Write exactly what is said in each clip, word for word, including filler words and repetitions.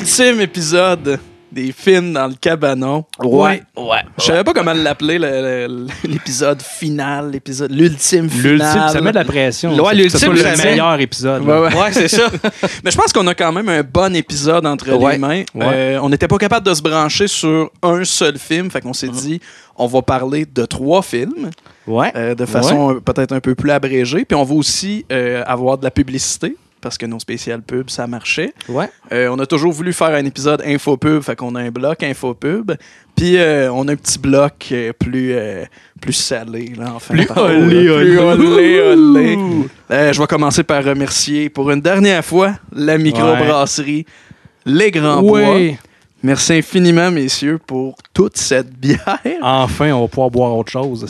L'ultime épisode des films dans le cabanon. Ouais, ouais. Je savais pas comment l'appeler, le, le, l'épisode final, l'épisode, l'ultime final. L'ultime, ça met de la pression. Ouais, l'ultime, c'est ça le met... meilleur épisode. Ouais, ouais. ouais, c'est ça. Mais je pense qu'on a quand même un bon épisode entre ouais. les mains. Ouais. Euh, on n'était pas capable de se brancher sur un seul film, fait qu'on s'est mm-hmm. dit, on va parler de trois films. Ouais. Euh, de façon ouais. peut-être un peu plus abrégée. Puis on va aussi euh, avoir de la publicité. Parce que nos spéciales pubs, ça marchait. Ouais. Euh, on a toujours voulu faire un épisode infopub, fait qu'on a un bloc infopub. Puis euh, on a un petit bloc euh, plus, euh, plus salé, là, enfin. Plus par olé, là. Plus olé, olé. olé. Euh, je vais commencer par remercier pour une dernière fois la microbrasserie Les Grands Bois. Oui. Merci infiniment, messieurs, pour toute cette bière. Enfin, on va pouvoir boire autre chose.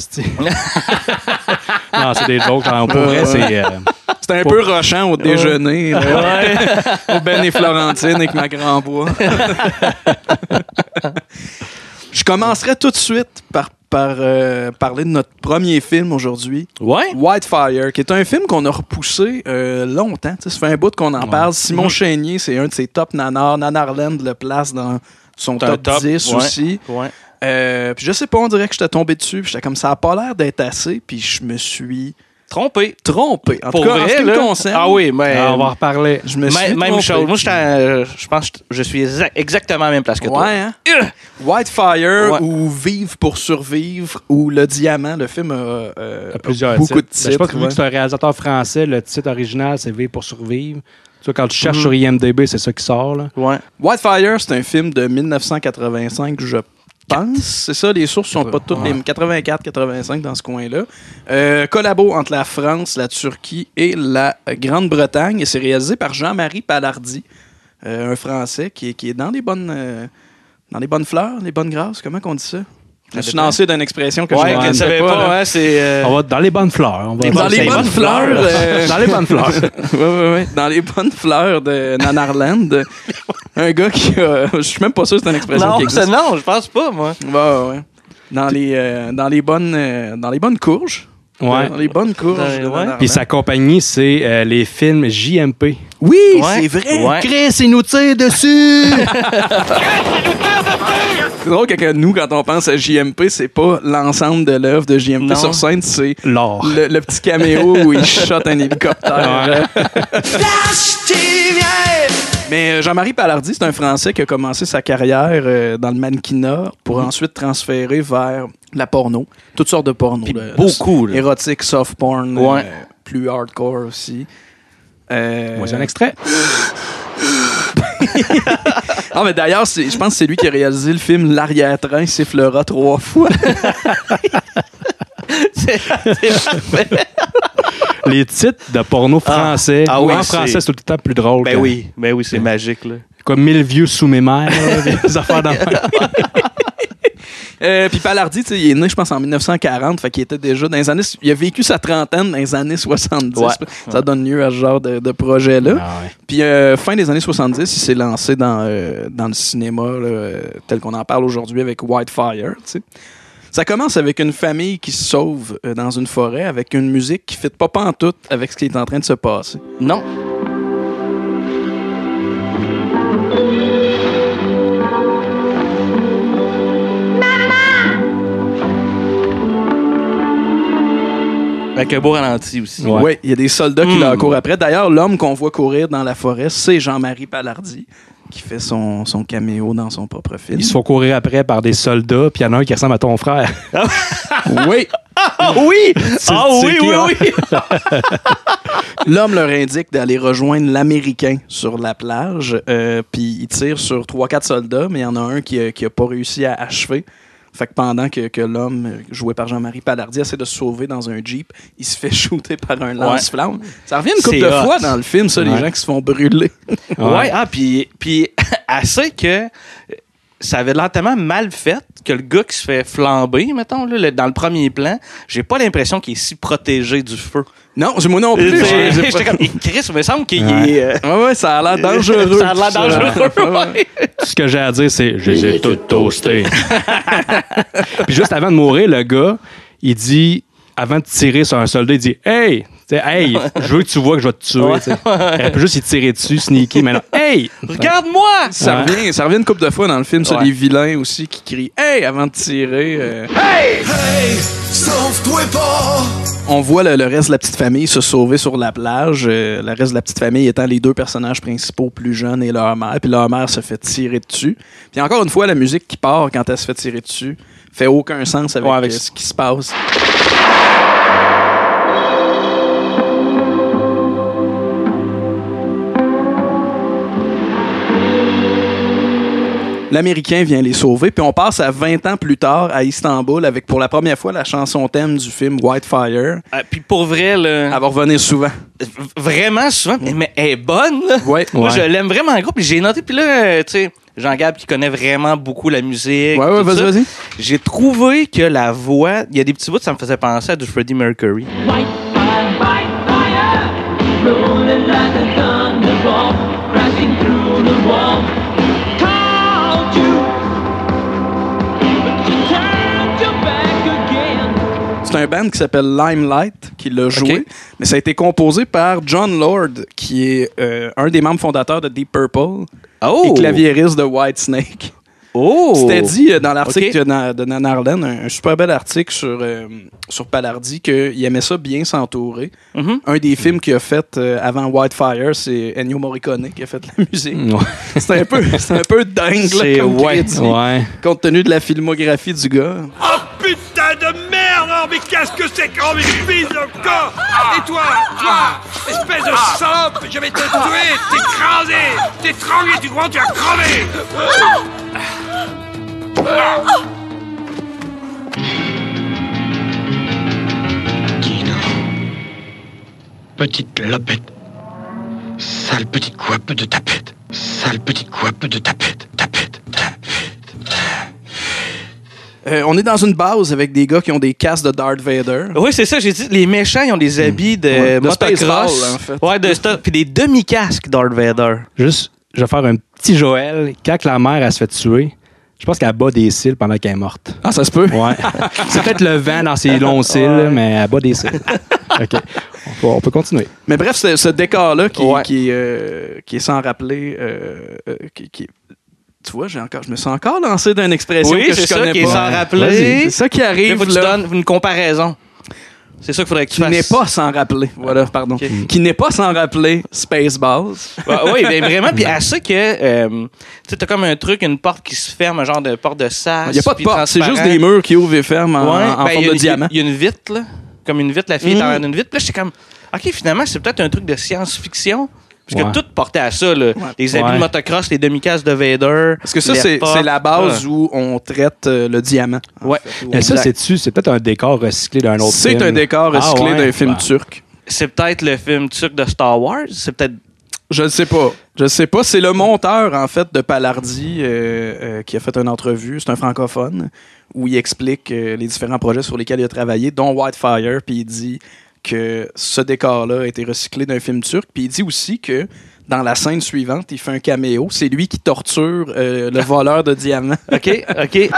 Non, c'est des jokes. Pour vrai, c'est... Euh... C'était un peu rochant au déjeuner. Ouais. Au Ben et Florentine avec ma grand bois. Je commencerai tout de suite par, par euh, parler de notre premier film aujourd'hui. Ouais. Whitefire, qui est un film qu'on a repoussé euh, longtemps. T'sais, ça fait un bout qu'on en ouais. parle. Simon mmh. Chénier, c'est un de ses top nanars. Nanarland le place dans son top, top dix ouais. aussi. Ouais. Euh, puis je sais pas, on dirait que j'étais tombé dessus. Puis j'étais comme ça a pas l'air d'être assez. Puis je me suis... Trompé. Trompé. En Pour tout cas, vrai, en ce qui là, me concerne. Ah oui, mais... Ah, on va en reparler. Je me suis même, même chose. Moi, euh, je pense que je suis exactement à la même place que toi. Ouais, hein? Uh! Whitefire, ouais. ou Vivre pour survivre, ou Le Diamant. Le film a, euh, a plusieurs beaucoup titres. de titres. Ben, je pense que ouais. vu que c'est un réalisateur français, le titre original, c'est Vivre pour survivre. Tu vois, quand tu cherches mm-hmm. sur I M D B, c'est ça qui sort. Là. Ouais. Whitefire, c'est un film de dix-neuf cent quatre-vingt-cinq, je pense. C'est ça, les sources sont pas toutes ouais. les quatre-vingt-quatre quatre-vingt-cinq dans ce coin-là. Euh, collabo entre la France, la Turquie et la Grande-Bretagne. Et c'est réalisé par Jean-Marie Palardy, euh, un Français qui est, qui est dans les bonnes euh, dans les bonnes fleurs, les bonnes grâces. Comment on dit ça? Je me suis lancé d'une expression que ouais, je ne savais pas. pas ouais, c'est, euh... On va dans les bonnes fleurs. On va dans, les bonnes fleurs, fleurs euh... dans les bonnes fleurs. Oui, oui, oui. Dans les bonnes fleurs de Nanarland. Un gars qui a... Je suis même pas sûr que c'est une expression non, qui existe. Non, je pense pas, moi. Ouais, ouais, ouais. Dans les, euh, dans les bonnes, euh, dans les bonnes courges. Ouais. Dans les bonnes courges. Ouais. Puis sa compagnie, c'est euh, les films J M P. Oui, ouais. c'est vrai. Ouais. Chris, il nous tire dessus. C'est drôle que nous, quand on pense à J M P, c'est pas l'ensemble de l'œuvre de J M P non. sur scène, c'est l'or. Le, le petit caméo où il shot un hélicoptère. Mais Jean-Marie Palardy, c'est un Français qui a commencé sa carrière euh, dans le mannequinat pour mmh. ensuite transférer vers la porno. Toutes sortes de porno. Là, beaucoup. Là. Érotique, soft porn, ouais. euh, plus hardcore aussi. Euh... Moi, j'ai un extrait. Ah, mais d'ailleurs, c'est, je pense que c'est lui qui a réalisé le film L'arrière-train sifflera trois fois. c'est, c'est Les titres de porno français, ah, ah ou oui, en c'est... français, c'est tout le temps plus drôle. Ben que... oui, ben oui, c'est ouais. magique, là. Comme Mille vieux sous mes mères, des affaires dans euh, Puis Palardy, il est né, je pense, en dix-neuf cent quarante, fait qu'il était déjà dans les années... Il a vécu sa trentaine dans les années soixante-dix. Ouais. Ça ouais. donne lieu à ce genre de, de projet-là. Ah ouais. Puis euh, fin des années soixante-dix, il s'est lancé dans, euh, dans le cinéma, là, tel qu'on en parle aujourd'hui avec Whitefire, tu sais. Ça commence avec une famille qui se sauve euh, dans une forêt avec une musique qui ne fit pas pantoute avec ce qui est en train de se passer. Non. Avec un beau ralenti aussi. Oui, ouais, il y a des soldats qui mmh. leur courent après. D'ailleurs, l'homme qu'on voit courir dans la forêt, c'est Jean-Marie Palardy, qui fait son, son caméo dans son propre film. Ils se font courir après par des soldats, puis il y en a un qui ressemble à ton frère. Oui! Ah oui! Ah oui, oui, oui! L'homme leur indique d'aller rejoindre l'Américain sur la plage, euh, puis il tire sur trois quatre soldats, mais il y en a un qui n'a qui a pas réussi à achever. Fait que pendant que, que l'homme, joué par Jean-Marie Palardy, essaie de se sauver dans un Jeep, il se fait shooter par un lance-flamme. Ouais. Ça revient une couple de hot. fois dans le film, ça, ouais. les gens qui se font brûler. Ouais, ouais. ah, puis, puis assez que ça avait l'air tellement mal fait que le gars qui se fait flamber, mettons, là, dans le premier plan, j'ai pas l'impression qu'il est si protégé du feu. Non, moi non plus. J'ai, j'ai J'étais comme, Chris, il me semble qu'il ouais. est... Euh... Ouais, ouais, ça a l'air dangereux. Ça a l'air dangereux, ouais. Tout ce que j'ai à dire, c'est « Je les ai tous toastés ». Puis juste avant de mourir, le gars, il dit, avant de tirer sur un soldat, il dit « Hey, T'sais, hey, je veux que tu vois que je vais te tuer. Ouais. Elle peut juste y tirer dessus, sneaky, mais non. Hey, regarde-moi! Ça ouais. revient, ça revient une couple de fois dans le film sur ouais. les vilains aussi qui crient hey avant de tirer. Euh... Hey! Hey! Sauve-toi pas! On voit le, le reste de la petite famille se sauver sur la plage. Euh, le reste de la petite famille étant les deux personnages principaux plus jeunes et leur mère. Puis leur mère se fait tirer dessus. Puis encore une fois, la musique qui part quand elle se fait tirer dessus fait aucun sens avec, ouais, avec... Euh, ce qui se passe. L'Américain vient les sauver, puis on passe à vingt ans plus tard à Istanbul avec pour la première fois la chanson thème du film Whitefire. Ah, puis pour vrai, là, elle va revenir souvent. Vraiment souvent, mais, mais elle est bonne. Là. Ouais. Moi, ouais. je l'aime vraiment gros, puis j'ai noté, puis là, tu sais, Jean-Gab qui connaît vraiment beaucoup la musique. Ouais, ouais, vas-y, ça. vas-y. J'ai trouvé que la voix, il y a des petits bouts, ça me faisait penser à du Freddie Mercury. Whitefire, whitefire, rolling like a thunderbolt, crashing through the wall. C'est un band qui s'appelle Limelight qui l'a joué, okay. mais ça a été composé par John Lord, qui est euh, un des membres fondateurs de Deep Purple oh. et claviériste de Whitesnake. Oh. C'était dit euh, dans l'article okay. de, Na- de Nan Arlen, un, un super bel article sur, euh, sur Palardy, qu'il aimait ça bien s'entourer. Mm-hmm. Un des films qu'il a fait euh, avant Whitefire, c'est Ennio Morricone qui a fait la musique. Ouais. C'est un peu, c'est un peu dingue là, comme ouais, crédit, ouais. compte tenu de la filmographie du gars. Oh putain de merde! Oh, mais qu'est-ce que c'est que... Oh, mais fils de corps! Et toi, toi, espèce de salope, je vais te tuer, t'écraser, t'étrangler, tu crois que tu vas crever! Dino. Petite lopette. Sale petite couape de tapette. Sale petite couape de tapette. Tapette, tapette. Euh, on est dans une base avec des gars qui ont des casques de Darth Vader. Oui, c'est ça, j'ai dit. Les méchants, ils ont des habits de, ouais, de motocross. En fait. Ouais, de stuff. Puis des demi-casques Darth Vader. Juste, je vais faire un petit Joël. Quand la mère, elle se fait tuer, je pense qu'elle bat des cils pendant qu'elle est morte. Ah, ça se peut? Ouais. C'est peut-être le vent dans ses longs cils, ouais. mais elle bat des cils. OK. On peut, on peut continuer. Mais bref, ce, ce décor-là qui, ouais. qui, euh, qui est sans rappeler... Euh, euh, qui, qui, tu vois, j'ai encore, je me suis encore lancé d'une expression oui, que je ça, connais qui pas. Est sans rappeler. Vas-y. C'est ça qui arrive. Là, faut que là. tu donnes une comparaison. C'est ça qu'il faudrait que tu qui fasses. Qui n'est pas sans rappeler. Voilà, pardon. Okay. Qui n'est pas sans rappeler Spaceballs. Ah, oui, ben vraiment. Puis à ça que, euh, tu sais, t'as comme un truc, une porte qui se ferme, un genre de porte de sas. Il n'y a pas de porte, c'est juste des murs qui ouvrent et ferment en, ouais, en ben, forme de diamant. Il y a une vitre, là. Comme une vitre, la fille mm. est en l'air d'une vitre. Puis là, j'étais comme, OK, finalement, c'est peut-être un truc de science-fiction. Parce ouais. que tout portait à ça, là. Ouais. Les habits ouais. de motocross, les demi-casques de Vader. Parce que ça, c'est, c'est la base ouais. où on traite euh, le diamant. Ouais. Fait, Mais ça, c'est-tu, c'est peut-être un décor recyclé d'un autre c'est film. C'est un décor recyclé ah, ouais. d'un film ouais. turc. C'est peut-être le film turc de Star Wars. C'est peut-être... Je ne sais pas. Je ne sais pas. C'est le monteur, en fait, de Palardy euh, euh, qui a fait une entrevue. C'est un francophone où il explique euh, les différents projets sur lesquels il a travaillé, dont Whitefire, puis il dit que ce décor-là a été recyclé d'un film turc. Puis il dit aussi que dans la scène suivante, il fait un caméo. C'est lui qui torture euh, le voleur de diamants. OK, OK.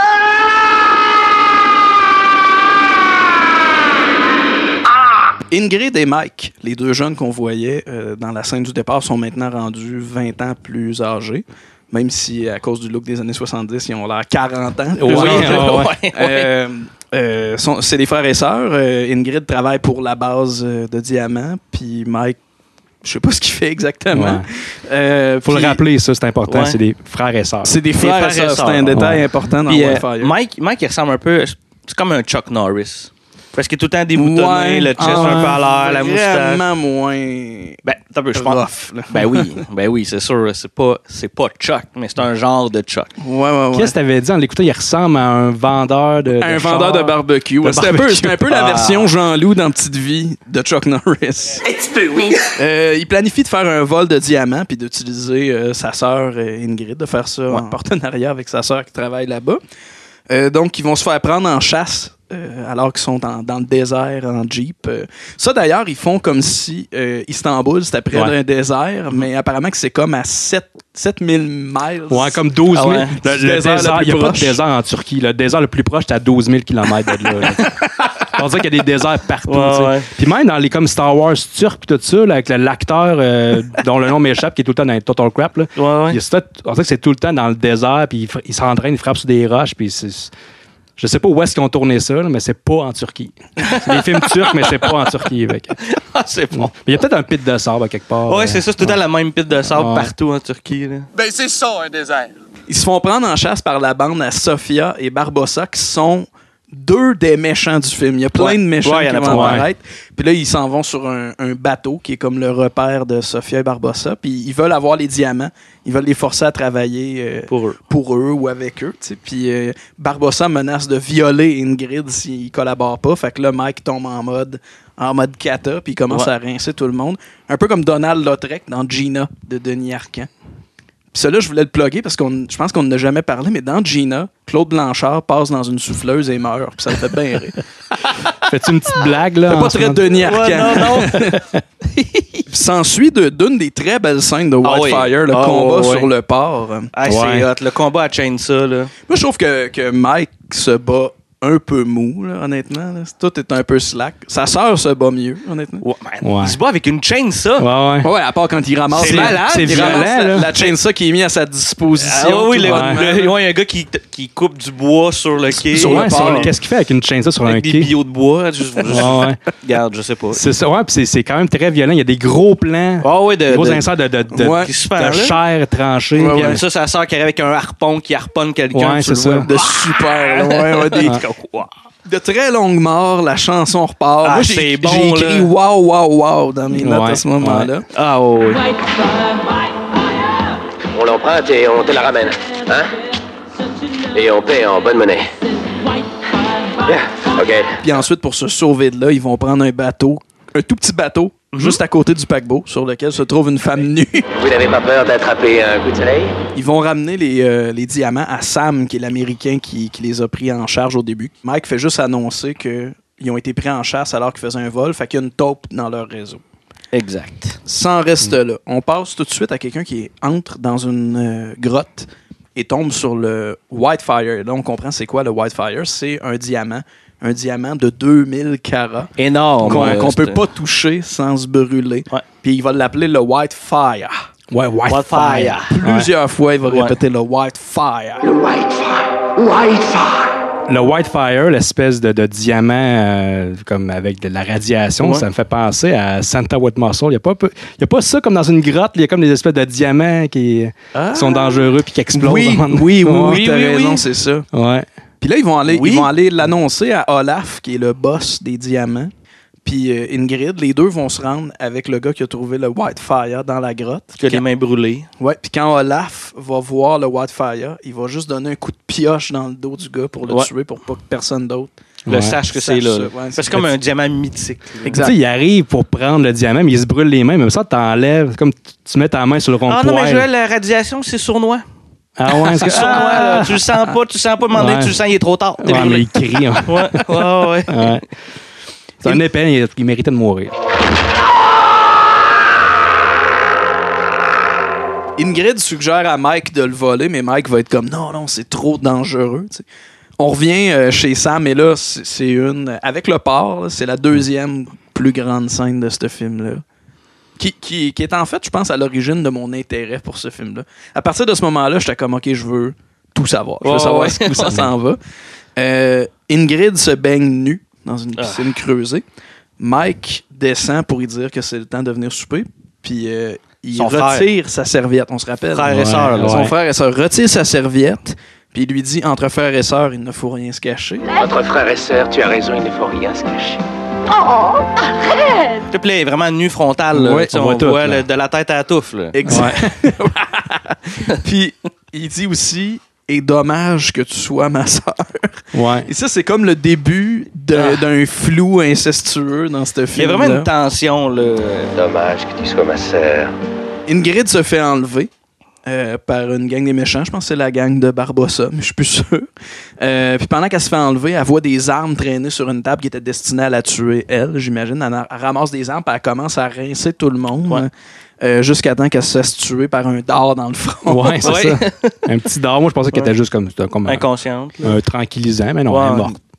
Ingrid et Mike, les deux jeunes qu'on voyait euh, dans la scène du départ, sont maintenant rendus vingt ans plus âgés. Même si, à cause du look des années soixante-dix, ils ont l'air quarante ans. Oui, ouais, ouais, ouais. Euh, euh, sont, c'est des frères et sœurs. Euh, Ingrid travaille pour la base euh, de diamants, puis Mike, je sais pas ce qu'il fait exactement. Ouais. Euh, Faut pis, le rappeler, ça, c'est important. Ouais. C'est des frères et sœurs. C'est des frères, frères et sœurs. C'est un détail ouais. important dans pis, Whitefire. Euh, Mike, Mike, il ressemble un peu... C'est comme un Chuck Norris. Parce qu'il est tout le temps déboutonné, ouais, le chest ah, un peu à l'air, la moustache. Vraiment moins... Ben, t'as peu, je pense. Rough, ben oui, ben oui, c'est sûr. C'est pas, c'est pas Chuck, mais c'est un genre de Chuck. Ouais, ouais, ouais. Qu'est-ce que t'avais dit en l'écoutant? Il ressemble à un vendeur de, de Un char. vendeur de barbecue. De c'était, barbecue. Un peu, c'était un peu la version Jean-Loup dans Petite Vie de Chuck Norris. Un petit peu, oui. Euh, il planifie de faire un vol de diamants puis d'utiliser euh, sa sœur euh, Ingrid, de faire ça ouais. en partenariat avec sa sœur qui travaille là-bas. Euh, donc, ils vont se faire prendre en chasse euh, alors qu'ils sont dans, dans le désert en Jeep. Euh, ça, d'ailleurs, ils font comme si euh, Istanbul, c'était près ouais. d'un désert, mm-hmm. mais apparemment que c'est comme à sept mille miles. Ouais, comme douze mille. Ah ouais. Le, le désert, désert il n'y a pas de désert en Turquie. Le désert le plus proche, c'est à douze mille kilomètres de là. là. On dirait qu'il y a des déserts partout. Ouais, tu sais. ouais. Puis même dans les comme Star Wars turcs pis tout ça, là, avec le- l'acteur euh, dont le nom m'échappe, qui est tout le temps dans les Total Crap, là, Ouais, ouais. il est tout- on dirait que c'est tout le temps dans le désert, puis il, f- il s'entraîne, il frappe sur des roches, puis c'est... Je sais pas où est-ce qu'ils ont tourné ça, là, mais c'est pas en Turquie. C'est des films turcs, mais c'est pas en Turquie. Fait que- Ah, c'est bon. Mais il y a peut-être un pit de sable à quelque part. Ouais, euh, c'est ça, c'est tout le temps la même pile de sable Ouais. partout en Turquie. Là. Ben, c'est ça, un désert. Ils se font prendre en chasse par la bande à Sofia et Barbossa, qui sont deux des méchants du film. Il y a plein Ouais. de méchants Ouais, il y qui en a vont pas. apparaître. Puis là, ils s'en vont sur un, un bateau qui est comme le repère de Sofia et Barbossa. Puis ils veulent avoir les diamants. Ils veulent les forcer à travailler euh, Pour eux. pour eux ou avec eux. tu sais. Puis euh, Barbossa menace de violer Ingrid s'ils collaborent pas. Fait que là, Mike tombe en mode en mode kata, puis il commence Ouais. à rincer tout le monde. Un peu comme Donald Lautrec dans Gina de Denis Arcand. Puis ça, là, je voulais le plugger parce que je pense qu'on n'a jamais parlé, mais dans Gina, Claude Blanchard passe dans une souffleuse et meurt. Puis ça me fait bien rire. Fais-tu une petite blague, là? C'est en pas ce très moment? Denis Arcand. Ouais, non, non. Puis s'ensuit de- d'une des très belles scènes de Ah oui. Whitefire, le Ah combat ouais, ouais. sur le port. Ah, Ouais. c'est hot. Le combat à Chainsaw, là. Moi, je trouve que, que Mike se bat un peu mou, là, honnêtement. là. Tout est un peu slack. Sa sœur se bat mieux, honnêtement. Ouais, man, Ouais. Il se bat avec une chainsaw. Ouais, ouais. Ouais, à part quand il ramasse, C'est la- malade, il c'est ramasse violent, la, là. la chainsaw qui est mise à sa Ah disposition. oui, le, tout Ouais. bonnement. le- ouais, il y a un gars qui, qui coupe du bois sur le quai. Sur le Ouais, port. sur- Qu'est-ce qu'il fait avec une chainsaw sur un avec des quai? billots de bois. Je, je- Ouais, ouais. Regarde, je sais pas. C'est ça, ouais, puis c'est, c'est quand même très violent. Il y a des gros plans, Ah oui, de, des gros de- inserts de, de, de, Ouais. qui est super, de là. chair tranchée. Ouais, Puis ouais. après ça, sa sœur qui arrive avec un harpon qui harponne quelqu'un. Ouais, tu c'est le ça. vois. De super, là, ouais, ouais, des- Wow. de très longues morts, la chanson repart. Ah, Moi, j'ai, c'est bon, j'ai écrit là. wow, wow, wow dans mes notes Ouais, à ce moment-là. Ah oui. White fire, white fire. On l'emprunte et on te la ramène. Hein? Et on paie en bonne monnaie. White fire, Bien, ok. Puis ensuite, pour se sauver de là, ils vont prendre un bateau, un tout petit bateau, juste à côté du paquebot, sur lequel se trouve une femme nue. Vous n'avez pas peur d'attraper un coup de soleil? Ils vont ramener les, euh, les diamants à Sam, qui est l'Américain qui, qui les a pris en charge au début. Mike fait juste annoncer qu'ils ont été pris en chasse alors qu'ils faisaient un vol, fait qu'il y a une taupe dans leur réseau. Exact. Sans reste là. On passe tout de suite à quelqu'un qui entre dans une euh, grotte et tombe sur le Whitefire. Là, on comprend c'est quoi le Whitefire. C'est un diamant. Un diamant de deux mille carats Énorme. qu'on euh, qu'on peut c'est- pas toucher sans se brûler. Ouais. Puis il va l'appeler le Whitefire. Ouais, Whitefire. Whitefire. Plusieurs fois, il va Ouais. répéter le Whitefire. Le Whitefire, l'espèce de, de diamant euh, comme avec de la radiation, Ouais. ça me fait penser à Santa Wet Muscle. Il n'y a, pas peu- il y a pas ça comme dans une grotte, il y a comme des espèces de diamants qui, qui sont dangereux puis qui explosent. Oui, à un moment donné. oui, oui, Ouais. oui, t'as oui, raison, oui. c'est ça. Ouais. Puis là, ils vont aller, Oui. ils vont aller l'annoncer à Olaf, qui est le boss des diamants. Puis euh, Ingrid, les deux vont se rendre avec le gars qui a trouvé le Whitefire dans la grotte. Qui a les mains brûlées. Ouais, puis quand Olaf va voir le Whitefire, il va juste donner un coup de pioche dans le dos du gars pour le Ouais. tuer, pour pas que personne d'autre. Le Ouais. sache que Sache c'est là. ça, là. ouais, c'est c'est- comme un diamant mythique. là. Exact. Tu sais, il arrive pour prendre le diamant, mais il se brûle les mains. Même ça, t'enlèves, comme tu mets ta main sur le rond-point. Ah non, mais Joël, la radiation, c'est sournois. Ah ouais, est-ce que... C'est sournois, là. Tu le sens pas, tu le sens pas, demander, Ouais. tu le sens, il est trop tard. T'es Ouais, mais brûlé. il crie. hein. Ouais, ouais, ouais. Ouais. C'est un épais, il, il méritait de mourir. Ingrid suggère à Mike de le voler, mais Mike va être comme non, non, c'est trop dangereux. tu sais. On revient euh, chez Sam, et là, c'est c'est une. Avec le port, là, c'est la deuxième plus grande scène de ce film-là. Qui, qui, qui est en fait, je pense, à l'origine de mon intérêt pour ce film-là. À partir de ce moment-là, j'étais comme, OK, je veux tout savoir. Je veux Ouais, savoir ouais. où ça s'en va. Euh, Ingrid se baigne nue dans une piscine creusée. Mike descend pour lui dire que c'est le temps de venir souper. Puis euh, il Son retire sa serviette, on se rappelle. Frère et Ouais, sœur, là. Son ouais. frère et sœur retire sa serviette. Puis il lui dit, entre frères et sœurs, il ne faut rien se cacher. Entre frères et sœurs, tu as raison, il ne faut rien se cacher. S'il te plaît, vraiment nu frontal. là. Ouais, Tu sais, on on voit tout, voit là. le- de la tête à la touffe. Là. Exact. Puis il dit aussi, et dommage que tu sois ma sœur. Ouais. Et ça, c'est comme le début d'un Ah. d'un flou incestueux dans ce Il y a film. vraiment une tension. Là. Dommage que tu sois ma sœur. Ingrid se fait enlever euh, par une gang des méchants. Je pense que c'est la gang de Barbossa, mais je suis plus sûr. Euh, puis pendant qu'elle se fait enlever, elle voit des armes traîner sur une table qui était destinée à la tuer, elle, j'imagine. Elle, elle ramasse des armes, puis elle commence à rincer tout le monde. Ouais. euh, jusqu'à temps qu'elle se fasse tuer par un dard dans le front. Ouais, c'est Ouais. ça. Un petit dard. Moi, je pensais qu'elle était juste comme, c'était comme un, Inconsciente. là. un tranquillisant, mais non, Ouais. elle est morte.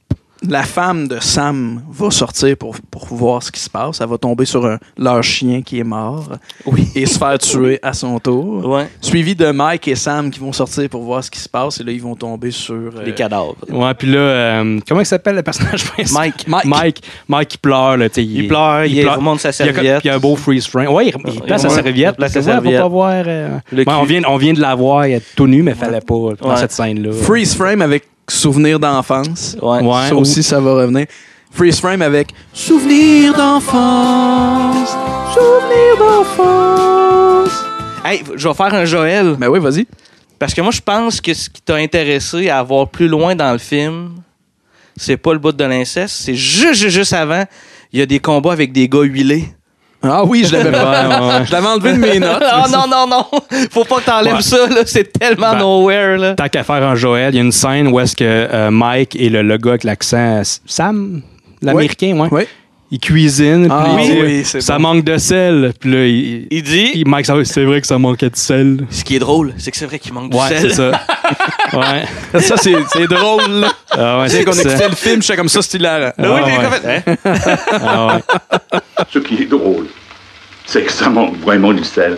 la femme de Sam va sortir pour, pour voir ce qui se passe. Elle va tomber sur un, leur chien qui est mort Oui. et se faire tuer à son tour. Ouais. Suivi de Mike et Sam qui vont sortir pour voir ce qui se passe. Et là, ils vont tomber sur... euh, Les cadavres. Ouais, puis là, euh, comment il s'appelle le personnage principal? Mike. Mike. Mike. Mike, il pleure. Là, il, Il pleure, il, il remonte sa serviette. Il y a, puis il y a un beau freeze frame. Ouais, il, il place sa Ouais, serviette. il place sa Tu vois, serviette. Faut pas voir. Euh... Le Ouais, cul. on, vient, on vient de la voir, elle est tout nu, mais il fallait pas dans Ouais. cette scène-là. Freeze frame avec souvenir d'enfance. Ouais. Ouais. Ça aussi, ça va revenir. Freeze frame avec souvenir d'enfance. Souvenir d'enfance. Hey, je vais faire un Joël. Ben oui, vas-y. Parce que moi, je pense que ce qui t'a intéressé à voir plus loin dans le film, c'est pas le bout de l'inceste, c'est juste, juste, juste avant, il y a des combats avec des gars huilés. Ah oui, je l'avais je l'avais enlevé de mes notes. Ah non, non, non! Faut pas que t'enlèves Ouais. ça, là. C'est tellement Ben, nowhere, là. Tant qu'à faire un Joël, il y a une scène où est-ce que euh, Mike et le, le gars avec l'accent Sam, l'américain, ouais. Oui. Il cuisine, Ah puis il dit, oui, c'est ça bon. manque de sel. Puis là, il, Il dit... il- Mike, ça- c'est vrai que ça manquait de sel. Ce qui est drôle, c'est que c'est vrai qu'il manque du Ouais, sel. c'est ça. Ouais. Ça, c'est, c'est drôle, là. Ah ouais, Tu sais, c'est qu'on ça. écoutait le film, je sais comme ça, c'est hilarant. Ah oui, Ah puis ouais. en fait, hein? Ah ouais. Ce qui est drôle, c'est que ça manque vraiment du sel.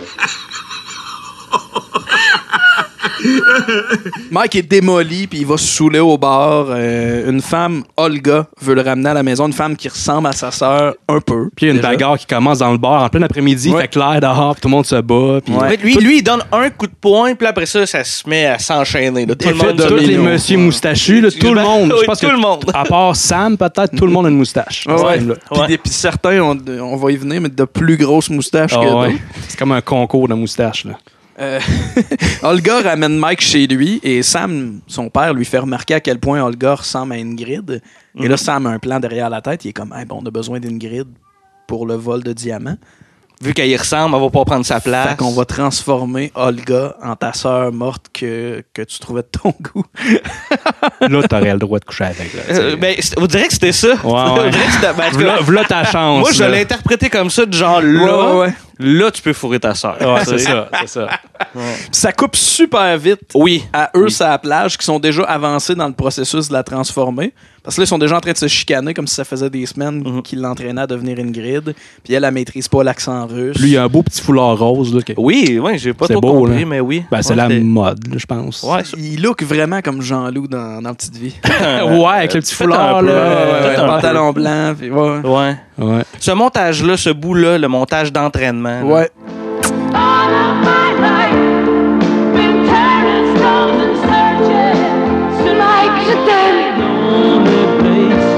Mike est démoli, puis il va se saouler au bar. Euh, une femme, Olga, veut le ramener à la maison. Une femme qui ressemble à sa sœur un peu. Puis il y a une déjà. bagarre qui commence dans le bar en plein après-midi, Ouais. il fait clair dehors, puis tout le monde se bat. Puis Ouais. Lui, lui, il donne un coup de poing, puis après ça, ça se met à s'enchaîner. Là. Tout le Effet monde... de tous les domino. messieurs moustachus, là, tout le monde. Oui, je pense tout que, le monde. À part Sam, peut-être, tout le monde a une moustache. Ah dans ce ouais. film-là. Puis, Ouais. des- puis certains, on, on va y venir, mais de plus grosses moustaches Ah que ouais. d'autres. C'est comme un concours de moustaches. Là. Euh, Olga ramène Mike chez lui et Sam, son père, lui fait remarquer à quel point Olga ressemble à Ingrid. Et là, Sam a un plan derrière la tête. Il est comme, hey, bon, on a besoin d'Ingrid pour le vol de diamants. Vu qu'elle y ressemble, elle va pas prendre sa place. Fait qu'on va transformer Olga en ta sœur morte que, que tu trouvais de ton goût. Là, t'aurais le droit de coucher avec. Là, Euh, ben, c'est- vous direz que c'était ça. ouais. Vous direz que c'était- ben, en tout cas, V'là, v'là ta chance. moi, je là. l'ai interprété comme ça, de genre là, Ouais, ouais, ouais. là, tu peux fourrer ta sœur. Ouais, c'est ça, c'est ça. Puis ça coupe super vite Oui. à eux, sur la plage, qui sont déjà avancés dans le processus de la transformer. Parce que là, ils sont déjà en train de se chicaner comme si ça faisait des semaines Mhm. qu'ils l'entraînaient à devenir Ingrid. Puis elle, elle maîtrise pas l'accent russe. Puis lui, il y a un beau petit foulard rose. Là, que- Oui, oui, j'ai pas C'est trop beau, compris, là. mais oui. Ben, c'est Ouais, la c'était- mode, là, je pense. Ouais, Il look vraiment comme Jean-Loup dans, dans Petite Vie. ouais, avec le petit Faites foulard. un peu, là. euh, Ouais, Tout un pantalon blanc. Puis ouais. Ouais. Ouais. Ce montage-là, ce bout-là, le montage d'entraînement. là. Ouais. All of my life, been turning stones and searching, so like a dead lonely place.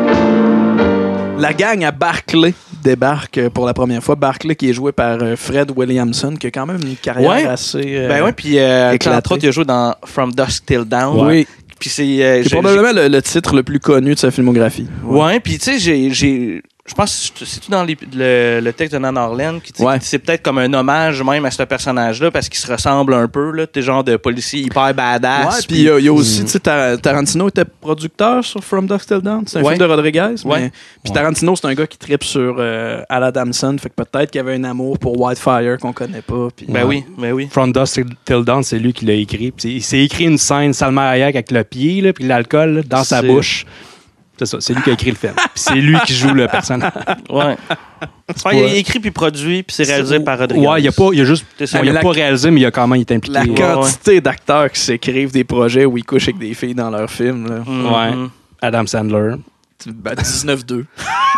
La gang à Barclay débarque pour la première fois. Barclay qui est joué par euh, Fred Williamson, qui a quand même une carrière Ouais. assez... euh, Ben ouais, puis euh, éclaté. entre autres, il a joué dans From Dusk Till Dawn. Oui. Puis c'est... euh, C'est j'ai- probablement le, le titre le plus connu de sa filmographie. Ouais, puis tu sais, j'ai, j'ai, je pense que c'est tout dans les- le, le texte de Nan Orlen qui dit Ouais. que c'est peut-être comme un hommage même à ce personnage-là parce qu'il se ressemble un peu, là. T'es genre de policier hyper badass. Ouais, puis il y, a- il y a aussi, tu sais, Tar- Tarantino était producteur sur From Dusk Till Dawn. C'est un Ouais. film de Rodriguez. Ouais. mais- Puis Tarantino, c'est un gars qui tripe sur euh, Al Adamson. Fait que peut-être qu'il y avait un amour pour Whitefire qu'on connaît pas. Puis, Ben oui, ben oui. From Dusk Till Dawn, c'est lui qui l'a écrit. Puis c'est- il s'est écrit une scène Salma Hayek avec le pied, là, puis l'alcool là, dans sa C'est- bouche. C'est ça, c'est lui qui a écrit le film. Puis c'est lui qui joue le personnage. Ouais. Enfin, il est écrit puis produit puis c'est réalisé par Rodriguez. Ouais, il a pas, il a juste, C'est ça. il a Mais pas la- réalisé, mais il a quand même été impliqué. La Ouais. quantité d'acteurs qui s'écrivent des projets où ils couchent avec des filles dans leurs films. Là. Mhm. Ouais. Adam Sandler. Ben, dix-neuf deux.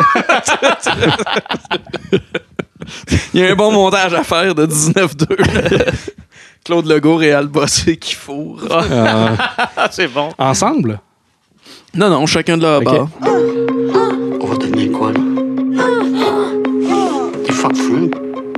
Il y a un bon montage à faire de dix-neuf deux. Claude Legault et Al Bossé qui fourrent. Euh, Ah, c'est bon. ensemble? Non, non, chacun de leur Ok. bord. On va devenir quoi, là? Des farfouilles.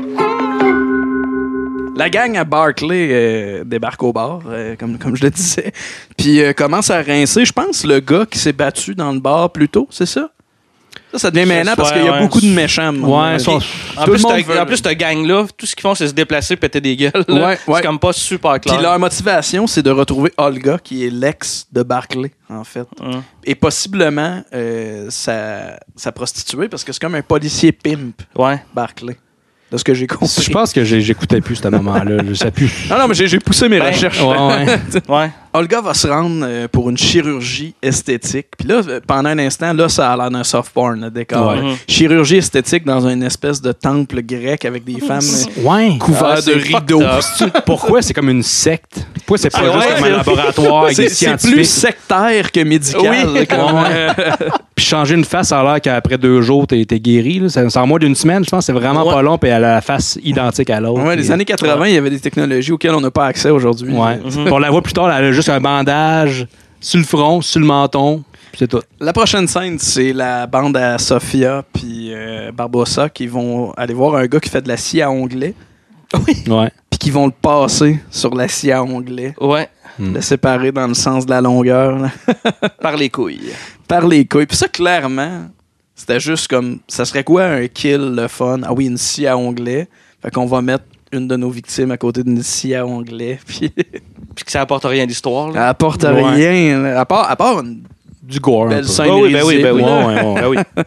La gang à Barclay euh, débarque au bar, euh, comme, comme je le disais, puis euh, commence à rincer, je pense, le gars qui s'est battu dans le bar plus tôt, c'est ça? Ça, ça devient mêlant parce ouais, qu'il y a ouais. beaucoup de méchants. à mon Ouais, avis. ça- En Tout plus, le monde t'as- veut- en plus, cette gang-là, tout ce qu'ils font, c'est se déplacer, péter des gueules. là. Ouais, ouais. C'est comme pas super clair. Puis leur motivation, c'est de retrouver Olga, qui est l'ex de Barclay, en fait. Hum. Et possiblement euh, sa, sa prostituée, parce que c'est comme un policier pimp, Ouais. Barclay. de ce que j'ai compris. Je pense que j'ai, j'écoutais plus ce moment-là. Je sais plus. Non, non, mais j'ai, j'ai poussé mes Ben, recherches. Ouais, ouais. Ouais. Olga va se rendre euh, pour une chirurgie esthétique. Puis là, euh, pendant un instant, là, ça a l'air d'un soft porn, le décor. Ouais. Mhm. Chirurgie esthétique dans une espèce de temple grec avec des femmes euh, Ouais. couvertes Ah, de c'est rideaux. Pourquoi c'est comme une secte? Pourquoi c'est pas Ah, juste ouais, comme un c'est- laboratoire avec C'est, des c'est scientifiques? plus sectaire que médical. Oui. comme, Ouais. euh, Puis changer une face, ça a l'air qu'après deux jours, t'es, t'es guéri. Là. C'est, c'est en moins d'une semaine, je pense. C'est vraiment Ouais. pas long. Puis elle a la face identique à l'autre. ouais, Puis- les années quatre-vingts, il y avait des technologies auxquelles on n'a pas accès aujourd'hui. Ouais. Puis on la voit plus tard, elle a juste un bandage sur le front, sur le menton. Puis c'est tout. La prochaine scène, c'est la bande à Sofia puis euh, Barbossa qui vont aller voir un gars qui fait de la scie à onglet Ouais. puis qui vont le passer sur la scie à onglet, Ouais. Mm. le séparer dans le sens de la longueur là, Par les couilles. par les couilles. Puis ça, clairement, c'était juste comme, ça serait quoi un kill, le fun? Ah oui, une scie à onglet. Fait qu'on va mettre une de nos victimes à côté d'une scie à onglet. Puis Puis que ça apporte rien à l'histoire. elle Là. apporte Ouais. rien. là. À part, à part une Du gore. un belle peu. scène Ah oui, ben oui, ben oui. risible. Ouais, ouais, ouais. Ben oui.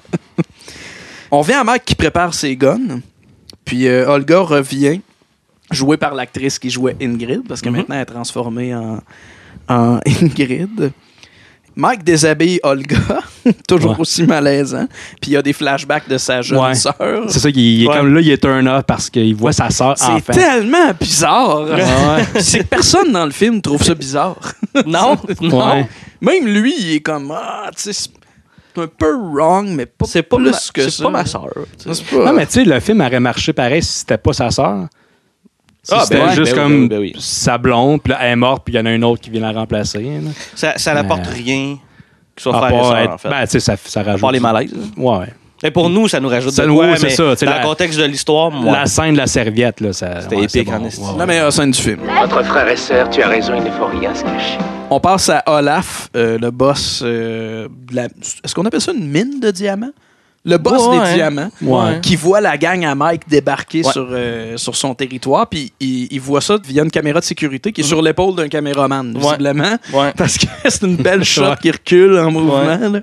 On vient à Mike qui prépare ses guns. Puis euh, Olga revient, jouée par l'actrice qui jouait Ingrid, parce que Mhm. maintenant elle est transformée en, en Ingrid. Mike déshabille Olga, toujours Ouais. aussi malaisant. Puis il y a des flashbacks de sa jeune Ouais. sœur. C'est ça, il, il est Ouais. comme là, il est turn off parce qu'il voit sa sœur C'est enfant. tellement bizarre. Ouais. C'est que personne dans le film trouve ça bizarre. Non, non. Ouais. Même lui, il est comme, ah, tu sais, c'est un peu wrong, mais pas C'est pas, plus ma, que c'est ça. pas ma soeur. C'est pas- Non, mais tu sais, le film aurait marché pareil si c'était pas sa sœur. Si Ah, c'était ben ouais, juste ben oui, comme ben oui, ben oui. sa blonde, puis là, elle est morte, puis il y en a une autre qui vient la remplacer. là. Ça, ça n'apporte Euh, rien que soit À frère et part sœur, être- en fait. ben, tu sais, ça, ça À rajoute. part les malaises. là. Ouais. Mais pour nous, ça nous rajoute Ça de nous- quoi, c'est mais ça, tu sais, dans la- le contexte de l'histoire, moi, La scène de la serviette, là, ça. C'était ouais, épique, c'est en bon. esti. Ouais, ouais. La meilleure scène du film. Entre frères et sœurs, tu as raison, il ne faut rien se cacher. On passe à Olaf, euh, le boss. euh, de la- Est-ce qu'on appelle ça une mine de diamants? Le boss Ouais, des ouais. diamants, Ouais. qui voit la gang à Mike débarquer Ouais. sur, euh, sur son territoire, puis il, il voit ça via une caméra de sécurité qui est sur l'épaule d'un caméraman, Ouais. visiblement, Ouais. parce que c'est une belle shot Ouais. qui recule en mouvement. là.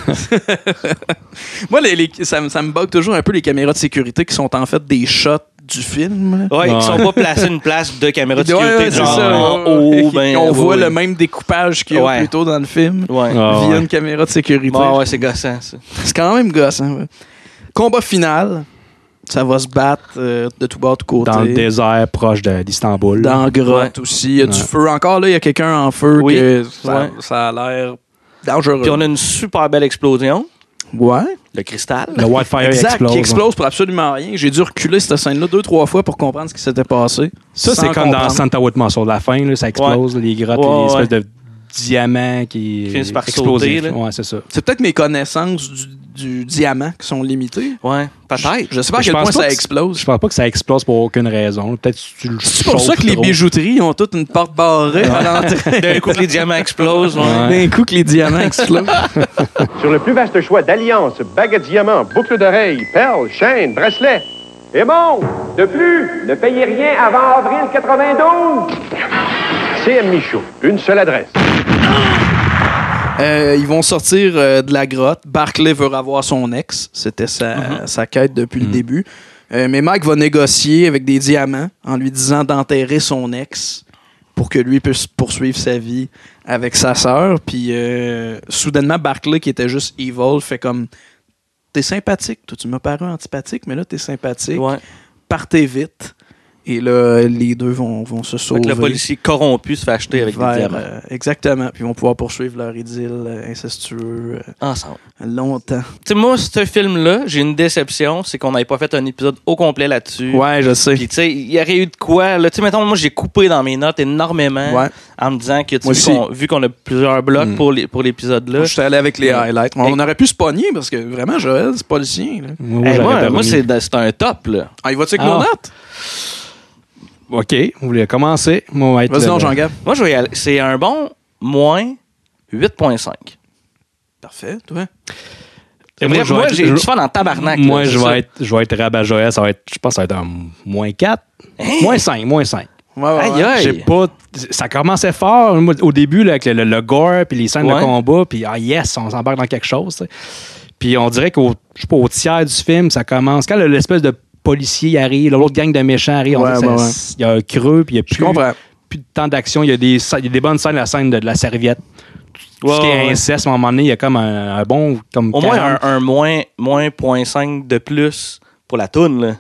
Moi, les, les- ça, me- ça me bug toujours un peu les caméras de sécurité qui sont en fait des shots du film. là. Ouais, Ouais. qui sont pas placés une place de caméra de Ouais, sécurité. ouais, c'est genre ça. en ouais, haut, ouais. ben, on ouais, voit ouais. le même découpage qu'il y a Ouais. plus tôt dans le film. Ouais. Ah, via ouais. une caméra de sécurité. Ouais, ouais, c'est gossant, ça. C'est quand même gossant. Ouais. Combat final. Ça va se battre euh, de tout bas, de côté. Dans le désert proche de- d'Istanbul. Dans la grotte aussi. Il y a du Ouais. feu. Encore là, il y a quelqu'un en feu. Oui. Que ça, Ouais. ça a l'air dangereux. Puis on a une super belle explosion. Ouais. Le cristal. Le Wildfire Exact. explose. Qui hein. explose pour absolument rien. J'ai dû reculer cette scène-là deux, trois fois pour comprendre ce qui s'était passé. Ça, Sans c'est comme dans comprendre. Santa Whitmore. Sur la fin, là, ça explose, là, les grottes, Ouais, les espèces ouais. de diamants qui Finissent par explosifs. sauter, là. Ouais, c'est ça. C'est peut-être mes connaissances du, du diamant qui sont limitées. Ouais, peut-être. Je sais pas à Je quel pense point pas ça que- explose. Je pense pas que ça explose pour aucune raison. Peut-être que tu le C'est pour ça chauffes que les trop. bijouteries ont toutes une porte barrée à l'entrée. D'un coup, que les diamants explosent. Ouais. Ouais. D'un coup que les diamants explosent. Sur le plus vaste choix d'alliances, baguettes diamants, boucles d'oreilles, perles, chaînes, bracelets. Et bon, de plus, ne payez rien avant avril quatre-vingt-douze. C M Michaud, une seule adresse. Euh, ils vont sortir euh, de la grotte. Barclay veut revoir son ex. C'était sa, sa quête depuis le début. Euh, mais Mike va négocier avec des diamants en lui disant d'enterrer son ex pour que lui puisse poursuivre sa vie avec sa sœur. Puis euh, soudainement, Barclay, qui était juste evil, fait comme t'es sympathique. Toi, tu m'as paru antipathique, mais là, t'es sympathique. Ouais. Partez vite. Et là, les deux vont, vont se Fait sauver. que le policier corrompu se fait acheter avec vers, des diamants. euh, exactement. Puis ils vont pouvoir poursuivre leur idylle euh, incestueux euh, Ensemble. longtemps. Tu sais, moi, ce film-là, j'ai une déception, c'est qu'on n'avait pas fait un épisode au complet là-dessus. Ouais, je sais. Puis, tu sais, il y aurait eu de quoi. Là, tu sais, mettons, moi, j'ai coupé dans mes notes énormément Ouais. en me disant que, tu Moi sais, aussi. vu qu'on, vu qu'on a plusieurs blocs Mm. pour, les, pour l'épisode-là. Je suis allé avec les Ouais. highlights. On aurait pu se pogner parce que vraiment, Joël, c'est pas le sien. Là. Moi, Hey, j'aurais moi, été moi revenu. c'est, c'est un top, là. Ah, il va-tu avec Ah. nos notes? OK, vous voulez commencer? Moi, on va être Vas-y, le- non, Jean-Gab. Moi, je vais y aller. C'est un bon moins huit virgule cinq. Parfait, toi. Et Moi, moi, je vais moi être- j'ai je- du fun en tabarnak. là, Moi, c'est je ça. vais, être, je vais être rabat joyeux. Ça va être, je pense que ça va être un moins quatre. Moins cinq, moins cinq. Ouais, ouais, Aïe, ouais. aïe. J'ai pas. Ça commençait fort moi, au début là, avec le, le, le gore puis les scènes Ouais. de combat puis ah yes, on s'embarque dans quelque chose. tu sais. Puis on dirait qu'au je sais pas, au tiers du film, ça commence quand le- l'espèce de policiers arrivent, l'autre gang de méchants arrive. Ouais, il ouais, ouais. y a un creux, puis il y a plus, Je comprends. plus de temps d'action. Il y a des, il y a des bonnes scènes, la scène de, de la serviette. Tout Ouais, ce qui est ouais. inceste, à un moment donné, il y a comme un, un bon... Comme Au moins quarante. un, un moins, moins zéro virgule cinq de plus pour la toune, là.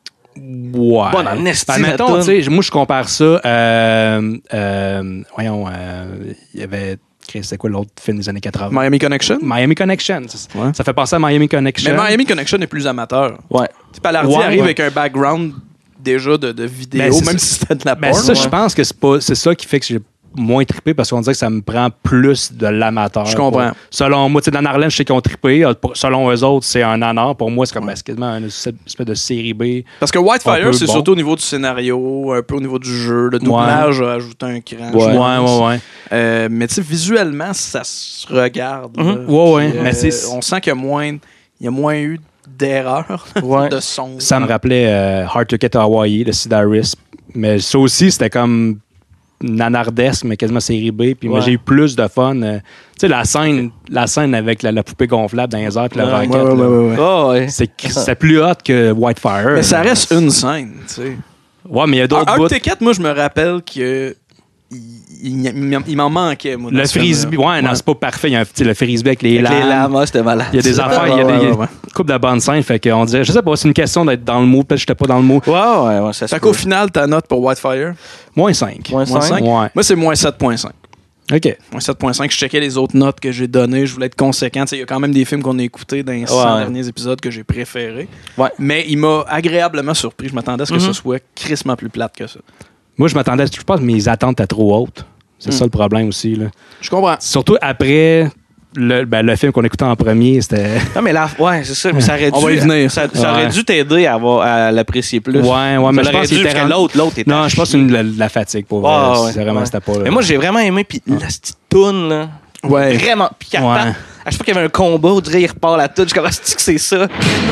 Ouais. Bon, dans le esti, Ben, la mettons, toune. tu sais, moi, je compare ça. Euh, euh, voyons, euh, il y avait. C'est quoi l'autre film des années quatre-vingts? Miami Connection. Miami Connection. Ça, Ouais. ça fait penser à Miami Connection. Mais Miami Connection est plus amateur. Ouais. Tu sais, Palardy Ouais, arrive ouais. avec un background déjà de, de vidéo, Ben, c'est même ça. si c'était de la Ben, porn. ça, je ouais. pense que c'est pas, c'est ça qui fait que j'ai moins trippé parce qu'on dirait que ça me prend plus de l'amateur. Je comprends. Pour- selon moi, tu sais, dans Arlen, je sais qu'ils ont trippé. Pour- Selon eux autres, c'est un nanar. Pour moi, c'est comme ben, c'est quasiment une espèce de série B. Parce que Un Whitefire, peu c'est bon. surtout au niveau du scénario, un peu au niveau du jeu. Le doublage a ajouté un cran. Ouais, je ouais, pense. ouais. ouais. Euh, mais tu sais, visuellement, ça se regarde. là. Mhm. Ouais, ouais. Puis, euh, Mais c'est- on sent qu'il y a moins, il y a moins eu d'erreurs Ouais. de son. Ça me rappelait euh, Hard to Get to Hawaii de Sidaris. Mais ça aussi, c'était comme nanardesque, mais quasiment série B. Puis moi, Ouais. j'ai eu plus de fun. euh, tu sais, la scène, la scène avec la, la poupée gonflable dans les airs puis la Ouais, roquette. Ouais, ouais, là, ouais, ouais, ouais. Oh, ouais. C'est, c'est plus hot que Whitefire. Mais ça reste une scène, tu sais. Ouais, mais il y a d'autres Art bouts. Ticket, moi, je me rappelle que il, il- il m'en manquait, moi. dans Le ce frisbee, film-là. ouais, non, c'est pas parfait. Il y a un petit le frisbee avec les Avec lames. les lames, ouais, c'était malade. Il y a des affaires, il y a des il y a Ouais, ouais, une ouais. couple de bonnes scènes. Fait qu'on dirait, je sais pas, c'est une question d'être dans le mot. Peut-être que j'étais pas dans le mot. Ouais, ouais, ouais, ça se Fait peut. qu'au final, ta note pour Whitefire, Moins cinq. Moins moins cinq? cinq? Ouais. Moi, c'est moins sept virgule cinq. OK. Moins sept virgule cinq. Je checkais les autres notes que j'ai données. Je voulais être conséquent. Tu sais, il y a quand même des films qu'on a écoutés dans les cent Ouais. derniers épisodes que j'ai préférés. Ouais. Mais il m'a agréablement surpris. Je m'attendais à ce que Mhm. ce soit crissement plus plate que ça. Moi, je m'attendais, je pense que mes attentes étaient trop hautes. C'est Mm. ça le problème aussi. Là. Je comprends. Surtout après le, ben, le film qu'on écoutait en premier, c'était. Non, mais là, ouais, c'est ça. Mais ça aurait dû, On va y venir. Ça, ça aurait Ouais. dû t'aider à, avoir- à l'apprécier plus. Ouais, ouais, Ça mais je aurait pense dû, qu'il était parce que rendu- l'autre, l'autre était Non, à je pense que chier. c'est une- la, la fatigue pour Ouais, vrai. ouais, C'est vraiment, ouais. c'était pas. Mais moi, j'ai vraiment aimé. Puis la petite toune, là. Ouais. Vraiment. Puis qu'à Ouais. part- à chaque fois qu'il y avait un combat, on dirait qu'il repart la toune. Je suis comme, c'est que c'est ça.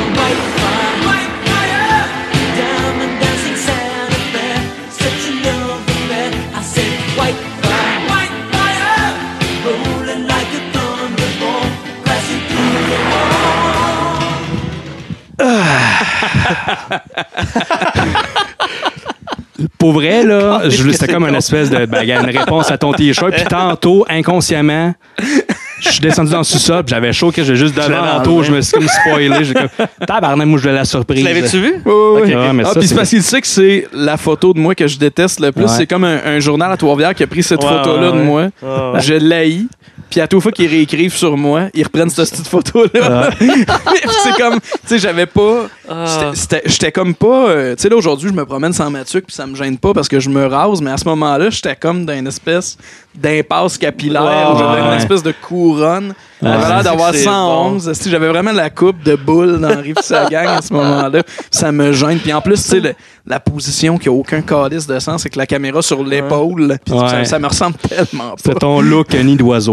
Pour vrai, là, je voulais- c'était comme une espèce de bagarre, une réponse à ton t-shirt. Puis tantôt, inconsciemment, je suis descendu dans le sous-sol, puis j'avais chaud que j'ai juste devant l'avais l'entour, je me suis comme spoilé. J'ai comme, tabarnak, moi, je voulais la surprise. Tu l'avais-tu vu? Ouais, ouais, Ok, ouais. ouais, mais ah, ça, puis c'est- c'est parce qu'il sait que c'est la photo de moi que je déteste le plus. Ouais. C'est comme un, un journal à Trois-Rivières qui a pris cette Ouais, photo-là ouais, de moi. ouais. Ouais. Je l'haïs. Puis à toute fois qu'ils réécrivent sur moi, ils reprennent cette petite photo-là. c'est comme, tu sais, j'avais pas. j'étais- c'était- J'étais comme pas. euh, tu sais, là, aujourd'hui, je me promène sans ma tuque, puis ça me gêne pas parce que je me rase, mais à ce moment-là, j'étais comme dans une espèce d'impasse capillaire, Ouais, où j'avais ouais. une espèce de couronne. J'avais Ouais. l'air d'avoir C'est cent onze. Esti, J'avais vraiment la coupe de boule dans Rive sa gang à ce moment-là. Ça me gêne. Puis en plus, tu sais, le- la position qui a aucun calice de sens, c'est que la caméra sur l'épaule. Puis Ouais. ça, ça me ressemble tellement C'est pas. ton look nid d'oiseau.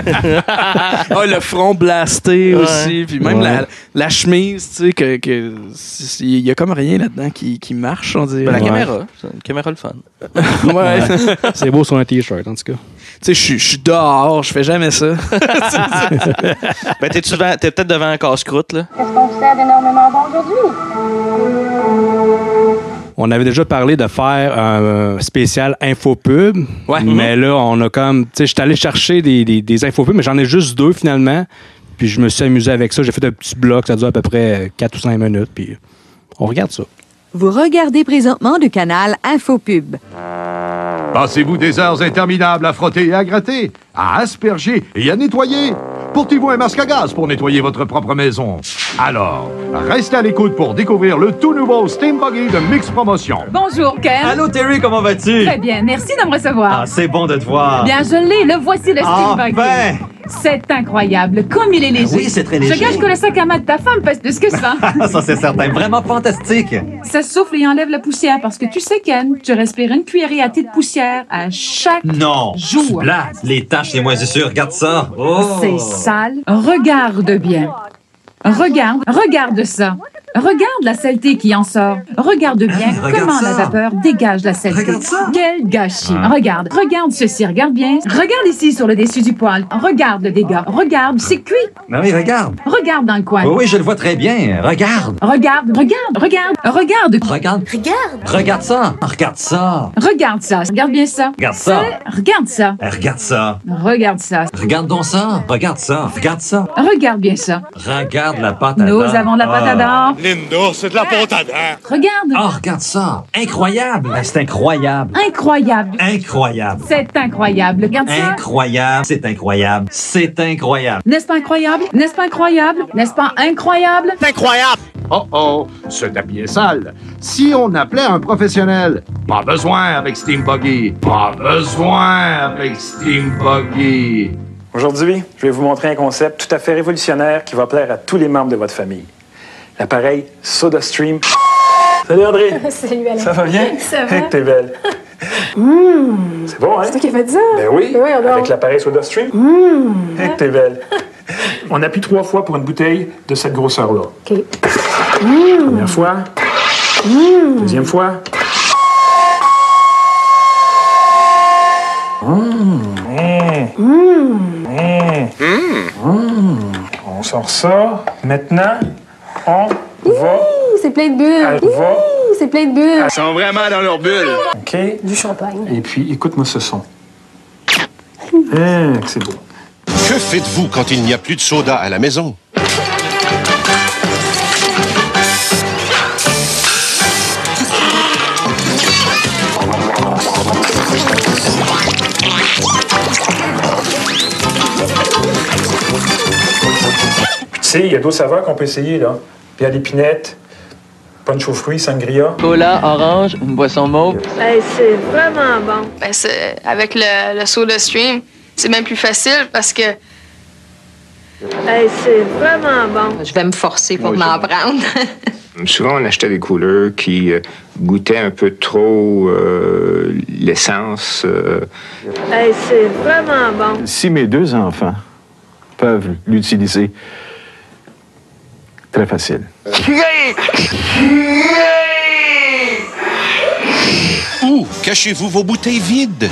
Ah, le front blasté Ouais. aussi. Puis même Ouais. la, la chemise, tu sais, que, que c'est- il y a comme rien là-dedans qui, qui marche, on dirait. Ben, la Ouais. caméra. C'est une caméra le fun. Ouais. tu C'est beau sur un t-shirt, en tout cas. sais, je suis- je suis dehors, je fais jamais ça. Ben, t'es, devant, t'es peut-être devant un casse-croûte, là. Est-ce qu'on vous sert énormément bon aujourd'hui? On avait déjà parlé de faire un spécial infopub. Ouais. Mais là, on a comme. Tu sais, je suis allé chercher des, des, des infopubs, mais j'en ai juste deux finalement. Puis je me suis amusé avec ça. J'ai fait un petit bloc, ça dure à peu près quatre ou cinq minutes. Puis on regarde ça. Vous regardez présentement le canal Infopub. Passez-vous des heures interminables à frotter et à gratter, à asperger et à nettoyer? Portez-vous un masque à gaz pour nettoyer votre propre maison? Alors, restez à l'écoute pour découvrir le tout nouveau Steam Buggy de Mix Promotion. Bonjour, Ken. Allô, Terry, comment vas-tu? Très bien, merci de me recevoir. Ah, c'est bon de te voir. Bien, je l'ai, le voici, le Steam Buggy. Enfin! C'est incroyable, comme il est léger. Oui, c'est très léger. Je gage que le sac à main de ta femme pèse plus que ça. Ça, c'est certain. Vraiment fantastique. Ça souffle et enlève la poussière parce que tu sais, Ken, tu respires une cuillerée à thé de poussière à chaque Non. jour. Là, les taches, les moisissures, regarde ça. Oh. C'est sale. Regarde bien. Regarde, regarde ça. Regarde la saleté qui en sort. Regarde bien Regarde comment ça. la vapeur dégage la saleté. Regarde ça. Quel gâchis. Ah. Regarde, regarde ceci, regarde bien. Regarde ici sur le dessus du poêle. Regarde le dégât. Regarde, c'est cuit. Ben oui, regarde. Regarde dans le coin. Oui, oui, je le vois très bien. Regarde. Regarde, regarde, regarde, regarde. Regarde. Regarde. Regarde ça. Regarde ça. Regarde ça. Regarde bien ça. Regarde ça. C'est- Regarde ça. Eh, Regarde ça. Regarde ça. Regarde donc ça. Regarde ça. Regarde ça. Regarde bien ça. Regarde la pâte à Nous dents. avons de la pâte à Ah. dents. Linda, c'est de la pâte à dents. Regarde. Oh, regarde ça. Incroyable. Ben, c'est incroyable. Incroyable. Incroyable. C'est incroyable. Regarde ça. Incroyable. C'est incroyable. C'est incroyable. N'est-ce pas incroyable? N'est-ce pas incroyable? N'est-ce pas incroyable? C'est incroyable! Oh oh, ce tapis est sale. Si on appelait un professionnel, pas besoin avec Steam Buggy. Pas besoin avec Steam Buggy. Aujourd'hui, je vais vous montrer un concept tout à fait révolutionnaire qui va plaire à tous les membres de votre famille. L'appareil SodaStream. Salut André! Salut Alain. Ça va bien? Ça va. Hey, que t'es belle. Mmh. C'est bon, hein? C'est toi qui as fait ça? Ben oui, Oui, alors. avec l'appareil SodaStream. Mmh. Hey, que t'es belle. On appuie trois fois pour une bouteille de cette grosseur-là. OK. Mmh. Première fois. Mmh. Deuxième fois. Mmh. Mmh. Mmh. On sort ça. Maintenant, on va... Ouh, c'est plein de bulles. Elle va... Ouh, c'est plein de bulles. Elles sont vraiment dans leur bulle. OK. Du champagne. Et puis, écoute-moi ce son. Hein, que c'est beau. Que faites-vous quand il n'y a plus de soda à la maison? Puis, tu sais, il y a d'autres saveurs qu'on peut essayer, là. Bière d'épinette, punch aux fruits, sangria. Cola, orange, une boisson mauve. Hey, c'est vraiment bon. Ben, c'est- avec le, le SodaStream, c'est même plus facile parce que Hey, c'est vraiment bon. Je vais me forcer pour Oui, m'en c'est prendre. Souvent, on achetait des couleurs qui euh, goûtaient un peu trop euh, l'essence. euh. Hey, c'est vraiment bon. Si mes deux enfants peuvent l'utiliser, très facile. Où cachez-vous vos bouteilles vides?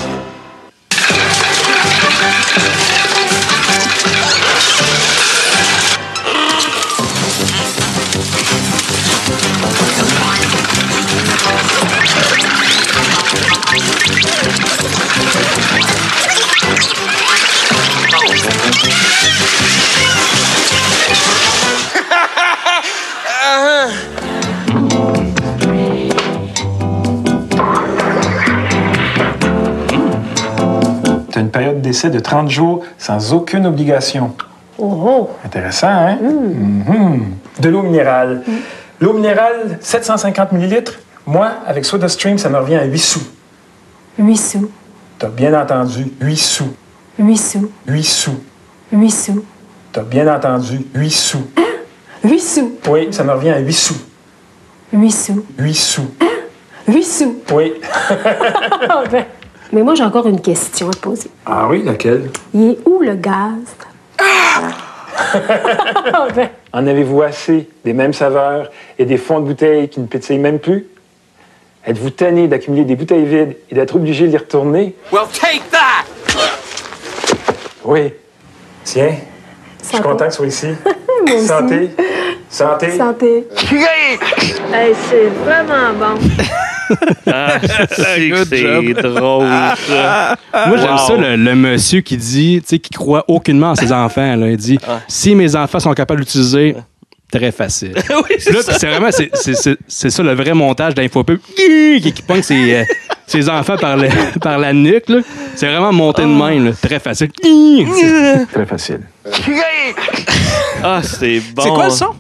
Tu as une période d'essai de trente jours sans aucune obligation. Oh, Intéressant, hein? Mhm. De l'eau minérale. L'eau minérale, sept cent cinquante millilitres. Moi, avec SodaStream, ça me revient à huit sous. huit sous. T'as bien entendu, huit sous. huit sous. huit sous. huit sous. T'as bien entendu, huit sous. huit sous. Oui, ça me revient à huit sous. huit sous. huit sous. huit sous. Oui. Ah, ben. Mais moi, j'ai encore une question à te poser. Ah oui, laquelle? Il est où le gaz? Ah, ben. En avez-vous assez des mêmes saveurs et des fonds de bouteilles qui ne pétillent même plus? Êtes-vous tanné d'accumuler des bouteilles vides et d'être obligé d'y retourner? Well, take that! Oui. Tiens, je suis Santé. content que tu sois ici. Moi aussi. Santé. Santé. Santé. Hey, c'est vraiment bon. Ah, c'est que c'est drôle, ça. Moi, j'aime Wow. ça, le, le monsieur qui dit, tu sais, qui croit aucunement en ses enfants. Là. Il dit, si mes enfants sont capables d'utiliser, très facile. Oui, c'est Là, ça. puis c'est vraiment, c'est, c'est, c'est, c'est ça le vrai montage d'Infopub qui, qui pogne ses, euh, ses enfants par, le, par la nuque. Là. C'est vraiment monté de même, là. Très facile. C'est très facile. Ah, c'est bon. C'est quoi le son?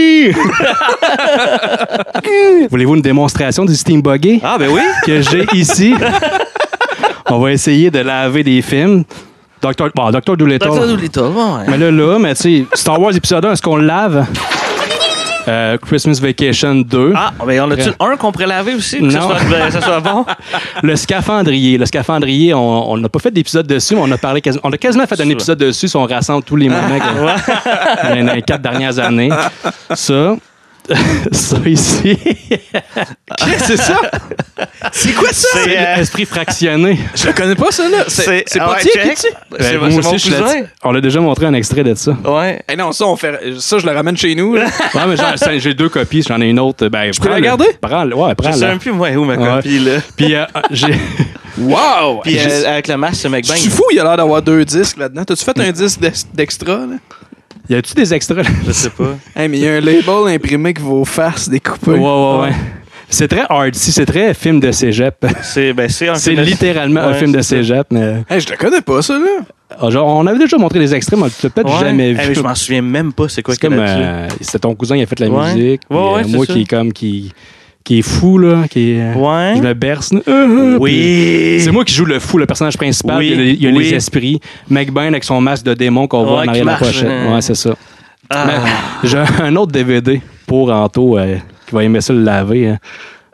Voulez-vous une démonstration du Steam Buggy? Ah, ben oui. Que j'ai ici. On va essayer de laver des films. Docteur Bon, Docteur Dolittle. Docteur Dolittle, ouais. Mais là, là, mais tu sais, Star Wars épisode un, est-ce qu'on le lave? Euh, Christmas Vacation deux. Ah, ben on a-tu un qu'on pourrait laver aussi pour que ça Non. soit, ben, ça soit bon? Le scaphandrier. Le scaphandrier, on n'a pas fait d'épisode dessus, mais on a parlé quasi- on a quasiment fait un épisode dessus si on rassemble tous les moments qu'il y a dans les quatre dernières années. Ça. Ça ici. C'est ça? C'est quoi ça? C'est euh, Esprit fractionné. Je le connais pas, ça, là. C'est, c'est pas ouais, Tia check. qui dit? Ben, C'est moi c'est aussi, mon je l'ai cousin. dit. On a déjà montré un extrait de ça. Ouais. Eh non, ça, on fait, ça, je le ramène chez nous. Là. Ouais, mais genre, ça, j'ai deux copies, j'en ai une autre. Ben, Je peux la garder? Prends-le. Ouais, Je sais prends-le. même plus, moi, où ma Ouais. copie, là. Puis, euh, j'ai. Wow! Puis J'ai- euh, avec le masque, ce mec Je suis fou, il a l'air d'avoir deux disques là-dedans. T'as-tu fait un disque d'ex- d'extra, là? Y a-tu des extraits? Je sais pas. Hey, mais il y a un label imprimé que vos faces découpées. Ouais, ouais, ouais. C'est très artsy, c'est très film de cégep. C'est, ben, c'est un C'est film de- littéralement un Ouais, film de c'est ça. cégep, mais. Hey, je le connais pas, ça, là. Ah, genre, on avait déjà montré des extraits, mais tu l'as peut-être Ouais. jamais vu. Eh, mais je m'en souviens même pas c'est quoi C'est qu'il y comme. a là-dessus. euh, c'est ton cousin qui a fait la Ouais. musique. puis, Ouais, ouais, euh, c'est moi ça. qui est comme. qui qui est fou, là. Qui est, Ouais. Je me berce. là. Euh, Oui. puis C'est moi qui joue le fou, le personnage principal. Oui, puis Il y a, les- il y a oui. les esprits. McBain avec son masque de démon qu'on voit Ouais, en arrière de la qui marche, pochette. euh. Ouais, c'est ça. Ah. Mais j'ai un autre D V D pour Anto euh, qui va aimer ça le laver. Hein.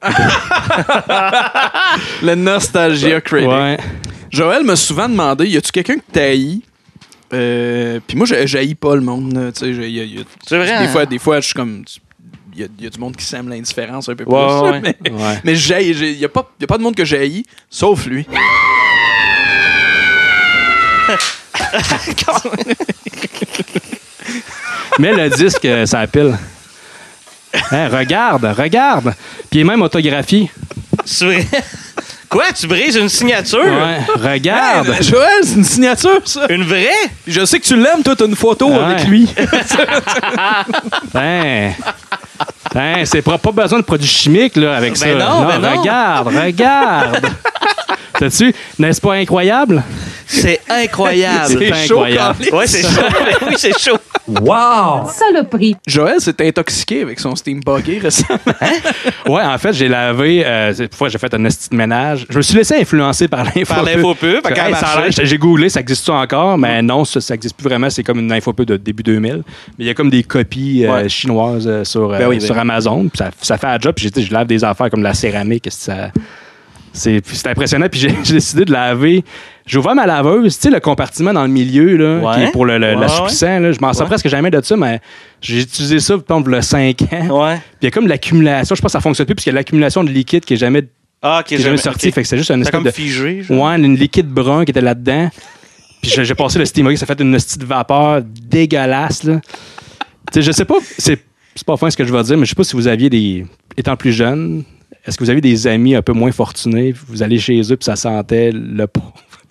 Le Nostalgia Critic. Ouais. Joël m'a souvent demandé, y a-tu quelqu'un que t'haïs? Euh, Puis moi, j'ai- j'haïs pas le monde. là. Tu sais, j'ai- y a- y a- C'est vrai, Des hein? fois, des fois, je suis comme... Il y, a- y a du monde qui sème l'indifférence un peu Ouais, plus. ouais. Mais, Ouais. mais j'ai- j'ai- y a pas, y a pas de monde que j'haïs, sauf lui. Mais le disque, euh, ça pile. Hein, regarde, regarde. Puis il est même autographié. C'est vrai. Quoi? Tu brises une signature? Ouais, regarde. Hey, Joël, c'est une signature, ça. Une vraie? Je sais que tu l'aimes, toi, t'as une photo Ouais. avec lui. Ben, ben, c'est pas, pas besoin de produits chimiques là, avec Ben ça. non, ben non. Regarde, regarde. T'as-tu? N'est-ce pas incroyable? C'est incroyable. C'est incroyable. Carlis. Ouais, c'est chaud. Oui, c'est chaud. Wow! Saloperie. Joël s'est intoxiqué avec son Steam Buggy récemment. Ouais, en fait, j'ai lavé. Euh, cette fois, j'ai fait un esti de ménage. Je me suis laissé influencer par l'infopub. Par l'infopub, fait qu'elle Hey, ça a marchait. l'air- j'ai googlé, ça existe-tu encore? Mais non, ça, ça existe plus vraiment. C'est comme une infopub de début deux mille. Mais il y a comme des copies euh, Ouais. chinoises euh, sur, euh, Ben oui, ben sur oui. Amazon. Puis ça, ça fait un job. Puis j'ai dit, je lave des affaires comme de la céramique. Ça, c'est, puis c'est impressionnant. Puis j'ai, j'ai décidé de laver. J'ai ouvert ma laveuse, tu sais, le compartiment dans le milieu, là, Ouais. qui est pour le, le- Ouais, l'assouplissant. Là. Je m'en sors Ouais. presque jamais de ça, mais j'ai utilisé ça pendant le cinq ans. Ouais. Puis il y a comme l'accumulation. Je pense que ça fonctionne plus parce qu'il y a l'accumulation de liquide qui est jamais, Ah, qui est jamais sorti. ok. Fait que c'est juste un C'est espèce comme de. figé, genre. Ouais, une liquide brun qui était là-dedans. Puis j'ai, j'ai passé le steamer, ça fait une petite vapeur dégueulasse, là. Tu sais, je sais pas, c'est, c'est pas fin ce que je vais dire, mais je sais pas si vous aviez des. Étant plus jeune, est-ce que vous avez des amis un peu moins fortunés, vous allez chez eux, puis ça sentait le pauvre.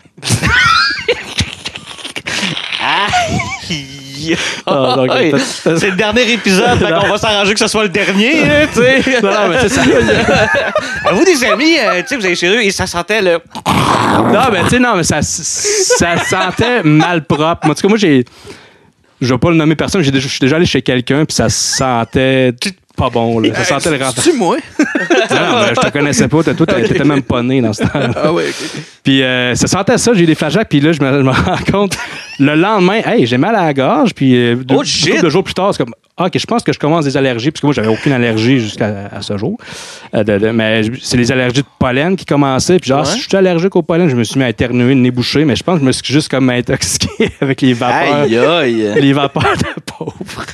Ah, donc, Hey, t'as- t'as- c'est le dernier épisode, fait qu'on va s'arranger que ce soit le dernier, hein, tu sais. Non, non, mais c'est ça. À vous, des amis, euh, tu sais, vous allez chez eux et ça sentait le. Non, mais tu sais, non, mais ça, ça sentait mal propre. Moi, en tout cas, moi, j'ai. Je vais pas le nommer personne, j'ai déjà- je suis déjà allé chez quelqu'un, puis ça sentait pas bon, là. Ça sentait le rentrant. C'est moi? Non, non, mais je te connaissais pas. Toi, t'étais t'étais même pas né dans ce temps-là. Ah ouais, ok. Puis euh, ça sentait ça, j'ai eu des flashbacks, puis là, je me, je me rends compte, le lendemain, hey, j'ai mal à la gorge, puis euh, deux, Oh, shit! deux jours plus tard, c'est comme, ah, ok, je pense que je commence des allergies, parce que moi, j'avais aucune allergie jusqu'à à ce jour. Euh, de- de- mais je- c'est les allergies de pollen qui commençaient, puis genre, Ouais. si je suis allergique au pollen, je me suis mis à éternuer, le nez bouché, mais je pense que je me suis juste comme intoxiqué avec les vapeurs. Aïe, aïe. Les vapeurs de pauvre.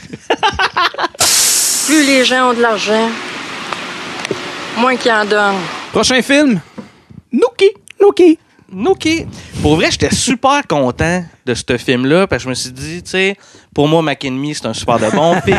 Plus les gens ont de l'argent, moins qu'ils en donnent. Prochain film? Nookie, Nookie. OK. Pour vrai, j'étais super content de ce film-là parce que je me suis dit, tu sais, pour moi, Mac Enemy, c'est un super de bon film.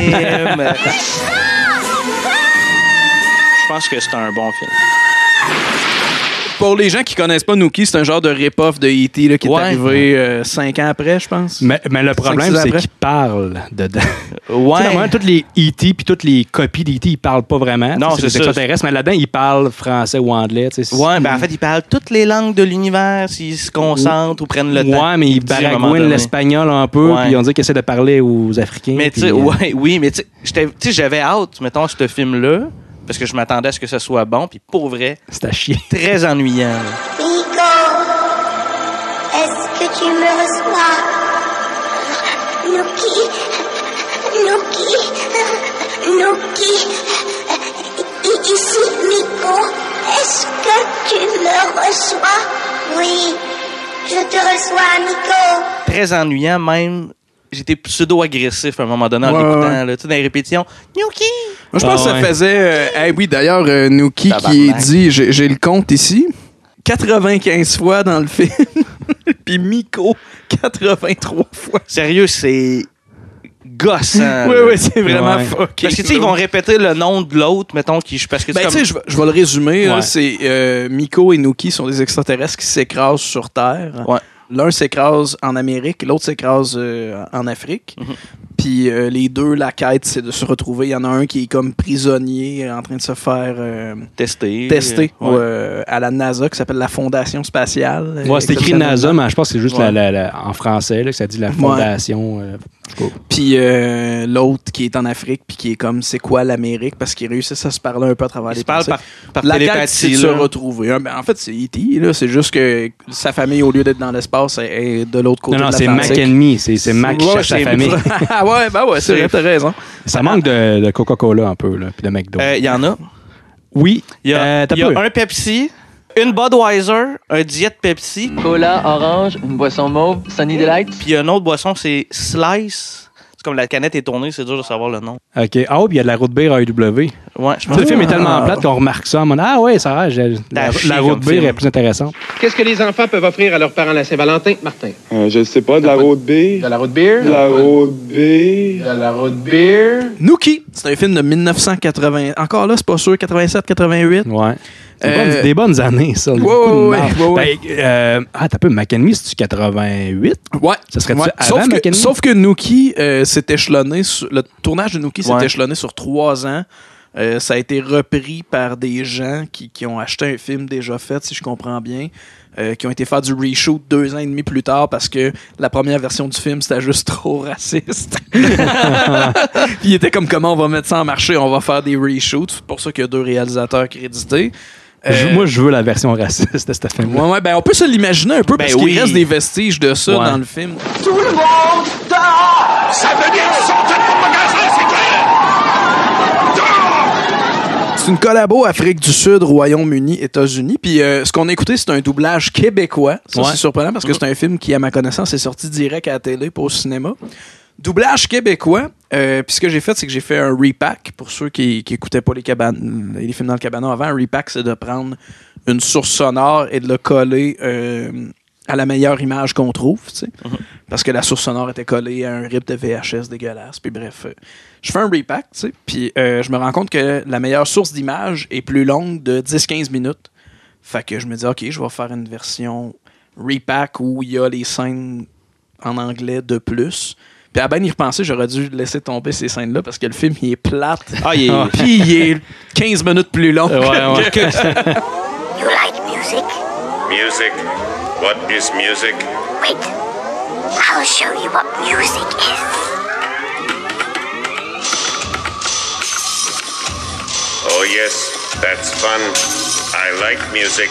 Je pense que c'est un bon film. Pour les gens qui connaissent pas Nookie, c'est un genre de rip-off de E T là, qui Ouais. est arrivé euh, cinq ans après, je pense. Mais, mais le problème, Cinq, six c'est après. qu'il parle dedans. Ouais. Tu sais, normalement, toutes les E T puis toutes les copies d'E T, ils parlent pas vraiment. Non, Tu sais, c'est des ça. extraterrestres, mais là-dedans, ils parlent français ou anglais. Tu sais. Ouais, ben en fait, ils parlent toutes les langues de l'univers s'ils se concentrent ou prennent le temps. Ouais, mais ils Dis, à un moment baragouinent donné. l'espagnol un peu, Ouais. puis on dit qu'ils essaient de parler aux Africains. Mais tu puis, sais, euh, ouais, oui, mais tu sais, j'étais- tu sais, j'avais hâte, mettons, ce film-là, parce que je m'attendais à ce que ce soit bon, puis pour vrai, c'est à chier. très ennuyant. là. Nico, est-ce que tu me reçois? Nuki, Nuki, Nuki, I- ici Nico, est-ce que tu me reçois? Oui, je te reçois, Nico. Très ennuyant, même j'étais pseudo-agressif à un moment donné en Ouais, l'écoutant, ouais. là, tu sais, dans les répétitions. Nuki! Moi, je pense Ah, que ouais. ça faisait... Euh, eh oui, d'ailleurs, euh, Nuki qui Tabarnak. dit, j'ai j'ai le compte ici, quatre-vingt-quinze fois dans le film, puis Miko, quatre-vingt-trois fois. Sérieux, c'est gossant. Oui, là. oui, c'est vraiment Ouais. fucking. Parce que, tu sais, ils vont répéter le nom de l'autre, mettons, qui, parce que c'est Ben, tu comme... sais, je vais- je vais le résumer. là, Ouais. C'est euh, Miko et Nuki sont des extraterrestres qui s'écrasent sur Terre. Ouais. L'un s'écrase en Amérique, l'autre s'écrase euh, en Afrique. Mhm. Puis euh, les deux, la quête, c'est de se retrouver. Il y en a un qui est comme prisonnier en train de se faire euh, Tester. tester Ouais. euh, à la NASA, qui s'appelle la Fondation Spatiale. Ouais, c'est écrit Exceptionnellement. NASA, mais je pense que c'est juste Ouais. la, la- la- en français là, que ça dit la fondation. euh, je sais pas. Puis euh, l'autre qui est en Afrique, puis qui est comme, c'est quoi l'Amérique? Parce qu'ils réussissent à se parler un peu à travers Ils les se parlent pensées. par, par La quête, télépathie. c'est de se là. retrouver. Hein, ben, en fait, c'est E T là. C'est juste que sa famille, au lieu d'être dans l'espace, est est de l'autre côté Non, non, de c'est l'Atlantique. Mac Enemy. C'est, c'est Mac qui Ouais, cherche sa c'est- famille. Ah ouais, ben ouais, c'est vrai, t'as raison. Ça manque de, de Coca-Cola un peu, là, puis de McDo. Euh, Il y en a. oui. Il y a, Euh, t'as il y a peu. un Pepsi, une Budweiser, un Diet Pepsi, Cola, orange, une boisson mauve, Sunny Delight. puis une autre boisson, c'est Slice. C'est comme la canette est tournée, c'est dur de savoir le nom. OK. Ah oui, puis il y a de la route bière à E W. Ouais, je pense. Le film est tellement Ah. plate qu'on remarque ça en mode Ah ouais, ça va, j'ai- la, T'as la chier route comme bière film. est plus intéressante. Qu'est-ce que les enfants peuvent offrir à leurs parents la Saint-Valentin, Martin? Euh, je sais pas, de la road beer. De la road beer? De la road beer. De la road beer? Nuki, c'est un film de dix-neuf cent quatre-vingts. Encore là, c'est pas sûr, quatre-vingt-sept quatre-vingt-huit. Ouais. C'est des Euh, bonnes- des bonnes années, ça. ouais, Beaucoup de ouais, marge. ouais, ouais. Ben, euh, ah, t'as peu, McEnemy, c'est-tu quatre-vingt-huit? Ouais. Ça serait-tu Ouais. avant Sauf, que, McEnemy? sauf que Nuki euh, s'est échelonné, sur- le tournage de Nuki s'est Ouais. échelonné sur trois ans. Euh, ça a été repris par des gens qui, qui ont acheté un film déjà fait, si je comprends bien, euh, qui ont été faire du reshoot deux ans et demi plus tard parce que la première version du film, c'était juste trop raciste. Puis il était comme, comment on va mettre ça en marché? On va faire des reshoots. C'est pour ça qu'il y a deux réalisateurs crédités. Je- Euh, Moi, je veux la version raciste de cette film. Ouais, ouais, ben on peut se l'imaginer un peu Ben parce qu'il oui. reste des vestiges de ça Ouais. dans le film. Tout le monde dehors! Ça veut dire sortez de mon magasin, c'est clair! Dehors! C'est une collabo Afrique du Sud, Royaume-Uni, États-Unis. Puis euh, ce qu'on a écouté, c'est un doublage québécois. Ça, Ouais. c'est surprenant parce que c'est un film qui, à ma connaissance, est sorti direct à la télé, pas au cinéma. Doublage québécois. Euh, puis ce que j'ai fait, c'est que j'ai fait un repack pour ceux qui, qui écoutaient pas les, cabanes, les films dans le cabanon avant. Un repack, c'est de prendre une source sonore et de le coller euh, à la meilleure image qu'on trouve, tu sais. Parce que la source sonore était collée à un rip de V H S dégueulasse. Puis bref, euh, je fais un repack, tu sais. Puis euh, je me rends compte que la meilleure source d'image est plus longue de dix à quinze minutes. Fait que je me dis, OK, je vais faire une version repack où il y a les scènes en anglais de plus. Puis à ben y repenser, j'aurais dû laisser tomber ces scènes-là parce que le film, il est plate. Ah, il est- Puis il est quinze minutes plus long. Ouais, ouais. que- You like music? Music? What is music? Wait. I'll show you what music is. Oh yes, that's fun. I like music.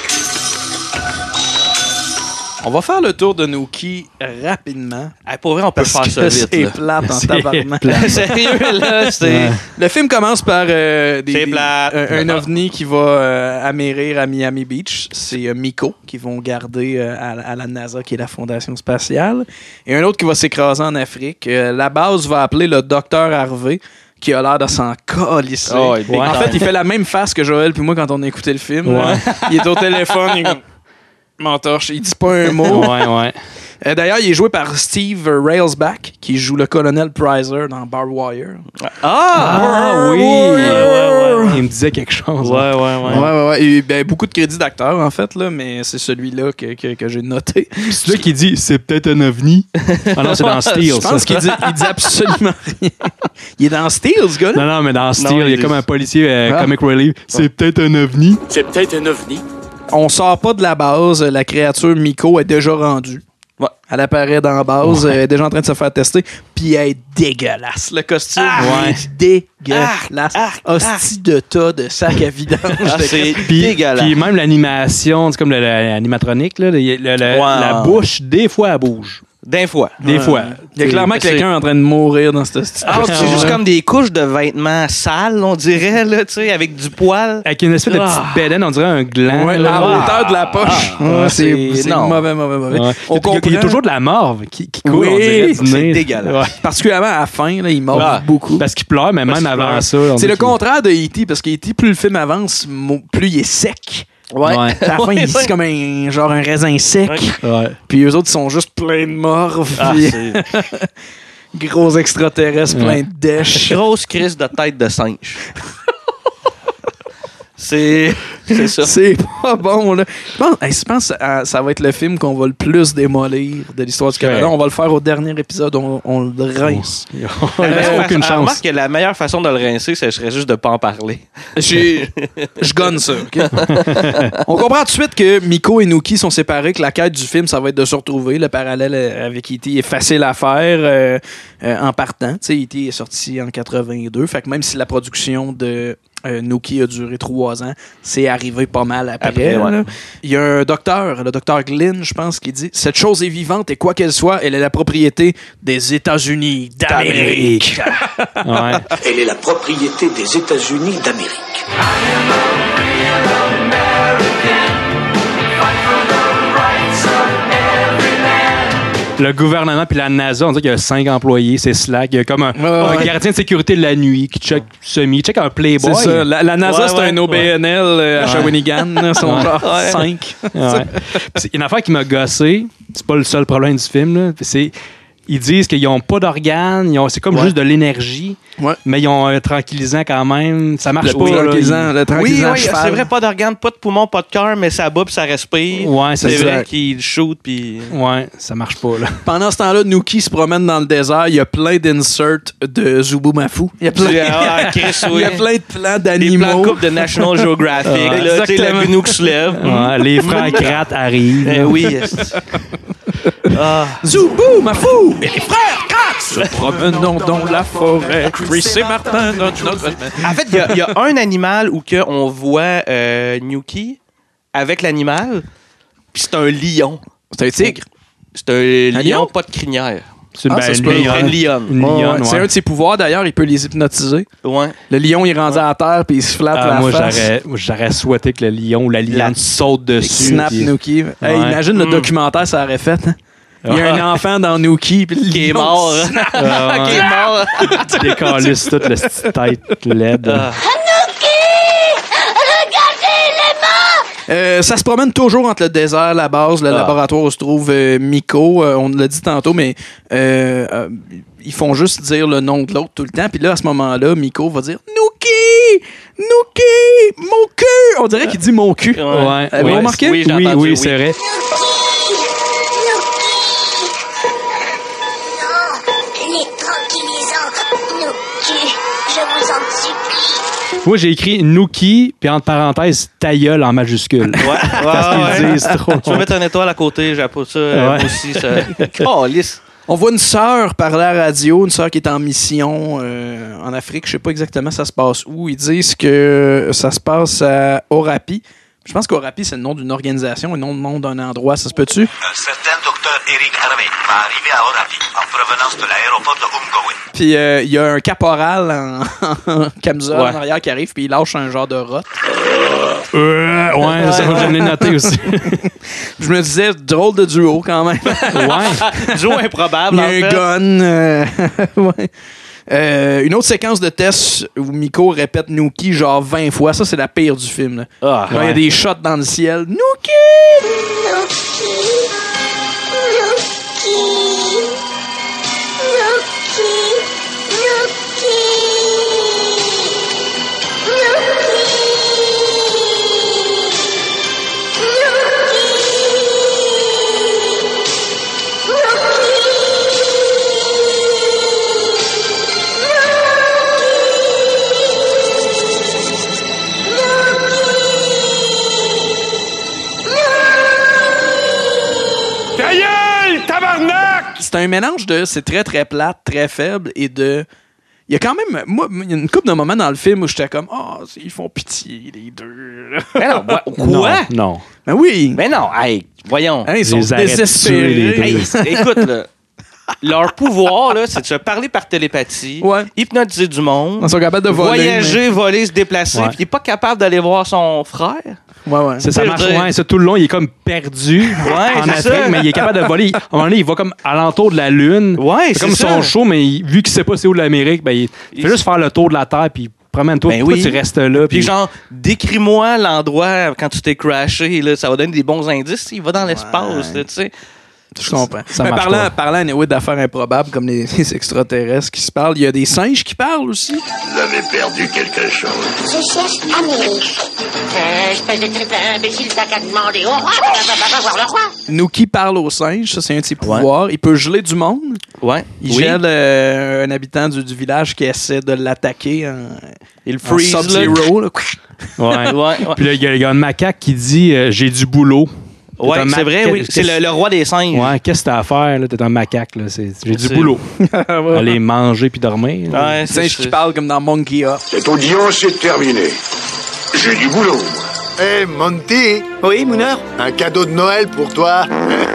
On va faire le tour de Nuki rapidement. Ah, pour vrai, on peut Parce faire que ça vite. c'est là. plate en C'est tabarnak. plate. Sérieux, là, c'est... Ouais. Le film commence par euh, des, C'est des- plate. un, un ovni qui va euh, amérir à Miami Beach. C'est euh, Miko qui vont garder euh, à, à la NASA, qui est la Fondation spatiale. Et un autre qui va s'écraser en Afrique. Euh, la base va appeler le docteur Harvey, qui a l'air de s'en calisser. Oh, il est en big fait, time. il fait la même face que Joël puis moi quand on a écouté le film. là. Ouais. Il est au téléphone, il est comme, m'entorche, il dit pas un mot. Ouais, ouais. Euh, D'ailleurs, il est joué par Steve Railsback, qui joue le colonel Prizer dans Barbed Wire. Ah! Ah oui! ouais, ouais. Il me disait quelque chose. Ouais, ouais, ouais. Ouais, ouais, ouais. Et, ben, beaucoup de crédits d'acteurs, en fait, là, mais c'est celui-là que, que, que j'ai noté. C'est là qui dit c'est peut-être un ovni. Ah non, c'est dans Steel. Je pense ça. qu'il dit, il dit absolument rien. Il est dans Steel, ce gars-là? Non, non, mais dans Steel, Non, il y il a dit- comme un policier euh, Ah. comic relief. C'est peut-être un ovni. C'est peut-être un ovni. On sort pas de la base. La créature Miko est déjà rendue. Ouais. Elle apparaît dans la base, elle est déjà en train de se faire tester, puis elle est dégueulasse. Le costume Ah, est dégueulasse. Hostie de tas de sac à vidange. Ah, de c'est Puis, dégueulasse. puis même l'animation, c'est comme le- le- l'animatronique, là, le- le- le- Ouais. la bouche, des fois, elle bouge. D'un fois. Des Ouais. fois. Il y a clairement C'est- quelqu'un en train de mourir dans cette Ah, c'est juste comme des couches de vêtements sales, on dirait, là, tu sais, avec du poil. Avec une espèce de Ah. petite bédaine, on dirait un gland. Ouais, là. à la hauteur de la poche. Ah. Ouais, Ah, c'est c'est- c'est non. mauvais, mauvais, mauvais. Ouais. On Il y a- Il y a comprend. toujours de la morve qui, qui coule, Oui, on dirait, du c'est nez. dégueulasse. Ouais. Particulièrement à la fin, là, il mord Ah. beaucoup. Parce qu'il pleure, mais Parce même qu'il avant pleure. ça. on C'est dit le qu'il- contraire de E T, parce que E T, plus le film avance, mo- plus il est sec. Ouais. Ouais. À la fin, Ouais, il est ouais. comme un genre un raisin sec. Ouais. Puis eux autres, ils sont juste pleins de morve. Ah, puis c'est gros extraterrestres Ouais. pleins de dèches. grosse crise de tête de singe. c'est c'est ça. C'est pas bon, là. Je pense, hey, je pense que ça, ça va être le film qu'on va le plus démolir de l'histoire du Canada. Ouais. On va le faire au dernier épisode. On, on le rince. La Ouais, meilleure aucune fa- chance. remarque que la meilleure façon de le rincer, ce serait juste de pas en parler. J'ai- Je gonne ça. OK? On comprend tout de suite que Miko et Nuki sont séparés, que la quête du film, ça va être de se retrouver. Le parallèle avec E T est facile à faire euh, euh, en partant. Tu sais, E T est sorti en quatre-vingt-deux. Fait que même si la production de euh, Nuki a duré trois ans, c'est arrivé pas mal après. Après, ouais. là. Il y a un docteur, le docteur Glynn, je pense, qui dit « Cette chose est vivante et quoi qu'elle soit, elle est la propriété des États-Unis d'Amérique. » Ouais. Elle est la propriété des États-Unis d'Amérique. Le gouvernement puis la NASA, on dirait qu'il y a cinq employés, c'est slack. Il y a comme un, Ouais, un ouais. gardien de sécurité de la nuit qui check semi, check un Playboy. C'est ça. La, la NASA, Ouais, c'est ouais, un O B N L euh, à Ouais. Shawinigan. Ils sont Ouais. genre Ouais. cinq. Ouais. Puis c'est une affaire qui m'a gossé. C'est pas le seul problème du film. Là. Puis c'est ils disent qu'ils n'ont pas d'organes, ils ont- c'est comme Ouais. juste de l'énergie, Ouais. mais ils ont un tranquillisant quand même. Ça marche Le pas. là. tranquillisant, le Oui, tranquillisant oui, cheval. c'est vrai, pas d'organes, pas de poumons, pas de cœur, mais ça bat puis ça respire. Ouais, c'est c'est ça. vrai qu'il shoot puis. Ouais, ça marche pas. Là. Pendant ce temps-là, Nuki se promène dans le désert. Il y a plein d'inserts de Zubumafu. Il y a plein, Ah, Chris, il oui. y a plein de plans Des plans d'animaux. de coupe de National Geographic, Ouais. là, tu sais, Exactement. la gnou qui se lève. Ouais, les frères Kratt arrivent. Eh là. oui. est-ce- Ah. Zubumafu et les frères Katz se promènent dans la forêt. Chris et Martin, notre, notre... En fait, il y a- il y, a un animal où que on voit euh, Nuki avec l'animal, puis c'est un lion. C'est un tigre. C'est un Un lion, lion? pas de crinière. C'est Ah, ben, ça se une peut. lionne. Une lionne. Une Ouais, lionne, c'est ouais. un de ses pouvoirs, d'ailleurs. Il peut les hypnotiser. Ouais. Le lion, il est rendu à terre puis il se flatte Ah, la moi, face. j'aurais, moi, j'aurais souhaité que le lion ou la lionne La- saute Il dessus. snap puis- Nuki. Hey, Ouais. imagine le Mm. documentaire, ça aurait fait. Hein? Il y a Ah. un enfant dans Nuki puis le Qui est lion mort. snap. Ah, ouais. Qui est mort. Tu décalisses toute la petite tête laide. Ah. Euh, ça se promène toujours entre le désert, la base, le Ah. laboratoire où se trouve euh, Miko. Euh, on l'a dit tantôt, mais euh, euh, ils font juste dire le nom de l'autre tout le temps. Puis là, à ce moment-là, Miko va dire Nuki! Nuki! Mon cul! On dirait qu'il dit mon cul. Ouais. Avez-vous Ouais. remarqué? Oui, j'ai Oui, entendu, oui, oui. c'est vrai. Les tranquillisants, nos culs, je vous en supplie. Moi, j'ai écrit Nuki, puis entre parenthèses, ta gueule en majuscule. Ouais, ouais, Parce qu'ils ouais. disent trop. Tu veux mettre une étoile à côté, j'ai pas ça. euh, Ouais. moi aussi, ça. Calisse. On voit une sœur parler à la radio, une sœur qui est en mission euh, en Afrique. Je sais pas exactement ça se passe où. Ils disent que ça se passe à Orapi. Je pense qu'Orapi, c'est le nom d'une organisation et non le nom d'un endroit. Ça se peut-tu? Un certain docteur Eric Harvey va arriver à Orapi en provenance de l'aéroport de Umgowe. Puis euh, il y a un caporal en, en camisole Ouais. en arrière qui arrive, puis il lâche un genre de rotte. Euh, ouais, ça, je l'ai noté aussi. Je me disais, drôle de duo quand même. Ouais. Duo improbable, Il y a en un fait. gun. euh, ouais. Euh, une autre séquence de tests où Miko répète Nuki genre vingt fois. Ça, c'est la pire du film. là. Ah, Genre, il y a ouais. des shots dans le ciel. Nuki! Nuki, Nuki, Nuki, Ta gueule, tabarnak! C'est un mélange de c'est très très plate, très faible et de. Il y a quand même. Moi, il y a une couple de moments dans le film où j'étais comme oh, ils font pitié, les deux. Mais non, quoi? Non, non. Ben oui! Mais non, hey, voyons. Hein, ils sont Les arrête de désespérés. tuer, les deux. Hey, écoute, là, leur pouvoir, là, c'est de se parler par télépathie, ouais. hypnotiser du monde, ils sont capables de voler, voyager, mais... voler, se déplacer, ouais. puis il est pas capable d'aller voir son frère. Ouais, ouais. C'est ça, marche, ouais, ça, tout le long, il est comme perdu ouais, en Afrique, ça. mais il est capable de voler. À un moment donné, il va comme alentour de la Lune. Ouais, c'est, c'est comme ça. son show, mais il, vu qu'il sait pas c'est où l'Amérique, ben, il, il fait juste faire le tour de la Terre, puis promène-toi, ben pourquoi oui. tu restes là? Puis genre, décris-moi l'endroit quand tu t'es crashé, là, ça va donner des bons indices. Il va dans l'espace, ouais. tu sais. Je comprends. Ça mais marche parlant, pas. parlant anyway, d'affaires improbables comme les, les extraterrestres qui se parlent, il y a des singes qui parlent aussi. Vous avez perdu quelque chose. Je cherche Amérique. Euh, espèce de triple imbécile, t'as qu'à demander au roi. Va voir le roi. Nuki parle aux singes, ça c'est un de ses pouvoirs. Ouais. Il peut geler du monde. Ouais. Il oui. gèle euh, un habitant du, du village qui essaie de l'attaquer. En, il freeze Sub-Zero. Là. Ouais. ouais, ouais. Puis là, il y, y a un macaque qui dit euh, j'ai du boulot. Ouais, c'est ma... vrai, oui. C'est le, le roi des singes. Ouais, qu'est-ce que t'as à faire, là? T'es un macaque, là. C'est... J'ai du c'est... boulot. Aller manger puis dormir. Ouais, c'est singe qui parle comme dans Monkey Up. Cette audience est terminée. J'ai du boulot. Hé, hey, Monty! Oui, Mooner? Un cadeau de Noël pour toi.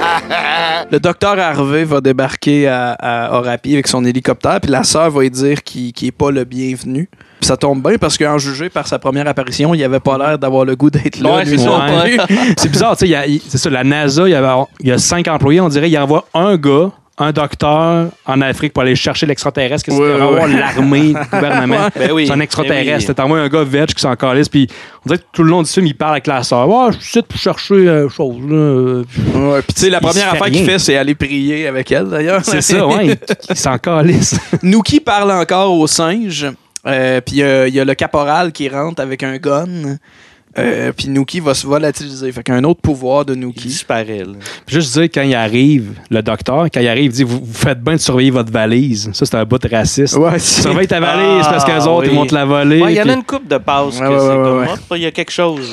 Le docteur Harvey va débarquer à, à Orapi avec son hélicoptère, puis la sœur va lui dire qu'il, qu'il est pas le bienvenu. Puis ça tombe bien parce qu'en jugé par sa première apparition, il avait pas l'air d'avoir le goût d'être là. Ouais, c'est, ça, ouais. C'est bizarre, tu sais, c'est ça, la NASA, il y, avait, il y a cinq employés, on dirait, il y envoie un gars, un docteur en Afrique pour aller chercher l'extraterrestre, que c'est ouais, pour ouais. avoir l'armée, le gouvernement. Ben oui, c'est un extraterrestre. Ben oui. T'envoies un gars veg qui s'en calisse, puis on dirait que tout le long du film, il parle avec la sœur. Ouais, je suis ici pour chercher euh, chose là. Ouais, puis tu sais, la première affaire qu'il fait, c'est aller prier avec elle, d'ailleurs. C'est ça, ouais, il, il s'en calisse. Nuki parle encore aux singes. Euh, puis il euh, y a le caporal qui rentre avec un gun. Euh, puis Nuki va se volatiliser. Fait qu'un autre pouvoir de Nuki. Il disparaît. Là. Juste dire, quand il arrive, le docteur, quand il arrive, il dit vous, vous faites bien de surveiller votre valise. Ça, c'est un bout de raciste. Ouais, surveille ta valise ah, parce qu'eux autres, oui. ils vont te la voler. Il ouais, y en puis... a une couple de passes ouais, que ouais, c'est ouais, comme ouais. il y a quelque chose.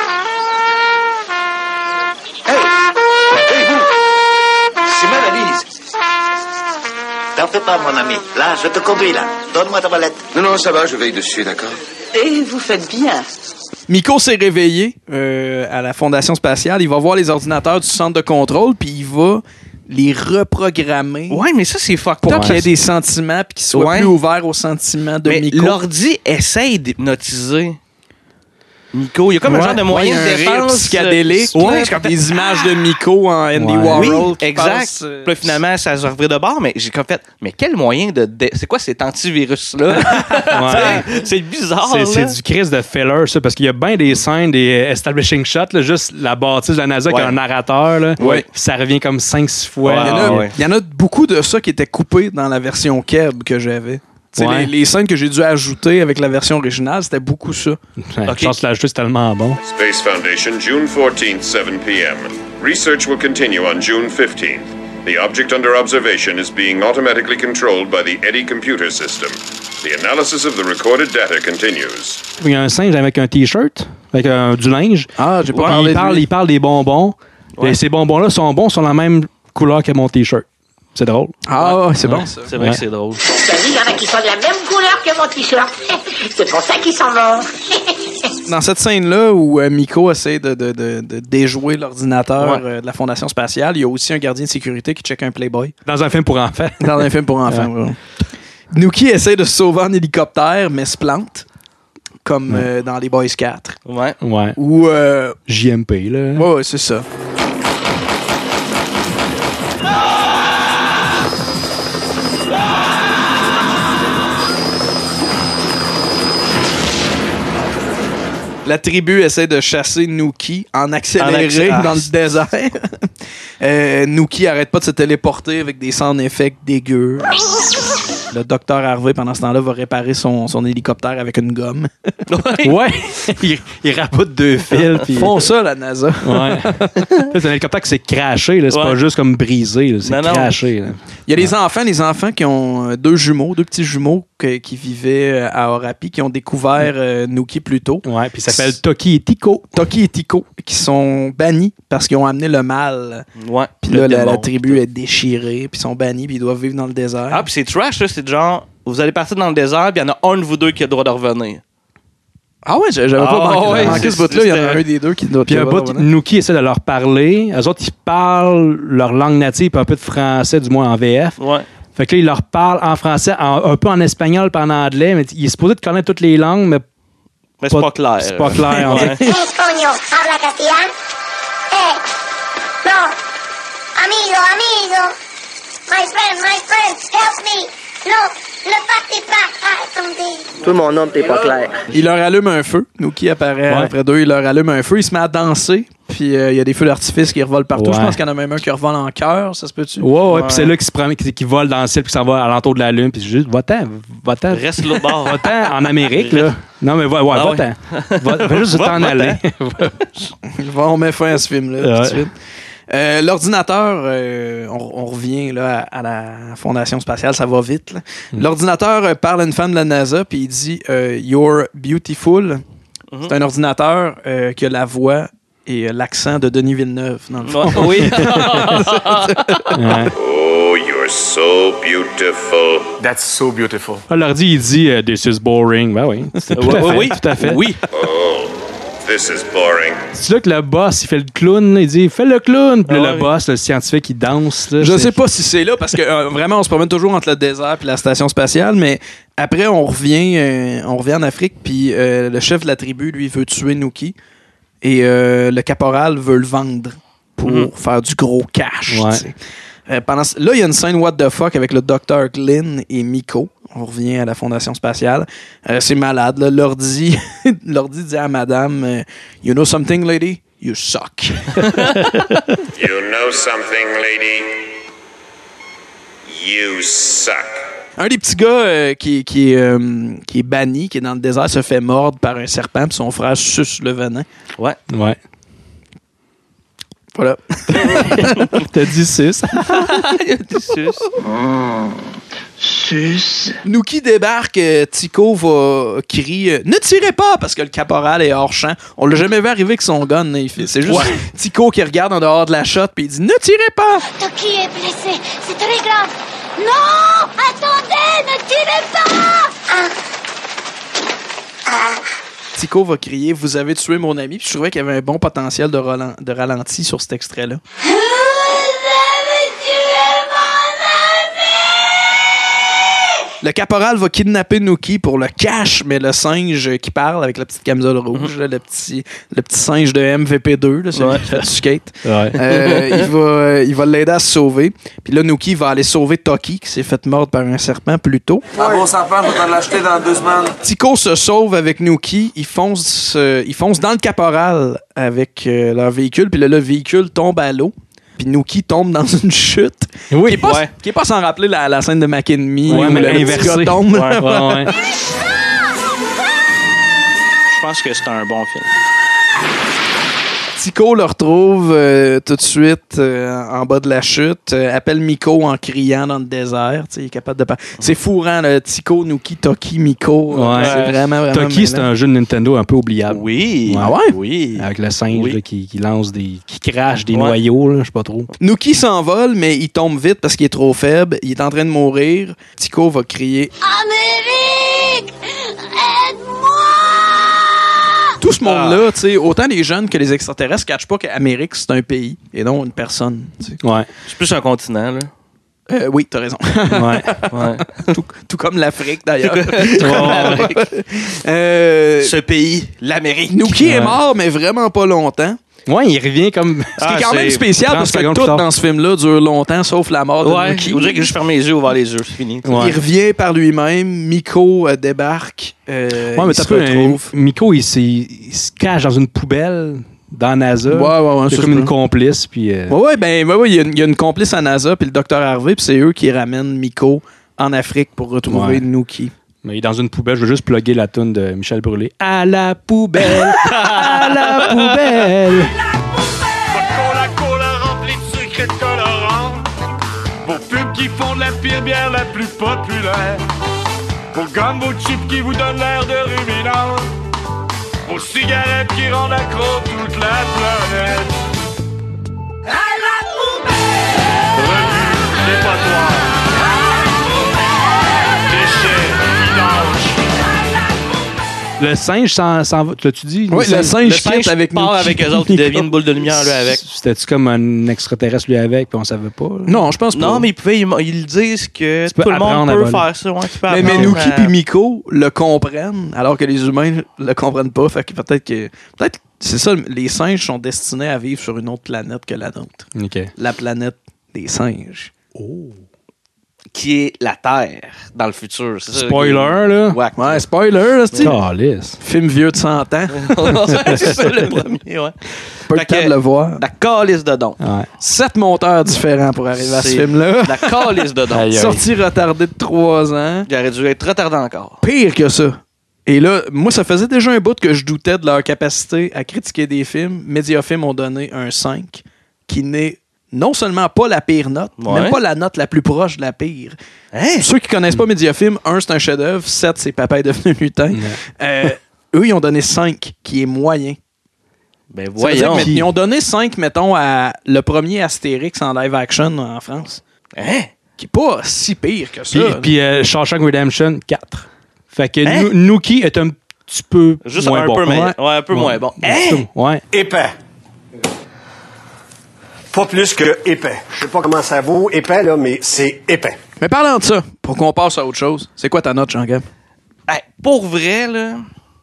Hey! Hey, vous! C'est ma valise. T'en fais pas, mon ami. Là, je te conduis, là. Donne-moi ta mallette. Non, non, ça va, je veille dessus, d'accord? Et vous faites bien. Miko s'est réveillé euh, à la Fondation spatiale. Il va voir les ordinateurs du centre de contrôle, puis il va les reprogrammer. Ouais, mais ça, c'est fucked pour up. qu'il y ait des sentiments, puis qu'il soit ouais. plus ouvert aux sentiments de mais Miko. L'ordi essaye d'hypnotiser Miko. Il y a comme ouais, un genre de moyen ouais, de défense psychédélique. Ouais, comme des images de Miko en Andy ouais. Warhol. Oui, exact. Passe, euh... Puis finalement, ça se revirait de bord, mais j'ai comme fait, mais quel moyen de. Dé... C'est quoi cet antivirus-là? Ouais. C'est bizarre. C'est, là. c'est du crise de filler, ça, parce qu'il y a bien des scènes, des establishing shots, là, juste la bâtisse de la NASA ouais. qui a un narrateur. Là, ouais. Ça revient comme cinq six fois. Ouais, il, y en a, ouais. il y en a beaucoup de ça qui étaient coupés dans la version Keb que j'avais. Ouais. Les, les scènes que j'ai dû ajouter avec la version originale, c'était beaucoup ça. Ouais, okay. Je pense que l'ajouter, c'est tellement bon. Space Foundation, June fourteenth, seven p.m. Research will continue on June fifteenth. The object under observation is being automatically controlled by the Eddy computer system. The analysis of the recorded data continues. Il y a un singe avec un T-shirt, avec euh, du linge. Ah, j'ai pas ouais, parlé il de parle, lui. il parle des bonbons. Ouais. Et ces bonbons-là sont bons, sont la même couleur que mon T-shirt. C'est drôle. Ah, ouais, c'est ouais. bon, ça. C'est vrai ouais. que c'est drôle. T'as vu, il y en a qui sont de la même couleur que mon t-shirt. C'est pour ça qu'ils sont morts. Dans cette scène-là où euh, Miko essaie de, de, de, de déjouer l'ordinateur ouais. euh, de la Fondation spatiale, il y a aussi un gardien de sécurité qui check un Playboy. Dans un film pour enfants. Dans un film pour enfants, ouais. ouais. Nuki essaie de se sauver en hélicoptère, mais se plante. Comme ouais. euh, dans Les Boys quatre. Ouais. Ouais. Ou... Euh... J M P, là. Ouais, ouais, c'est ça. La tribu essaie de chasser Nuki en accéléré en acc- dans le désert. euh, Nuki arrête pas de se téléporter avec des sound effects dégueux. Le docteur Harvey, pendant ce temps-là, va réparer son, son hélicoptère avec une gomme. Ouais. ouais. Il, il raboute deux fils. Ils font ça, la NASA. Ouais. C'est un hélicoptère qui s'est crashé. Là. C'est ouais. pas juste comme brisé. Là. C'est non, crashé. Là. Il y a des enfants, les enfants qui ont deux jumeaux, deux petits jumeaux que, qui vivaient à Orapi, qui ont découvert euh, Nuki plus tôt. Ouais, puis ils s'appellent Toki et Tico. Toki et Tico, qui sont bannis parce qu'ils ont amené le mal. Ouais. Puis là, la, la tribu est déchirée, puis ils sont bannis, puis ils doivent vivre dans le désert. Ah, puis c'est trash, là. C'est genre, vous allez partir dans le désert, puis il y en a un de vous deux qui a le droit de revenir. Ah ouais, j'avais Ah, pas manqué, ouais, manqué c'est- ce bout-là. Il y en a c'était- un des deux qui doit Puis un bout, Nookie essaie de leur parler. Eux autres, ils parlent leur langue native, puis un peu de français, du moins en V F. Ouais. Fait que là, ils leur parlent en français, en- un peu en espagnol, puis en anglais. Mais il est supposé de connaître toutes les langues, mais. Mais c'est pas clair. C'est pas clair. on Ouais. dirait. ¿Qué coño? ¿Habla castellano? Eh, no. Amigo, amigo. My friend, my friend, help me. No, ne partez pas. Ah, attendez. Toi, mon homme, t'es pas clair. Il leur allume un feu. Nookie apparaît Ouais. après deux. Il leur allume un feu. Il se met à danser. Puis euh, il y a des feux d'artifice qui revolent partout. Ouais. Je pense qu'il y en a même un qui revole en cœur. Ça se peut-tu? Ouais, ouais, puis c'est là qu'il se promène, qu'il qu'il vole dans le ciel, puis qu'il s'en va à l'entour de la lune, puis juste, va-t'en, va-t'en. Reste l'autre bord. Va-t'en en Amérique, là. Non, mais va, ouais, Ah va-t'en. Va, va juste Va, t'en va-t'en. aller. Bon, on met fin à ce film-là. Ouais. tout de suite. Euh, L'ordinateur, euh, on, on revient là, à, à la Fondation spatiale, ça va vite. là. Mm. L'ordinateur euh, parle à une femme de la NASA, puis il dit euh, You're beautiful. Mm-hmm. C'est un ordinateur euh, qui a la voix et euh, l'accent de Denis Villeneuve, dans le fond. Ouais, oui. Ouais. Oh, you're so beautiful. That's so beautiful. Ah, l'ordi, il dit euh, This is boring. Ben oui. C'est tout à fait. oui, tout à fait. Oui. Oh, this is boring. C'est là que le boss, il fait le clown. là, Il dit Fais le clown. Puis là, Ah le ouais. boss, le scientifique, il danse. Là, Je c'est- sais pas si c'est là, parce que euh, vraiment, on se promène toujours entre le désert et la station spatiale, mais après, on revient, euh, on revient en Afrique, puis euh, le chef de la tribu, lui, veut tuer Nookie, et euh, le caporal veut le vendre pour Mhm. faire du gros cash. Ouais. tu sais. Euh, pendant ce- Là, il y a une scène What the fuck avec le docteur Glynn et Miko. On revient à la Fondation spatiale. Euh, c'est malade. là. L'ordi, l'ordi dit à madame euh, You know something, lady? You suck. You know something, lady? You suck. Un des petits gars euh, qui, qui, est, euh, qui est banni, qui est dans le désert, se fait mordre par un serpent, puis son frère suce le venin. Ouais. Ouais. Voilà. T'as dit six. Il a dit sus. Sus. Nookie débarque, euh, Tico va crier euh, Ne tirez pas parce que le caporal est hors champ. On l'a jamais vu arriver avec son gun. là, il fait- C'est juste Ouais. Tico qui regarde en dehors de la shot puis il dit Ne tirez pas. Toki est blessé. C'est très grave. Non! Attendez! Ne tirez pas! Ah. Ah. Tico va crier Vous avez tué mon ami. Puis je trouvais qu'il y avait un bon potentiel de, ralen- de ralenti sur cet extrait-là. Vous avez tué mon ami! Le caporal va kidnapper Nookie pour le cash, mais le singe qui parle avec la petite camisole rouge, là, le, petit, le petit singe de M V P deux, là, celui Ouais. qui fait du skate, Ouais. euh, il va, euh, il va l'aider à se sauver. Puis là, Nookie va aller sauver Toki, qui s'est fait mordre par un serpent plus tôt. Un bon sapin, faut t'en l'acheter dans deux semaines. Tico se sauve avec Nookie. Ils foncent, euh, ils foncent dans le caporal avec euh, leur véhicule. Puis là, le véhicule tombe à l'eau. Puis Nookie tombe dans une chute. Oui. Qui est pas, Ouais. qui est pas sans rappeler la, la scène de Mac and Me. Ouais, où mais le petit inversé. gars tombe. Ouais, ouais, ouais. Je pense que c'est un bon film. Tico le retrouve euh, tout de suite euh, en bas de la chute, euh, appelle Miko en criant dans le désert. Tu sais, il est capable de parler. C'est fourrant, là. Tico, Nookie, Toki, Miko. Ouais. C'est vraiment, vraiment. Toki, c'est mêlant. un jeu de Nintendo un peu oubliable. Oui. Ah ouais? Oui. Avec le singe Oui. là, qui, qui lance des. qui crache des Ouais. noyaux, là, je sais pas trop. Nookie s'envole, mais il tombe vite parce qu'il est trop faible. Il est en train de mourir. Tico va crier. Amérique! Aide-moi! Tout ce monde-là, tu sais, autant les jeunes que les extraterrestres ne cachent pas qu'Amérique, c'est un pays et non une personne. tu sais. Ouais. C'est plus un continent, là. Euh, oui, t'as raison. Ouais. Ouais. tout, tout comme l'Afrique, d'ailleurs. Ouais. Euh, Ce pays, l'Amérique. Nookie est Ouais. mort, mais vraiment pas longtemps. Ouais, il revient comme. Ce qui est Ah, quand même c'est spécial trente parce que secondes tout plus tard. dans ce film-là dure longtemps, sauf la mort de Ouais, Nookie. on dirait que je ferme les yeux, ouvert les yeux, c'est fini. Ouais. Il revient par lui-même. Miko euh, débarque. euh, Ouais, mais il t'as se peu. un- retrouve. Miko, il, s'est- il se cache dans une poubelle dans NASA. Ouais, ouais, ouais, C'est ça, comme je une peux. complice, puis. euh, Ouais, ouais, ben, ouais, ouais, il y, a une- il y a une complice à NASA, puis le docteur Harvey, puis c'est eux qui ramènent Miko en Afrique pour retrouver Ouais. Nookie. Mais il est dans une poubelle. Je veux juste plugger la toune de Michel Brûlé. À la poubelle! À la poubelle! Cola Cola rempli de sucre et de colorant. Vos pubs qui font de la pire bière la plus populaire. Vos gommes, vos chips qui vous donnent l'air de ruminant. Vos cigarettes qui rendent accro toute la planète. À la poubelle! Revue, dépotoir. Déchets, vidange. Le singe s'en, s'en va. L'as-tu dit? Oui, le singe, Le singe avec part nous. avec eux autres, il devient une boule de lumière, lui, avec. C'était-tu comme un extraterrestre, lui, avec, puis on savait pas? Là? Non, je pense pas. Non, mais ils, pouvaient, ils, ils disent que Tu peux tout le monde apprendre à peut voler. faire ça. Ouais, tu peux Mais, mais apprendre Nuki à- et Miko le comprennent, alors que les humains le comprennent pas. Fait que peut-être que. Peut-être c'est ça, les singes sont destinés à vivre sur une autre planète que la nôtre. OK. La planète des singes. Oh. Qui est la Terre dans le futur. C'est ça, Spoiler, là. Ouais, Ouais, spoiler, là, c'est Calice. film vieux de cent ans. c'est ça le premier, ouais. Pas le Fait temps que- de le voir. La calice de don. Ouais. Sept monteurs différents pour arriver à ce C'est film-là. La calice de don. Aïe, aïe. Sortie retardée de trois ans. Il aurait dû être retardé encore. Pire que ça. Et là, moi, ça faisait déjà un bout que je doutais de leur capacité à critiquer des films. Mediafilm ont donné un cinq, qui n'est non seulement pas la pire note, Ouais. même pas la note la plus proche de la pire. Hein? Ceux qui connaissent pas Mediafilm, un, c'est un chef-d'œuvre, sept, c'est Papa est devenu lutin. Euh, eux, ils ont donné cinq, qui est moyen. Ben Ça veut dire voyons. que, mais- ils ont donné cinq, mettons, à le premier Astérix en live action en France. Hein? Qui est pas si pire que ça. Puis, là. puis euh, Shawshank Redemption, quatre. Fait que Hein? Nu- Nuki est un petit peu Juste moins un bon. peu meilleur. Ouais. Ouais, un peu moins bon. Hein? Ouais. Épais. Pas plus que épais. Je sais pas comment ça vaut, épais, là, mais c'est épais. Mais parlant de ça, pour qu'on passe à autre chose, c'est quoi ta note, Jean-Gab? Hey, pour vrai, là.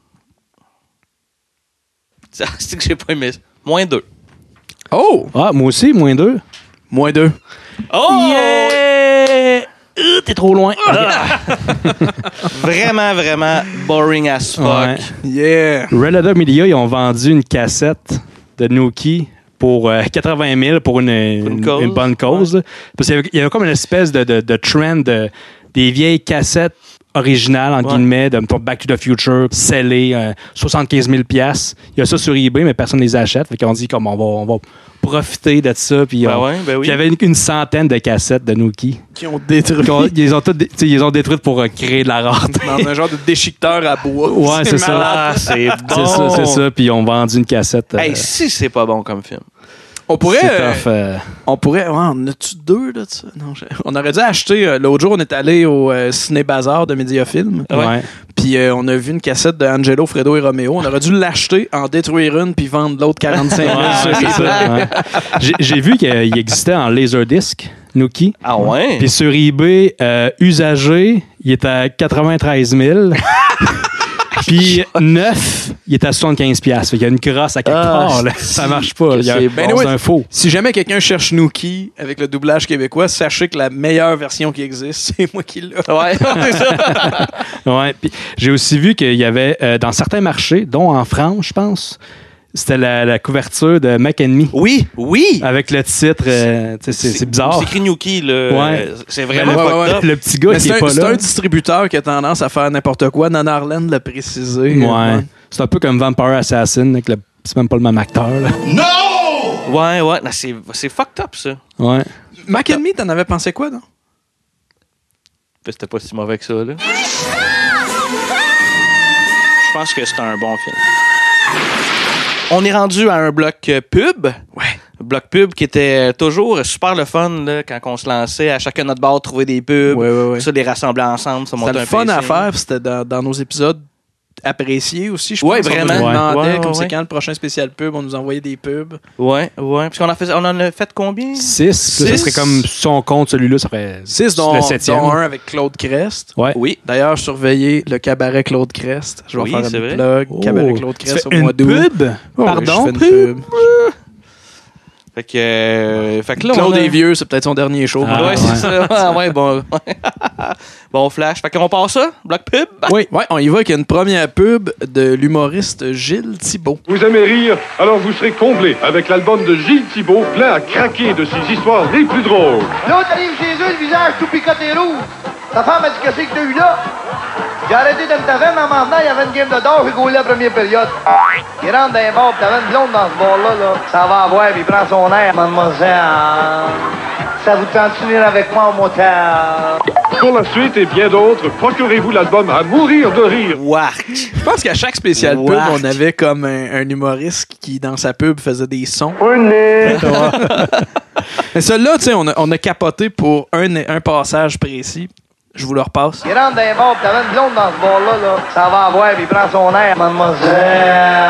Ça, c'est que j'ai pas aimé ça. Moins deux. Oh! Ah, moi aussi, moins deux. Moins deux. Oh! Yeah! Euh, T'es trop loin. Vraiment, vraiment boring as fuck. Ouais. Yeah! Red Letter Media, ils ont vendu une cassette de Nuki pour euh, quatre-vingt mille pour une, une, cause. une bonne cause. là. Parce qu'il y avait, il y avait comme une espèce de, de, de trend de, des vieilles cassettes originales, entre Ouais. guillemets, de mettons, Back to the Future, scellées, euh, soixante-quinze mille piastres. Il y a ça sur eBay, mais personne ne les achète. Fait qu'on dit, comme, on va, on va profiter de ça. Puis Ben on- ouais, ben oui. puis il y avait une, une centaine de cassettes de Nuki. Qui ont détruit. Qu'on- Ils les ont toutes dé- tu sais, ils les ont détruites pour euh, créer de la rareté. Dans un genre de déchiqueteur à bois. Ouais, c'est ça. Ah, c'est bon. C'est ça, c'est ça. Puis ils ont vendu une cassette. euh, Hey, si c'est pas bon comme film. On pourrait. c'est euh, tough, euh, on pourrait. Ouais, on a-tu deux de ça? Non, je- on aurait dû acheter. euh, L'autre jour, on est allé au euh, Ciné Bazar de Mediafilm. ouais. Puis euh, on a vu une cassette de Angelo, Fredo et Romeo. On aurait dû l'acheter, en détruire une, puis vendre l'autre quarante-cinq mille. Ouais, sur c'est eBay. ça, ouais. J'ai, j'ai vu qu'il existait en Laserdisc, Nuki. Ah ouais? Puis sur eBay, euh, usagé, il est à quatre-vingt-treize mille. Puis neuf, il est à soixante-quinze piastres. Il y a une crosse à quelque Ah, part. Là. Ça marche pas. Il y a c'est ben, bon. c'est un faux. Si jamais quelqu'un cherche Nuki avec le doublage québécois, sachez que la meilleure version qui existe, c'est moi qui l'ai. Ouais, c'est ça. Ouais. Puis j'ai aussi vu qu'il y avait, euh, dans certains marchés, dont en France, je pense, c'était la, la couverture de Mac and Me. Oui, oui. Avec le titre, euh, tu sais, c'est, c'est bizarre. C'est écrit Nuki, là. Ouais. C'est vraiment Ouais, ouais, fucked ouais. up. Le petit gars Mais qui c'est est un, pas c'est là. un distributeur qui a tendance à faire n'importe quoi. Nana Arlen l'a précisé. Ouais. C'est un peu comme Vampire Assassin, avec le- c'est même pas le même acteur. Là. Ouais, ouais. Non, c'est, c'est fucked up, ça. Ouais. Mac and Me, t'en avais pensé quoi, non? C'était pas si mauvais que ça, là. Je pense que c'est un bon film. On est rendu à un bloc euh, pub. Ouais. Bloc pub qui était toujours super le fun là, quand on se lançait à chacun notre bar trouver des pubs. Ouais, ouais, ouais. Ça, les rassembler ensemble, ça montait C'était un le fun pacing. à faire, puis c'était dans, dans nos épisodes appréciés aussi. Je Ouais, pense qu'on vraiment. nous demandait, Ouais, ouais, comme ouais. c'est quand le prochain spécial pub, on nous envoyait des pubs. Ouais, ouais. Parce qu'on en, faisait, on en a fait combien? Six. Ça Six. serait comme si on compte celui-là, ça ferait Six, dont, le septième. dont un avec Claude Crest. Ouais. Oui. D'ailleurs, surveillez le cabaret Claude Crest. Je vais Oui, faire c'est une vrai. plug. Oh. Cabaret Claude Tu Crest fais au mois une d'août. pub? Oh, Pardon? oui, je fais une pub. Fait que, euh, fait que là, Claude on a... est vieux, c'est peut-être son dernier show. Ah, ouais, ouais. c'est ça. Ah, ouais, bon. Bon flash. Fait qu'on passe ça? Bloc pub? Oui, ouais, on y va avec une première pub de l'humoriste Gilles Thibault. Vous aimez rire? Alors vous serez comblé avec l'album de Gilles Thibault, plein à craquer de ses histoires les plus drôles. L'autre arrive chez eux, le visage tout picoté rouge. Ta femme a dit qu'est-ce que t'as eu là? J'ai arrêté de me taver, mais en m'en venant, il y avait une game de d'or, j'ai gaulé la première période. Il rentre dans les bars, pis t'avais une blonde dans ce bar-là, là. Ça va avoir, puis il prend son air. Mademoiselle, ça vous tente de venir avec moi au motel? Pour la suite et bien d'autres, procurez-vous l'album à mourir de rire. Wark. Je pense qu'à chaque spécial pub, Wark. on avait comme un, un humoriste qui, dans sa pub, faisait des sons. Mais celui-là, tu sais, on a, on a capoté pour un, un passage précis. Je vous le repasse. Il rentre dans les bars, pis t'avais une blonde dans ce bar-là, là. Ça va voir, puis il prend son air, mademoiselle.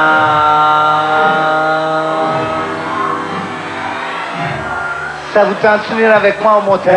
Ça vous tente de venir avec moi au motel?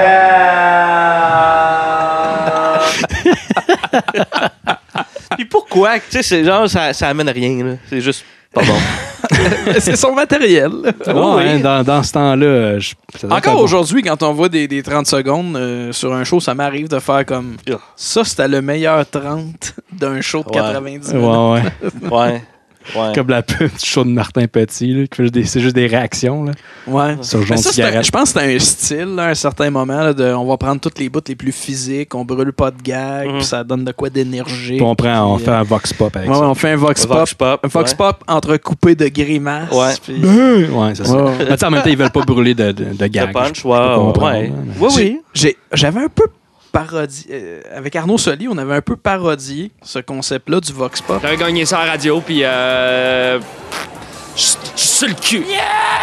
Puis pourquoi? Tu sais, c'est genre, ça, ça amène rien, là. C'est juste pas bon. C'est son matériel. Ouais, oui. hein, dans, dans ce temps-là, je, encore aujourd'hui, quand on voit des, des trente secondes euh, sur un show, ça m'arrive de faire comme ça, c'était le meilleur trente d'un show de ouais. quatre-vingt-dix minutes. Ouais, ouais. ouais. Ouais. Comme la pub du show de Martin Petit, là, qui fait juste des, c'est juste des réactions. Là, ouais. Sur Mais ça, un, je pense que c'était un style, là, à un certain moment. Là, de, on va prendre toutes les bouts les plus physiques, on brûle pas de gags, mm-hmm. puis ça donne de quoi d'énergie. Puis on, prend, puis, on fait un vox pop avec ouais, ça. On fait un vox, un pop, vox pop. Un vox ouais. pop entrecoupé de grimaces. Ouais, puis... ouais c'est ça. Ouais. Mais en même temps, ils veulent pas brûler de, de, de gags. De punch, wow. ouais. Oui, oui. J'ai, j'avais un peu parodie. Euh, avec Arnaud Soli, on avait un peu parodié ce concept-là du vox pop. J'avais gagné ça à la radio, puis euh... je suis sur le cul. Yeah!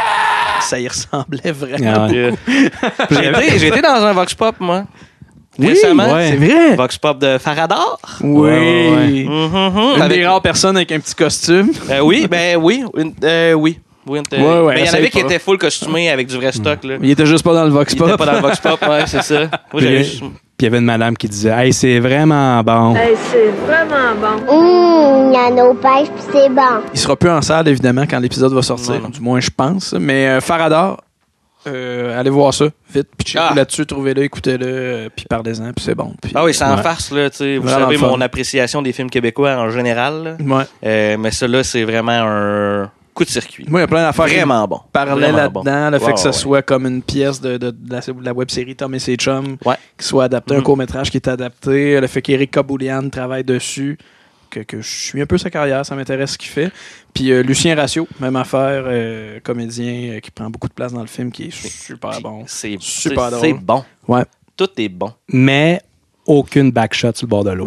Ça y ressemblait vraiment. Ah, yeah. j'ai, été, j'ai été dans un vox pop, moi. Oui, récemment. Ouais. C'est vrai. Vox pop de Faradar. Oui. Ouais, ouais. Mm-hmm. Une avec... des rares personnes avec un petit costume. Euh, oui, ben oui. Euh, oui. Oui, ouais, ouais, mais il y en avait qui étaient full costumés avec du vrai stock. Là. Il était juste pas dans le vox pop. Il était pas dans le vox pop, ouais, c'est ça. Moi, puis, puis il y avait une madame qui disait « Hey, c'est vraiment bon. » Hey, c'est vraiment bon. Hum, il y en a au pêche, puis c'est bon. Il sera plus en salle, évidemment, quand l'épisode va sortir. Non, non. Du moins, je pense. Mais euh, Faradar, euh, allez voir ça. Vite, pitchez ah. là-dessus, trouvez-le, écoutez-le, euh, puis parlez-en, puis c'est bon. Puis, ah oui, c'est en ouais. farce, là. Vous vraiment savez, fun. Mon appréciation des films québécois en général. Là. Ouais. Euh, mais ça, là, c'est vraiment un... coup de circuit. Moi, il y a plein d'affaires vraiment bon. Parlait là-dedans, bon. le fait wow, que ça ouais. soit comme une pièce de, de, de, la, de la web-série Tom et ses chums, ouais. qui soit adapté, mm-hmm. un court-métrage qui est adapté, le fait qu'Éric Kaboulian travaille dessus, que, que je suis un peu sa carrière, ça m'intéresse ce qu'il fait. Puis euh, Lucien Ratio, même affaire, euh, comédien euh, qui prend beaucoup de place dans le film, qui est super bon. C'est super c'est, drôle. C'est bon. Ouais. Tout est bon. Mais aucune backshot sur le bord de l'eau.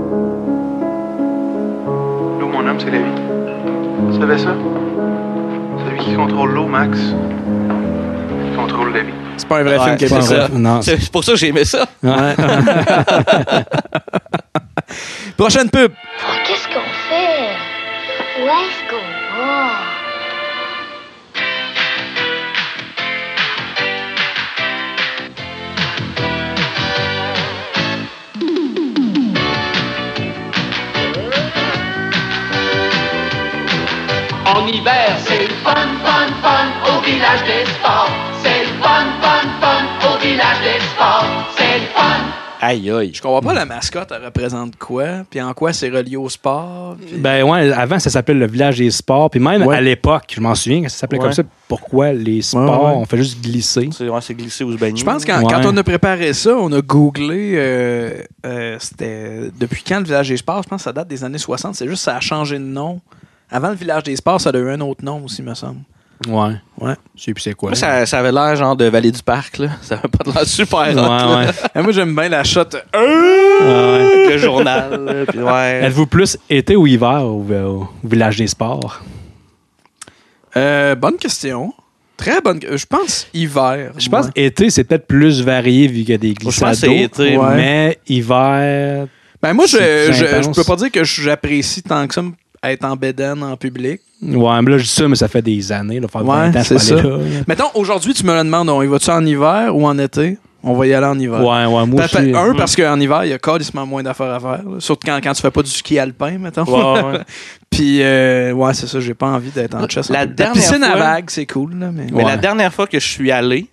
L'eau, mon homme, c'est la vie. Tu savais ça? Celui qui contrôle l'eau, Max, il contrôle la vie. C'est pas un vrai ouais, film québécois. C'est, ça. c'est pour ça que j'ai aimé ça. Ouais. Prochaine pub. Oh, qu'est-ce qu'on fait? Où est-ce qu'on va? En hiver, c'est le fun, fun, fun au village des sports. C'est le fun, fun, fun au village des sports. C'est le fun. Aïe, aïe. Je comprends pas la mascotte, elle représente quoi, puis en quoi c'est relié au sport. Pis... Ben ouais, avant ça s'appelait le village des sports, puis même ouais. à l'époque, je m'en souviens, ça s'appelait ouais. comme ça. Pourquoi les sports, ouais, ouais. on fait juste glisser. C'est, ouais, c'est glisser ou se baigner. Je pense que quand, ouais. quand on a préparé ça, on a googlé, euh, euh, c'était depuis quand le village des sports. Je pense que ça date des années soixante. C'est juste ça a changé de nom. Avant le village des sports, ça a eu un autre nom aussi, me semble. Ouais. Ouais. Je sais plus c'est quoi. Moi, ça, ça avait l'air genre de Vallée du Parc, là. Ça avait pas de l'air super hot. Ouais, ouais. Moi, j'aime bien la shot. Euh... Ouais. Le journal. Là, puis ouais. Êtes-vous plus été ou hiver au, au village des sports? Euh, bonne question. Très bonne. Je pense hiver. Je pense été, c'est peut-être plus varié vu qu'il y a des glissades d'eau. Été, ouais. Mais hiver. Ben moi, je, je, je peux pas dire que j'apprécie tant que ça être en bédaine en public. Ouais, mais là, je dis ça, mais ça fait des années. Là, faire ouais, vingt ans, c'est ça. Là, là. Mettons, aujourd'hui, tu me le demandes, on y va-tu en hiver ou en été? On va y aller en hiver. Ouais, ouais, moi aussi. Un, parce qu'en hiver, il y a carrément moins d'affaires à faire. Là. Surtout quand, quand tu fais pas du ski alpin, mettons. Ouais, ouais. Puis, euh, ouais, c'est ça, j'ai pas envie d'être en chess. La, en la piscine fois, à vagues, c'est cool. Là, mais mais ouais. la dernière fois que je suis allé,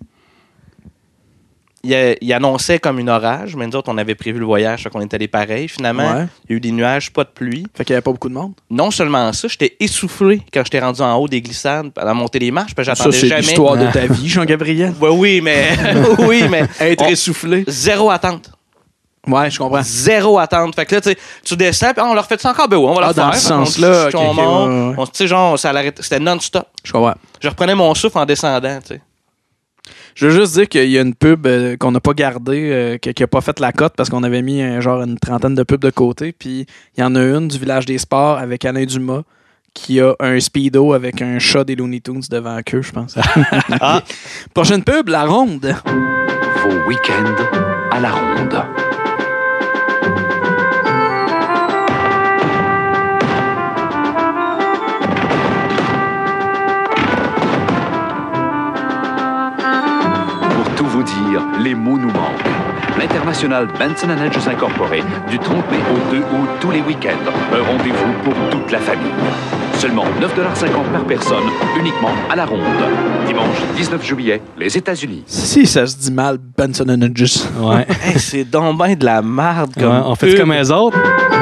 il, a, il annonçait comme une orage, mais nous autres, on avait prévu le voyage, fait qu'on est allé pareil. Finalement, ouais. il y a eu des nuages, pas de pluie. Fait qu'il y avait pas beaucoup de monde. Non seulement ça, j'étais essoufflé quand j'étais rendu en haut des glissades, à monter les marches, parce que j'attendais ça, c'est jamais. l'histoire de ta vie, Jean-Gabriel. Ouais, oui, mais... oui, mais... Être on... essoufflé. Zéro attente. Ouais, je comprends. Zéro attente. Fait que là, tu sais, tu descends, puis on leur fait ça encore, ben oui, on va leur ah, faire. Dans ce sens-là, okay, on monte, ouais, ouais. on, tu sais, genre, ça l'arrête, c'était non-stop. Je comprends. Je reprenais mon souffle en descendant, tu sais. Je veux juste dire qu'il y a une pub euh, qu'on n'a pas gardée, euh, qui n'a pas fait la cote parce qu'on avait mis euh, genre une trentaine de pubs de côté. Puis il y en a une du village des sports avec Alain Dumas qui a un speedo avec un chat des Looney Tunes devant la queue, je pense. Ah. Prochaine pub, la ronde. Vos week-ends à la ronde. dire, les mots nous manquent. L'International Benson and Hedges Incorporé, du trente mai au deux août, tous les week-ends. Un rendez-vous pour toute la famille. Seulement neuf dollars cinquante par personne, uniquement à la ronde. Dimanche dix-neuf juillet, les États-Unis. Si, ça se dit mal, Benson and Hedges. Ouais. Hey, c'est donc ben de la merde comme Ouais, on fait comme les autres.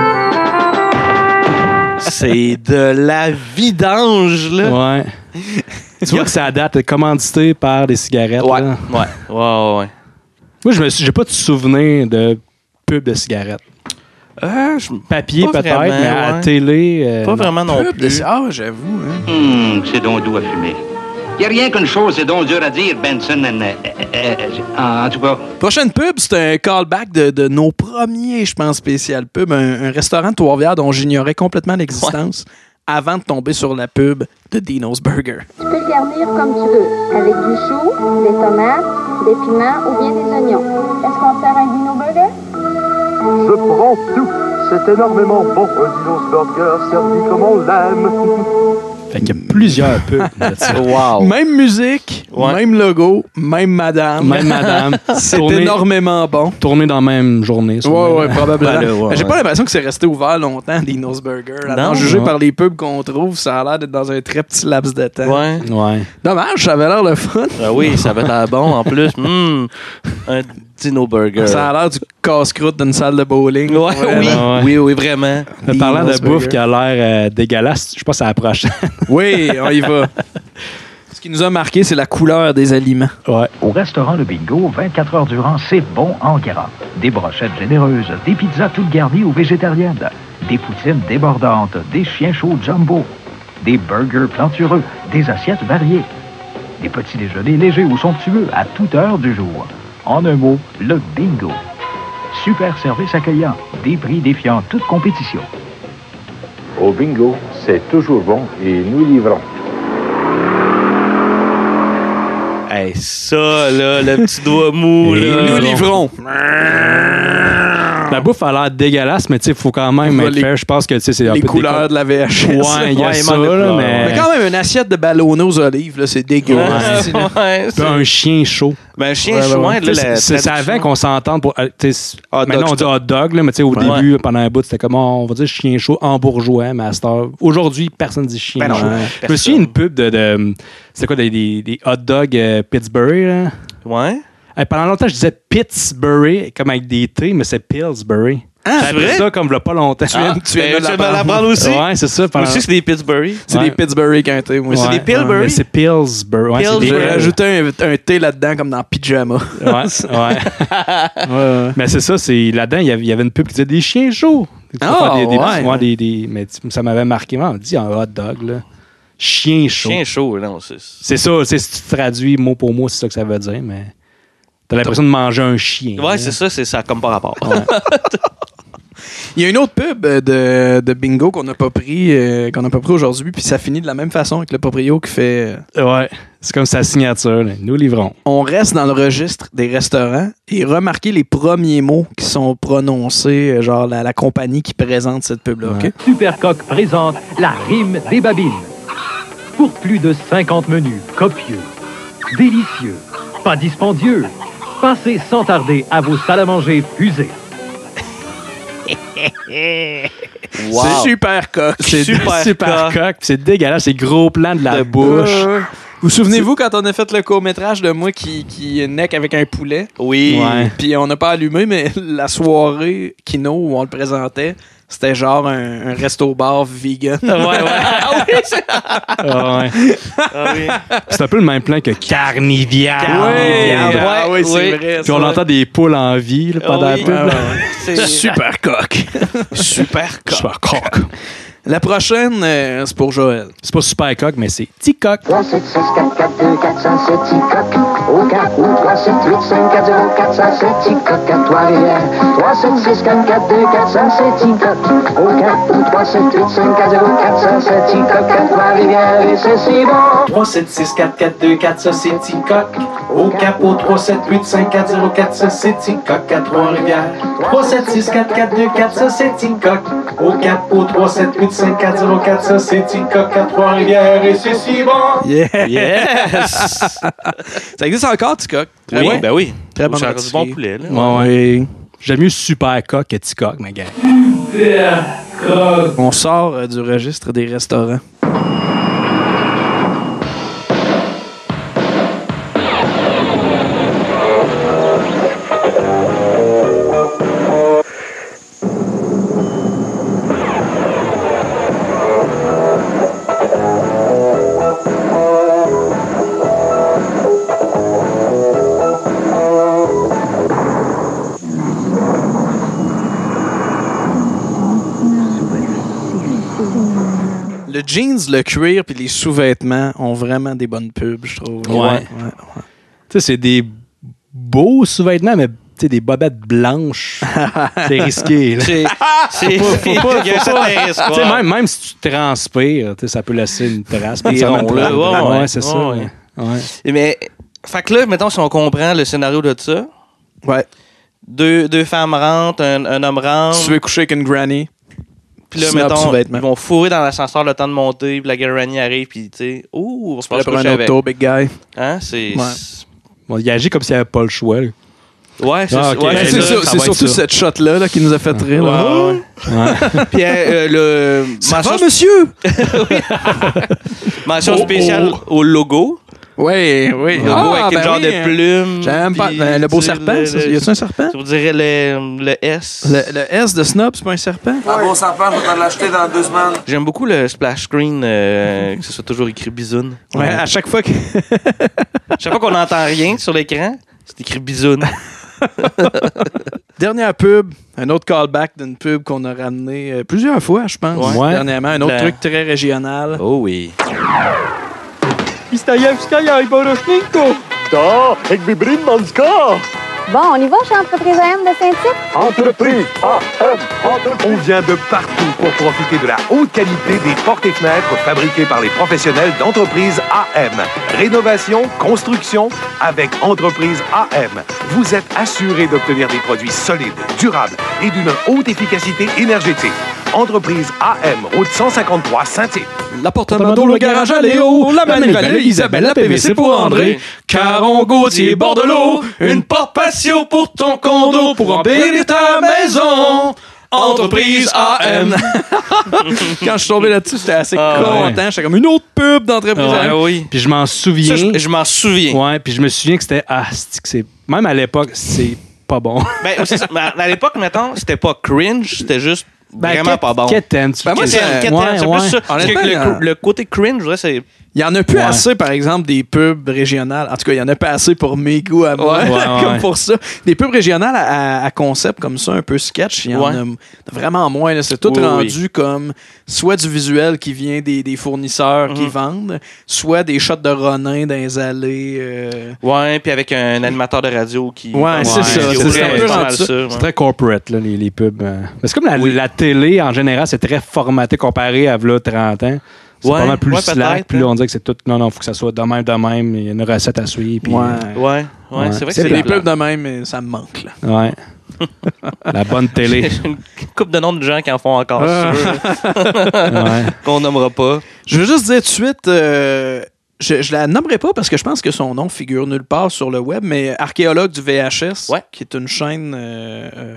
C'est de la vidange, là. Ouais. Tu vois que ça date commandité par des cigarettes. Ouais, là. ouais, ouais, ouais. Moi, je me suis, j'ai pas de souvenir de pub de cigarettes. Euh, je... Papier pas peut-être, vraiment, mais à la ouais. télé... euh, Pas vraiment non Pub plus. de- Ah, j'avoue. Hein. Hum, c'est donc doux à fumer. Y a rien qu'une chose, c'est donc dur à dire, Benson. and, euh, euh, euh, en tout cas, Prochaine pub, c'est un callback de, de nos premiers, je pense, spécial pub. Un, un restaurant de Trois-Rivières dont j'ignorais complètement l'existence avant de tomber sur la pub de Dino's Burger. Tu peux le garnir comme tu veux, avec du chou, des tomates, des piments ou bien des oignons. Est-ce qu'on sert un Dino Burger? Je prends tout. C'est énormément bon, un Dino's Burger servi comme on l'aime. Fait qu'il y a plusieurs pubs là-dessus. Wow. Même musique, Ouais. même logo, même madame. Même madame. C'est Tourné- énormément bon. Tourné dans la même journée. Ouais, sûrement. ouais, probablement. Ouais, là, ouais, Mais J'ai ouais. pas l'impression que c'est resté ouvert longtemps, Dino's Burger. Non. Jugé Ouais. par les pubs qu'on trouve, ça a l'air d'être dans un très petit laps de temps. Ouais. Ouais. Dommage, ça avait l'air le fun. Ah oui, ça va être bon en plus. Hum, un Dino Burger. Ça a l'air du casse-croûte d'une salle de bowling. Ouais, Vraiment. oui, ouais. oui, oui, vraiment. Mais parlant de Dino's bouffe Burger. qui a l'air euh, dégueulasse, je pense à la prochaine. Oui, on y va. Ce qui nous a marqué, c'est la couleur des aliments. Ouais. Au restaurant Le Bingo, vingt-quatre heures durant, c'est bon en gras. Des brochettes généreuses, des pizzas toutes garnies ou végétariennes, des poutines débordantes, des chiens chauds jumbo, des burgers plantureux, des assiettes variées, des petits déjeuners légers ou somptueux à toute heure du jour. En un mot, Le Bingo. Super service accueillant, des prix défiant toute compétition. Au bingo, c'est toujours bon et nous livrons. Hey, ça, là, le petit doigt mou, Et là. nous livrons. La bouffe a l'air dégueulasse, mais tu sais, il faut quand même Ouais, être les- fair. Je pense que tu sais, c'est un Les peu couleurs de la V H S. Ouais, il y a Ouais, ça, il manque de là, couleurs, mais... Mais quand même, une assiette de ballonné aux olives, là, c'est dégueu. Ouais. Ouais, Puis c'est- un chien chaud. Ben, chien Ouais, chouin, ouais, là, C'est- la c'est c'est traduction. avant qu'on s'entende pour. euh, tu sais, Hot dog, maintenant, on dit hot dog, là, mais tu sais, au Ouais. début, pendant un bout, c'était comme, on va dire chien chaud en bourgeois, mais à cette heure. Aujourd'hui, personne dit chien Ben non, chaud. ouais, Je me personne. souviens d'une pub de. de c'était quoi, des, des, des hot dogs euh, Pittsburgh, là? Ouais. Hey, pendant longtemps, je disais Pittsburgh, comme avec des T, mais c'est Pillsbury. Ah, J'ai c'est appris vrai? ça comme il y a pas longtemps. Tu viens, tu viens Ben, de tu viens de l'apprendre. l'apprendre aussi? Ouais, c'est ça. Moi pendant- aussi, c'est des Pittsburgh. C'est Ouais. des Pittsburgh quintés, moi aussi. C'est des Pillsbury? Mais c'est Pillsbury. Ouais, c'est des- Pillsbury. J'ai rajouté un, un T là-dedans comme dans Pyjama. Ouais, ouais. ouais. Mais c'est ça, c'est là-dedans, il y avait- il y avait une pub qui disait des chiens chauds. Tu peux Ah, faire des, des, ouais. ouais, des, des- mais tu- ça m'avait marqué. On dit un hot dog, là. Chien chaud. Chien chaud, non, c'est... C'est ça, tu sais, si tu traduis mot pour mot, c'est ça que ça veut dire, mais t'as l'impression de manger un chien. Ouais, là. c'est ça, c'est ça, comme par rapport. Ouais. Il y a une autre pub euh, de, de bingo qu'on n'a pas pris euh, qu'on n'a pas pris aujourd'hui, puis ça finit de la même façon avec le proprio qui fait euh, Ouais, c'est comme sa signature. Là. Nous livrons. on reste dans le registre des restaurants et remarquez les premiers mots qui sont prononcés, euh, genre la, la compagnie qui présente cette pub-là, OK? Supercoq présente la rime des babines. Pour plus de cinquante menus copieux, délicieux, pas dispendieux, passez sans tarder à vos salles à manger fusées. Wow. C'est super coq. C'est Super super, coq. coq, puis c'est dégueulasse, c'est gros plan de la De bouche. Euh, vous souvenez-vous quand on a fait le court-métrage de moi qui, qui neck avec un poulet? Oui. Ouais. Puis on n'a pas allumé, mais la soirée Kino où on le présentait, c'était genre un, un resto-bar vegan. Ouais, ouais. Ah oui, c'est... Ah ouais. Ah oui. C'est un peu le même plan que Carnivial. Oui, Ah, ouais, ah oui, c'est oui. vrai. Puis on ça. entend des poules en vie là, pendant Ah la oui. pub. Ah là. ouais. C'est Super coq. super coq. Super coq. La prochaine, euh, c'est pour Joël. C'est pas super coq, mais c'est petit coq. trois sept six quatre quatre deux quatre cent sept Ticoc. Au cas où trois sept huit cinq quatre zéro quatre cent sept Ticoc à Trois-Rivières. trois sept six quatre quatre deux quatre cent sept Ticoc. Au cas où trois sept huit cinq quatre zéro quatre cent sept Ticoc à Trois-Rivières. Et c'est si bon. trois sept six quatre quatre deux quatre cent sept Ticoc. Au capot trois sept huit cinq quatre zéro quatre, ça c'est Ticoc à Trois-Rivières. trois sept six quatre quatre deux quatre, ça c'est Ticoc. Au capot trois sept huit cinq quatre zéro quatre, ça c'est Ticoc à Trois-Rivières et c'est si bon. Yeah! Yes! Ça existe encore, Ticoc? Oui, oui, ben oui. Très bon du bon poulet. Là. Ouais, ouais. J'aime mieux Super Coq que Ticoc, ma gars. On sort euh, du registre des restaurants. Le jeans, le cuir puis les sous-vêtements ont vraiment des bonnes pubs, je trouve. Ouais. ouais, ouais. Tu sais, c'est des beaux sous-vêtements, mais tu sais, des bobettes blanches, c'est risqué. Là. C'est, c'est, faut pas, faut pas, il y a un faut pas. certain risque, Tu sais, ouais. même, même si tu transpires, tu sais, ça peut laisser une trace. Des Ça ronds, là. ouais, Ouais, ouais, c'est ouais, ça. ouais. Ouais. Mais, fait que là, mettons, si on comprend le scénario de ça, ouais. deux, deux femmes rentrent, un, un homme rentre. Tu veux coucher avec une granny. Puis là, Snob mettons, sous-vêtements. ils vont fourrer dans l'ascenseur le temps de monter, puis la granny arrive, puis tu sais, ouh, on va se Prêt faire pour un coucher avec. auto, big guy. Hein, c'est... Ouais. Bon, il agit comme s'il n'y avait pas le choix. Là. Ouais, c'est, Ah, okay. ouais, Ben, c'est, c'est, ça, ça, ça c'est va être surtout ça. cette shot-là là, qui nous a fait rire. Ouais, là. ouais. Ouais. Puis euh, le... Ça mention, va, monsieur? mention Oh, spéciale oh. au logo. Oui, oui. Le logo Ah, avec ben une genre oui. de plume. J'aime pas. puis, Ben, le beau tu sais, serpent, le- ça, le- y a-tu un serpent? Je vous dirais le, le S. Le, le S de Snob, c'est pas un serpent? Un bon serpent, faut t'en l'acheter dans deux semaines. J'aime beaucoup le splash screen, euh, que ce soit toujours écrit bisoun. Ouais, à chaque fois que. Chaque fois qu'on n'entend rien sur l'écran, c'est écrit bisoun. Dernière pub, un autre callback d'une pub qu'on a ramené euh, plusieurs fois, je pense. Ouais. Dernièrement, un autre La- truc très régional. Oh oui. Wstaję Borośninko! Da, jakby Brimmanska! Bon, on y va chez Entreprise A M de Saint-Tite? Entreprise A M. On vient de partout pour profiter de la haute qualité des portes et fenêtres fabriquées par les professionnels d'Entreprise A M. Rénovation, construction, avec Entreprise A M. Vous êtes assuré d'obtenir des produits solides, durables et d'une haute efficacité énergétique. Entreprise A M, route cent cinquante-trois, Saint-Tite. L'appartement d'eau, le garage à Léo, la manivelle, Isabelle, la P V C pour André, Caron Gauthier, Bordelot, une porte patio pour ton condo, pour embellir ta maison. Entreprise A M. Quand je suis tombé là-dessus, j'étais assez Ah, content. J'étais comme une autre pub d'entreprise A M. Ah oui. Puis je m'en souviens. Ça, je, je m'en souviens. Ouais, puis je me souviens que c'était. Ah, c'est que c'est. Même à l'époque, c'est pas bon. Ben, aussi, mais à l'époque, mettons, c'était pas cringe, c'était juste Ben, vraiment quête- pas bon. quétaine, tu- Ben, moi, Quétaine, c'est- quétaine, ouais, c'est ouais. plus ça. Parce que Honnêtement, le, euh, le côté cringe, je dirais, c'est... Il y en a plus Ouais. assez, par exemple, des pubs régionales. En tout cas, il y en a pas assez pour mes goûts à moi, Ouais, ouais, comme ouais. pour ça. Des pubs régionales à, à- à concept comme ça, un peu sketch, il y en Ouais. a vraiment moins. là. C'est tout Oui, rendu oui. comme soit du visuel qui vient des, des fournisseurs qui Mhm. vendent, soit des shots de Ronin dans les allées. euh. Ouais, puis avec un animateur de radio qui... Ouais, c'est ça, c'est c'est ça, un peu pas rendu mal ça. ça. ouais. C'est très corporate, là, les, les pubs. euh. Mais c'est comme la, la télé, en général, c'est très formaté comparé à v'là trente ans. C'est Ouais, pas mal plus ouais, slack. peut-être, Puis là, hein. on dirait que c'est tout. Non, non, faut que ça soit de même, de même. Il y a une recette à suivre. Puis, Ouais. Ouais, ouais, Ouais. c'est vrai que C'est c'est... Les plat. pubs de même, mais ça me manque. Là. euh, ouais. La bonne télé. J'ai une couple de noms de gens qui en font encore, Ah. si tu veux, Ouais. qu'on nommera pas. Je veux juste dire tout de suite, euh, je, je la nommerai pas parce que je pense que son nom figure nulle part sur le web, mais Archéologue du V H S, Ouais. qui est une chaîne euh, euh,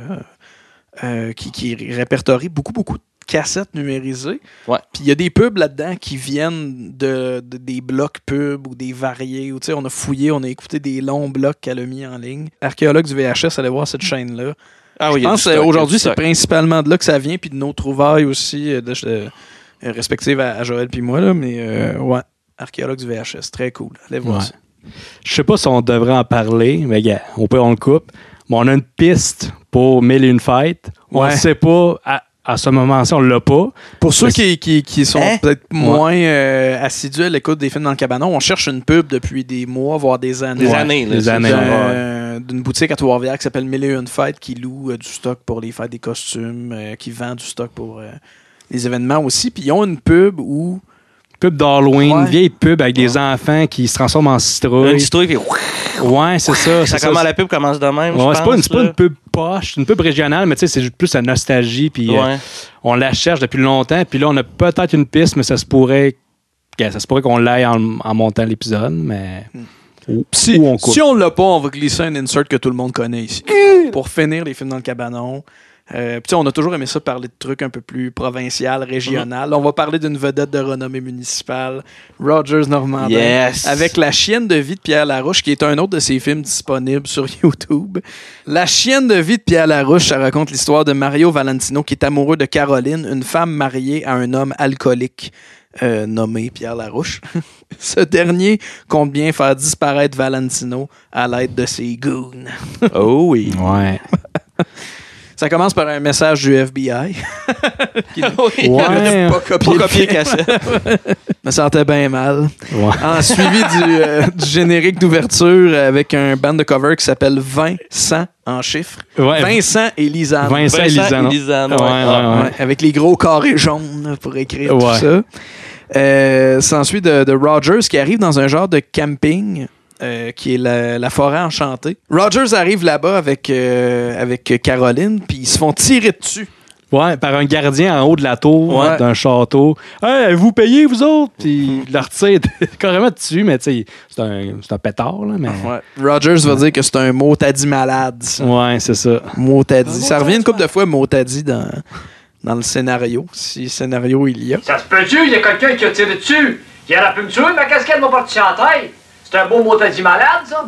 euh, qui, qui répertorie beaucoup, beaucoup de cassettes numérisées. Ouais. Puis il y a des pubs là-dedans qui viennent de, de- des blocs pubs ou des variés. Ou, tu sais, on a fouillé, on a écouté des longs blocs qu'elle a mis en ligne. Archéologue du V H S, allez voir cette chaîne-là. Ah oui, il y Je a pense du stock, qu'aujourd'hui, il y a c'est du stock. principalement de là que ça vient, puis de nos trouvailles aussi, euh, de, de- euh, respectives à, à Joël puis moi. Là, mais euh, ouais, Archéologue du V H S, très cool. Allez voir Ouais. ça. Je sais pas si on devrait en parler, mais gars, on peut, on le coupe. Mais on a une piste pour Mille et une fêtes. On Ouais. ne sait pas, à, à ce moment-ci, on l'a pas. Pour ceux Mais qui, qui, qui sont Hein? peut-être moins euh, assidus à l'écoute des films dans le cabanon, on cherche une pub depuis des mois, voire des années. Des Ouais, années, là, des c'est années, ça. D'un- D'une boutique à Trois-Rivières qui s'appelle Mille et une Fêtes, qui loue euh, du stock pour les fêtes des costumes, euh, qui vend du stock pour euh, les événements aussi. Puis ils ont une pub où pub d'Halloween, Ouais. une vieille pub avec des enfants qui se transforment en citrouille. Une citrouille, puis Ouais, c'est ça. ça c'est commence, ça. la pub commence de même. Ouais, je c'est pense, pas, une, c'est pas là. une pub poche, c'est une pub régionale, mais tu sais, c'est juste plus la nostalgie. Puis euh, Ouais. on la cherche depuis longtemps. Puis là, on a peut-être une piste, mais ça se pourrait, que- ça se pourrait qu'on l'aille en, en montant l'épisode, mais. Ou, Si, ou on coupe. si on l'a pas, on va glisser un insert que tout le monde connaît ici. Pour finir les films dans le cabanon. Euh, puis tu sais, on a toujours aimé ça parler de trucs un peu plus provincial, régional. On va parler d'une vedette de renommée municipale, Rogers Normandin, Yes. avec La chienne de vie de Pierre Larouche, qui est un autre de ses films disponibles sur YouTube. La chienne de vie de Pierre Larouche, ça raconte l'histoire de Mario Valentino, qui est amoureux de Caroline, une femme mariée à un homme alcoolique. Euh, nommé Pierre Larouche. Ce dernier compte bien faire disparaître Valentino à l'aide de ses goons. Oh oui. Ouais. Ça commence par un message du F B I. Qui Oui. Ouais. pas copié, Pas copier cassette. me sentais bien mal. Ouais. En suivi du, euh, du générique d'ouverture avec un band de cover qui s'appelle Vincent en chiffres. Ouais. Vincent et Lisanne. Vincent et Vincent Lisanne. et Lisanne, Ouais, ouais. ouais, ouais. Ouais, avec les gros carrés jaunes pour écrire tout Ouais. ça. Euh, S'ensuit de, de Rogers qui arrive dans un genre de camping euh, qui est la, la forêt enchantée. Rogers arrive là-bas avec, euh, avec Caroline, puis ils se font tirer dessus. Ouais, par un gardien en haut de la tour Ouais. d'un château. Hey, vous payez, vous autres? Puis il leur tire carrément dessus, mais tu sais, c'est un, c'est un pétard, là. Mais... Ouais. Rogers va dire que c'est un mot t'as dit malade. ça. Ouais, c'est ça. Mot t'as dit. Ça revient une couple de fois, mot t'as dit dans, dans le scénario, si scénario il y a. Ça se peut-tu? Il y a quelqu'un qui a tiré dessus. Il aurait pu me tuer, ma casquette m'a parti en tête. C'est un beau mot t'as dit malade, ça?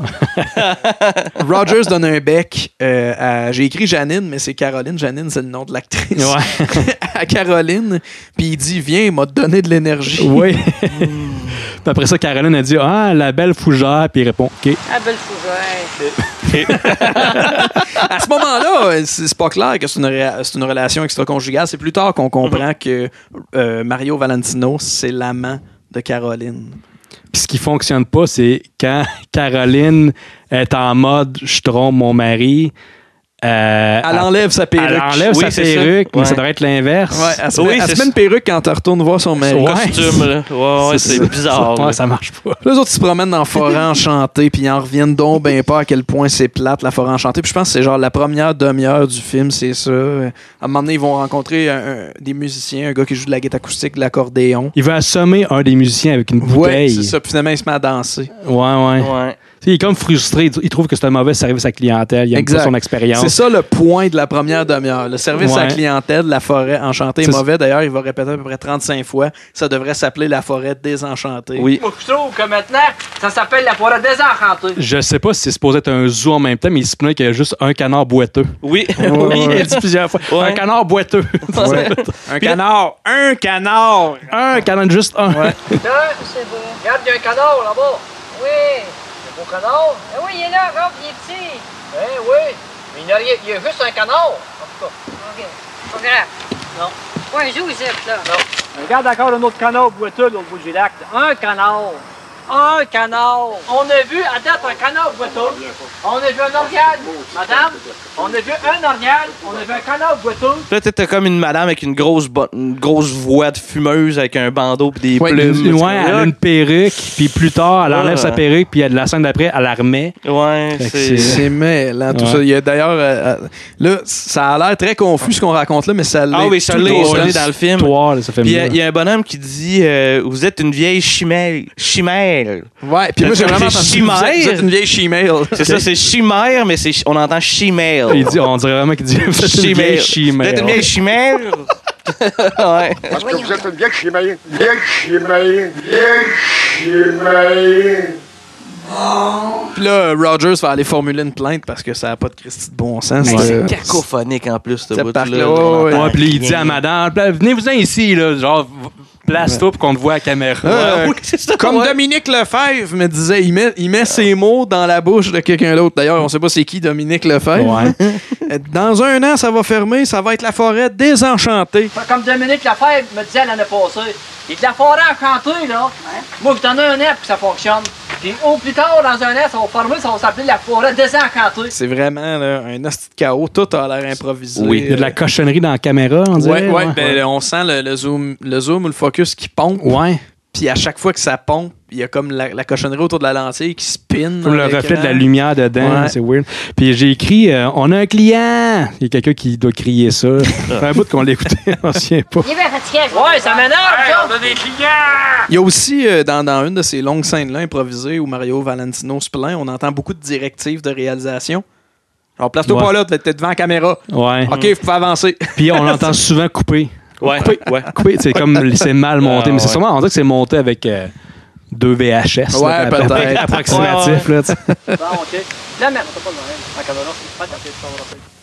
Rogers donne un bec euh, à... J'ai écrit Janine, mais c'est Caroline. Janine, c'est le nom de l'actrice. Ouais. à Caroline, puis il dit « Viens, il m'a donné de l'énergie. » Oui. Puis après ça, Caroline a dit Ah, la belle fougère. Puis il répond OK. Ah, belle fougère. À ce moment-là, c'est c'est pas clair que c'est une, ré- c'est une relation extra-conjugale. C'est plus tard qu'on comprend que euh, Mario Valentino, c'est l'amant de Caroline. Puis ce qui fonctionne pas, c'est quand Caroline est en mode je trompe mon mari. Euh, Elle enlève sa perruque. Elle enlève Oui, sa c'est ça. perruque, mais Ouais. ça devrait être l'inverse. Ouais, elle se Oui, met, elle c'est se met une perruque quand elle retourne voir son mari. Ouais. Costume, là. Ouais, ouais, c'est ça. bizarre. Ouais, là. ça marche pas. Les autres, ils se promènent dans la forêt enchantée, puis ils en reviennent donc ben pas à quel point c'est plate, la forêt enchantée. Puis je pense que c'est genre la première demi-heure du film, c'est ça. À un moment donné, ils vont rencontrer un- un- des musiciens, un gars qui joue de la guitare acoustique, de l'accordéon. Il veut assommer un des musiciens avec une Ouais, bouteille. c'est ça. Puis finalement, il se met à danser. Ouais, ouais. Ouais. Tu sais, il est comme frustré. Il trouve que c'est un mauvais service à la clientèle. Il aime pas son expérience. C'est ça le point de la première demi-heure. Le service à la Ouais. clientèle, la forêt enchantée est C'est- mauvais. D'ailleurs, il va répéter à peu près trente-cinq fois. Ça devrait s'appeler la forêt désenchantée. Oui. Moi, je trouve que maintenant, ça s'appelle la forêt désenchantée. Je sais pas si c'est supposé être un zoo en même temps, mais il se plaint qu'il y a juste un canard boiteux. Oui. Oui, il a dit plusieurs fois. Ouais. Un canard boiteux. Ouais. Un canard! Un canard! Un canard, juste un. Là, c'est beau. Regarde, il y a un canard là-bas. Oui. Un beau canard. Ah oui, il est là, regarde, il est petit. Eh oui. Mais il y a, rien- il y a juste un canard. En tout cas. OK. Pas grave. Non. Pas un jour, ici, là. Non. Regarde encore un autre canard boiteux de l'autre bout du lac. Un canard. Un canard. On a vu, à date, un canard boiteux. On a vu un orignal. Madame, on a vu un orignal. On a vu un canard boiteux. Là, t'as comme une madame avec une grosse, bo- une grosse voix de fumeuse avec un bandeau pis des Ouais, plumes. une- ouais, elle a une perruque, puis plus tard, elle enlève Ouais. sa perruque, puis la scène d'après, elle la remet. Ouais, Fait que c'est... C'est mêlant, tout Ouais. ça. Il y a d'ailleurs. euh, euh, là, ça a l'air très confus ce qu'on raconte là, mais ça l'est. Ah oui, ça tout l'est, au ça long. l'est dans le film. Histoire, là, ça fait Puis il y a- mieux. il y, a un bonhomme qui dit euh, Vous êtes une vieille chimère. Chimère. Ouais, puis moi j'ai vraiment C'est entendu. chimère. Vous êtes- vous êtes une vieille chimère. C'est ça, c'est chimère, mais c'est, on entend chimère. Il dit, on dirait vraiment qu'il dit vous êtes une vieille chimère. Vous êtes une vieille chimère. ouais. Parce que vous êtes une vieille chimère. Vieille chimère. Vieille chimère. Puis là, Rogers va aller formuler une plainte parce que ça n'a pas de Christy de bon sens. Hey, Euh, c'est cacophonique en plus, ce cette bout-là. partie-là, On ouais, entend Ouais, puis là, il rien. dit à madame, venez-vous-en ici, là, genre, place-toi pour qu'on te voit à la caméra. Euh, oui, c'est ça, comme ouais. Dominique Lefebvre me disait, il met, il met ses mots dans la bouche de quelqu'un d'autre. D'ailleurs, on sait pas c'est qui Dominique Lefebvre. Ouais. Dans un an, ça va fermer, ça va être la forêt désenchantée. Comme Dominique Lefebvre me disait l'année passée. Il de la forêt enchantée, là. Moi, je donne un an pour que ça fonctionne. Puis au plus tard, dans un an, ça va former, ça va s'appeler la forêt désenchantée. C'est vraiment là, un hostie de chaos. Tout a l'air improvisé. Oui, il y a de la cochonnerie dans la caméra, on dirait. Ouais, ouais, ben, on sent le, le zoom, le zoom ou le focus qui pompe. Ouais. Puis à chaque fois que ça pompe, il y a comme la, la cochonnerie autour de la lentille qui spin. Comme le reflet de la lumière dedans, ouais. C'est weird. Puis j'ai écrit euh, on a un client. Il y a quelqu'un qui doit crier ça. C'est un bout qu'on l'écoutait, on ne se souvient pas. Il est bien fatigué. Ouais, ça m'énerve, Hey, on a des clients! Il y a aussi, euh, dans, dans une de ces longues scènes-là improvisées où Mario Valentino se plaint, on entend beaucoup de directives de réalisation. Alors, place-toi ouais. pas là, t'es devant la caméra. Ouais. OK, il faut avancer. Puis on l'entend souvent couper. Ouais, couper, ouais. couper, c'est comme c'est mal monté, ah, mais c'est ouais. sûrement on dirait que c'est monté avec euh, deux V H S. Ouais, là, peut-être. appro- approximatif. Ouais, ouais. Là, tu sais. Bon, OK. Là, mais on t'a pas de moyen. En caméra, c'est pas tapé, ça va rappeler.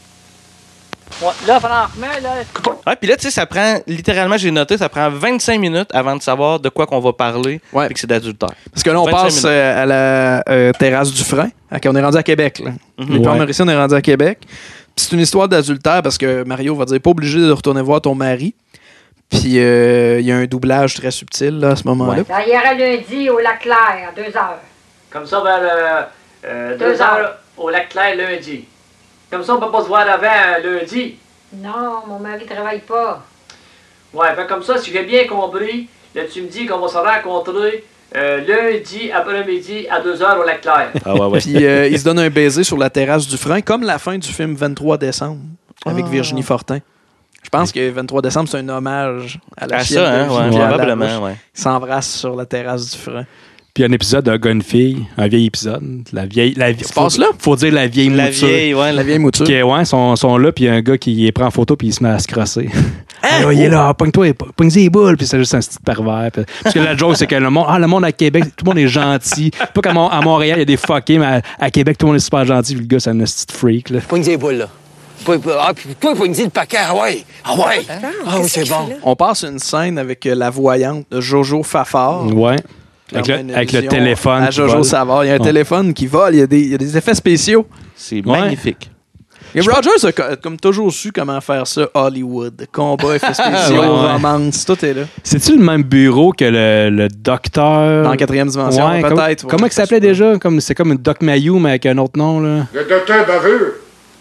Ouais, là, pendant qu'on remet, là. Ouais, puis là, tu sais, ça prend, littéralement, j'ai noté, ça prend vingt-cinq minutes avant de savoir de quoi qu'on va parler, ouais. puis que c'est d'adultère. Parce que là, on passe euh, à la euh, terrasse du frein. On est rendu à Québec. Là. Mm-hmm. Les ouais. Mauricie, on est rendu à Québec. Puis c'est une histoire d'adultère parce que Mario va dire pas obligé de retourner voir ton mari. Puis il euh, y a un doublage très subtil là, à ce moment-là. Ouais. Ça ira lundi au Lac Clair, à deux heures. Comme ça, vers euh, euh, deux, deux heures, heures au Lac Clair lundi. Comme ça, on peut pas se voir avant euh, lundi. Non, mon mari travaille pas. Ouais, fait comme ça, si j'ai bien compris, là, tu me dis qu'on va se rencontrer euh, lundi après-midi à deux heures au Lac Clair. Ah ouais, ouais. Puis euh, il se donne un baiser sur la terrasse du frein, comme la fin du film vingt-trois décembre, avec ah. Virginie Fortin. Je pense que vingt-trois décembre, c'est un hommage à la à chienne ça, hein, de ouais, probablement, ouais. Ils s'embrassent sur la terrasse du frein. Puis un épisode d'un gars, une fille, un vieil épisode. La vieille. La vie, se passe là? Faut dire la vieille la mouture. Vieille, ouais, la vieille mouture. Puis que, ouais, sont, sont là, puis il y a un gars qui les prend en photo, puis il se met à se crosser. Hein? Alors, il est là, pogne-toi, pogne les boules, puis c'est juste un petit pervers. Puis, parce que la joke, c'est que le monde, ah, le monde à Québec, tout le monde est gentil. Pas qu'à Mon- à Montréal, il y a des fuckés, mais à, à Québec, tout le monde est super gentil, puis le gars, c'est un petit freak. Là. Pogne les boules, là. Ah, puis toi, pogne le paquet, ah ouais. Ah ouais. Ah oui, c'est bon. On passe une scène avec euh, la voyante de Jojo Fafard. Ouais. Avec le, avec le téléphone. À Jojo Savard. Il y a un oh. téléphone qui vole. Il y a des, il y a des effets spéciaux. C'est ouais. magnifique. Et Rogers a comme toujours su comment faire ça, Hollywood. Combat, effets spéciaux, ouais. romance, tout est là. C'est-tu le même bureau que le, le docteur... Dans la quatrième dimension, ouais, peut-être. Comme, ouais, comment il s'appelait déjà? Comme, c'est comme Doc Mayou, mais avec un autre nom. Là. Le docteur Baveux.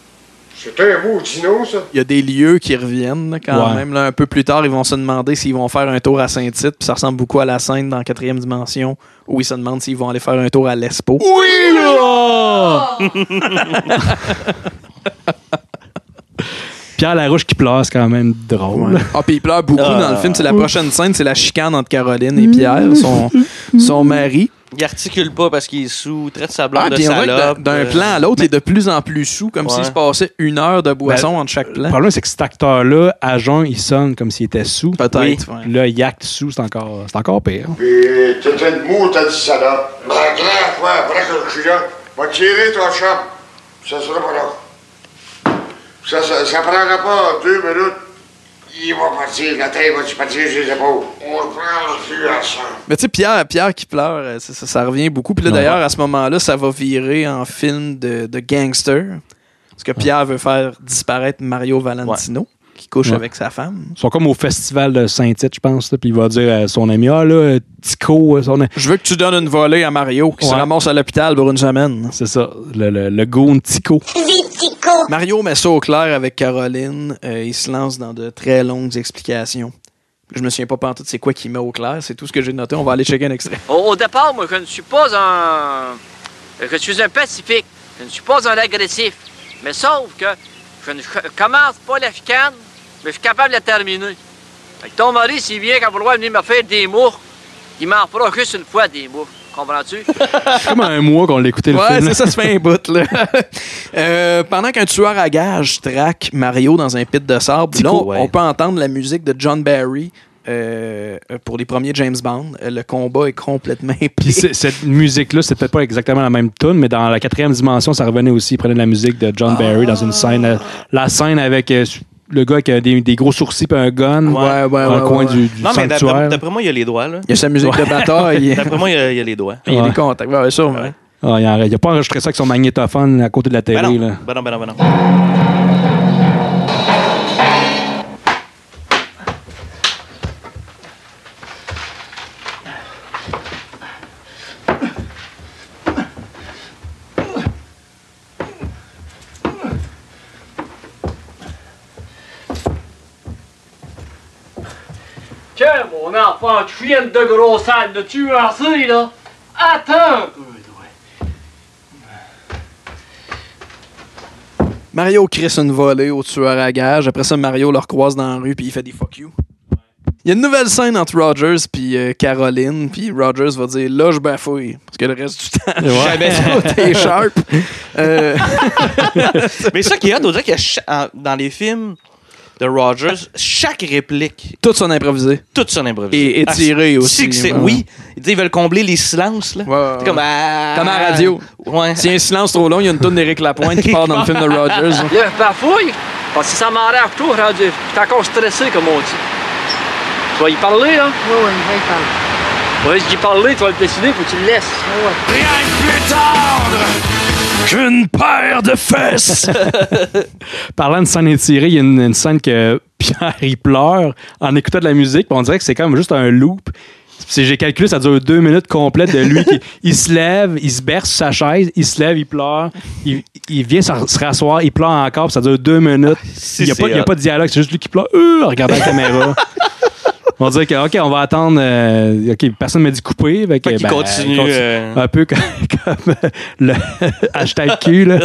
C'était un beau dino, ça. Il y a des lieux qui reviennent là, quand ouais. même. Là, un peu plus tard, ils vont se demander s'ils vont faire un tour à Saint-Tite. Puis ça ressemble beaucoup à la scène dans la quatrième dimension où ils se demandent s'ils vont aller faire un tour à l'Espo. Oui, là! Pierre Larouche qui pleure, c'est quand même drôle. Ouais. Ah, puis il pleure beaucoup ah. dans le film. C'est la prochaine scène, c'est la chicane entre Caroline et Pierre, son, son mari. Il articule pas parce qu'il est sous, traite sa blonde ah, de salope. D'un euh... plan à l'autre, mais... il est de plus en plus sous, comme ouais. s'il se passait une heure de boisson ben, entre chaque plan. Le problème, c'est que cet acteur-là, à jeun, il sonne comme s'il était sous. Peut-être. Oui. Ouais. Là, il acte sous, c'est encore, c'est encore pire. Puis, t'étais de mou, t'as dit salope. Ben, clair, quoi, après que je suis là, va tirer ton champ. Ça sera pas là. Ça, ça, ça prendra pas deux minutes. Il va partir, la tête va-tu partir sur les épaules. On le prend dessus à ça. Mais tu sais, Pierre, Pierre qui pleure, ça, ça, ça revient beaucoup. Puis là, d'ailleurs, à ce moment-là, ça va virer en film de, de gangster. Parce que Pierre veut faire disparaître Mario Valentino, ouais. qui couche ouais. avec sa femme. Ils sont comme au festival de Saint-Tite, je pense. Là, puis il va dire à son ami, ah là, Tico. Son... Je veux que tu donnes une volée à Mario qui ouais. se ramasse à l'hôpital pour une semaine. C'est ça, le, le, le goon Tico. Mario met ça au clair avec Caroline. Euh, il se lance dans de très longues explications. Je me souviens pas pantoute c'est quoi qu'il met au clair. C'est tout ce que j'ai noté. On va aller checker un extrait. Au, au départ, moi, je ne suis pas un... Je suis un pacifique. Je ne suis pas un agressif. Mais sauf que je ne je commence pas la chicane, mais je suis capable de la terminer. Fait que ton mari, s'il vient qu'à vouloir venir me faire des mours, il m'en fera juste une fois des mours. Comprends-tu? C'est comme un mois qu'on l'écoutait le ouais, film. Ouais, c'est ça, se fait un bout, là. euh, pendant qu'un tueur à gages traque Mario dans un pit de sable, Tico, là, on, ouais. on peut entendre la musique de John Barry euh, pour les premiers James Bond. Le combat est complètement Puis cette musique-là, c'est peut-être pas exactement la même tune, mais dans la quatrième dimension, ça revenait aussi. Il prenait de la musique de John ah. Barry dans une scène. Euh, la scène avec... Euh, le gars qui a des, des gros sourcils et un gun ouais, ouais, dans ouais, le coin ouais. du, du non, sanctuaire. Non, mais d'après moi, il y a les doigts. Là. Il y a sa musique de bataille. D'après moi, il y, a, il y a les doigts. Il y a des contacts. Ouais, sûr, ouais. Ah, il n'a pas enregistré ça avec son magnétophone à côté de la télé. Ben non, là. ben non, ben non. Ben non. Mon enfant, chienne de gros sale de tueur, c'est là. Attends un peu, toi. Mario crisse une volée au tueur à gages. Après ça, Mario le recroise dans la rue puis il fait des fuck you. Il y a une nouvelle scène entre Rogers puis euh, Caroline, puis Rogers va dire là je bafouille parce que le reste du temps Ouais. jamais ça t'es sharp. Euh... Mais ça qui est hot, on dirait que cha- en- dans les films de Rogers, chaque réplique, Tout son improvisé. tout son improvisé. Et étiré Ah, aussi. tu sais que c'est- Ouais. Oui, ils disent, ils veulent combler les silences là. Ouais, ouais, C'est comme ouais. ah, Comme à la radio. Ouais. S'il y a un silence trop long, il y a une toune d'Éric Lapointe qui part dans le film de Rogers. Là, bafouille, parce que ça m'enlève tout, rendu. T'es encore stressé, comme on dit. Tu vas y parler, là? Oui, oui, je vais y parler. Oui, je dis parler, tu vas le décider, faut que tu le laisses. Rien de plus tendre qu'une paire de fesses. Parlant de scène étirée, il y a une, une scène que Pierre il pleure en écoutant de la musique. Puis on dirait que c'est comme juste un loop. Si j'ai calculé, ça dure deux minutes complètes de lui qui il se lève, il se berce sur sa chaise, il se lève, il pleure, il, il vient se, se rasseoir, il pleure encore, puis ça dure deux minutes. Si, Il n'y a, c'est pas- il y a hot. pas de dialogue, c'est juste lui qui pleure euh, en regardant la caméra. On dirait que, OK, on va attendre. euh, OK, personne ne m'a dit couper. Fait que, Fait qu'il ben, continue, il euh. Un peu comme, comme le hashtag Q, là.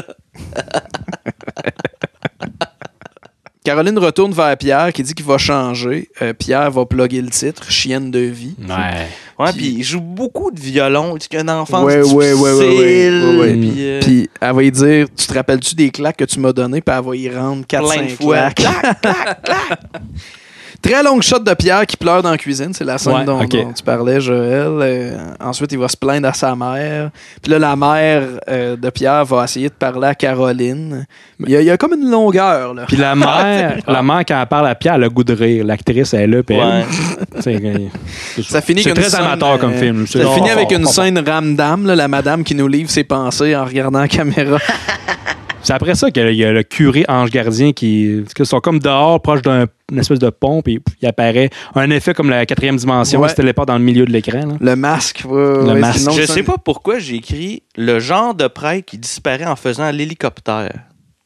Caroline retourne vers Pierre qui dit qu'il va changer. Euh, Pierre va plugger le titre, Chienne de vie. Ouais. Ouais, puis il joue beaucoup de violon. Il dit qu'il a une enfance Ouais, difficile. ouais, ouais, ouais, ouais, ouais, ouais. Puis, euh, Puis elle va lui dire, tu te rappelles-tu des claques que tu m'as données? Puis elle va y rendre quatre Plein de cinq fois. claques. Très longue shot de Pierre qui pleure dans la cuisine. C'est la scène Ouais, dont, ok. dont tu parlais, Joël. Euh, ensuite, il va se plaindre à sa mère. Puis là, la mère euh, de Pierre va essayer de parler à Caroline. Il y a, il y a comme une longueur, là. Puis la mère, la mère, quand elle parle à Pierre, elle a le goût de rire. L'actrice, elle est là. Puis Ouais. elle, c'est- Ça finit c'est qu'une très scène, amateur comme euh, film. Ça finit avec une scène ramdam, là, la madame qui nous livre ses pensées en regardant la caméra. C'est après ça qu'il y a le curé Ange Gardien qui parce qu'ils sont comme dehors, proche d'un- d'une espèce de pont, puis il apparaît un effet comme la quatrième dimension, Ouais. il se téléporte dans le milieu de l'écran. là. Le masque. Ouais, Le ouais, masque. c'est une Je autre sais scène. pas pourquoi j'ai écrit le genre de prêtre qui disparaît en faisant l'hélicoptère.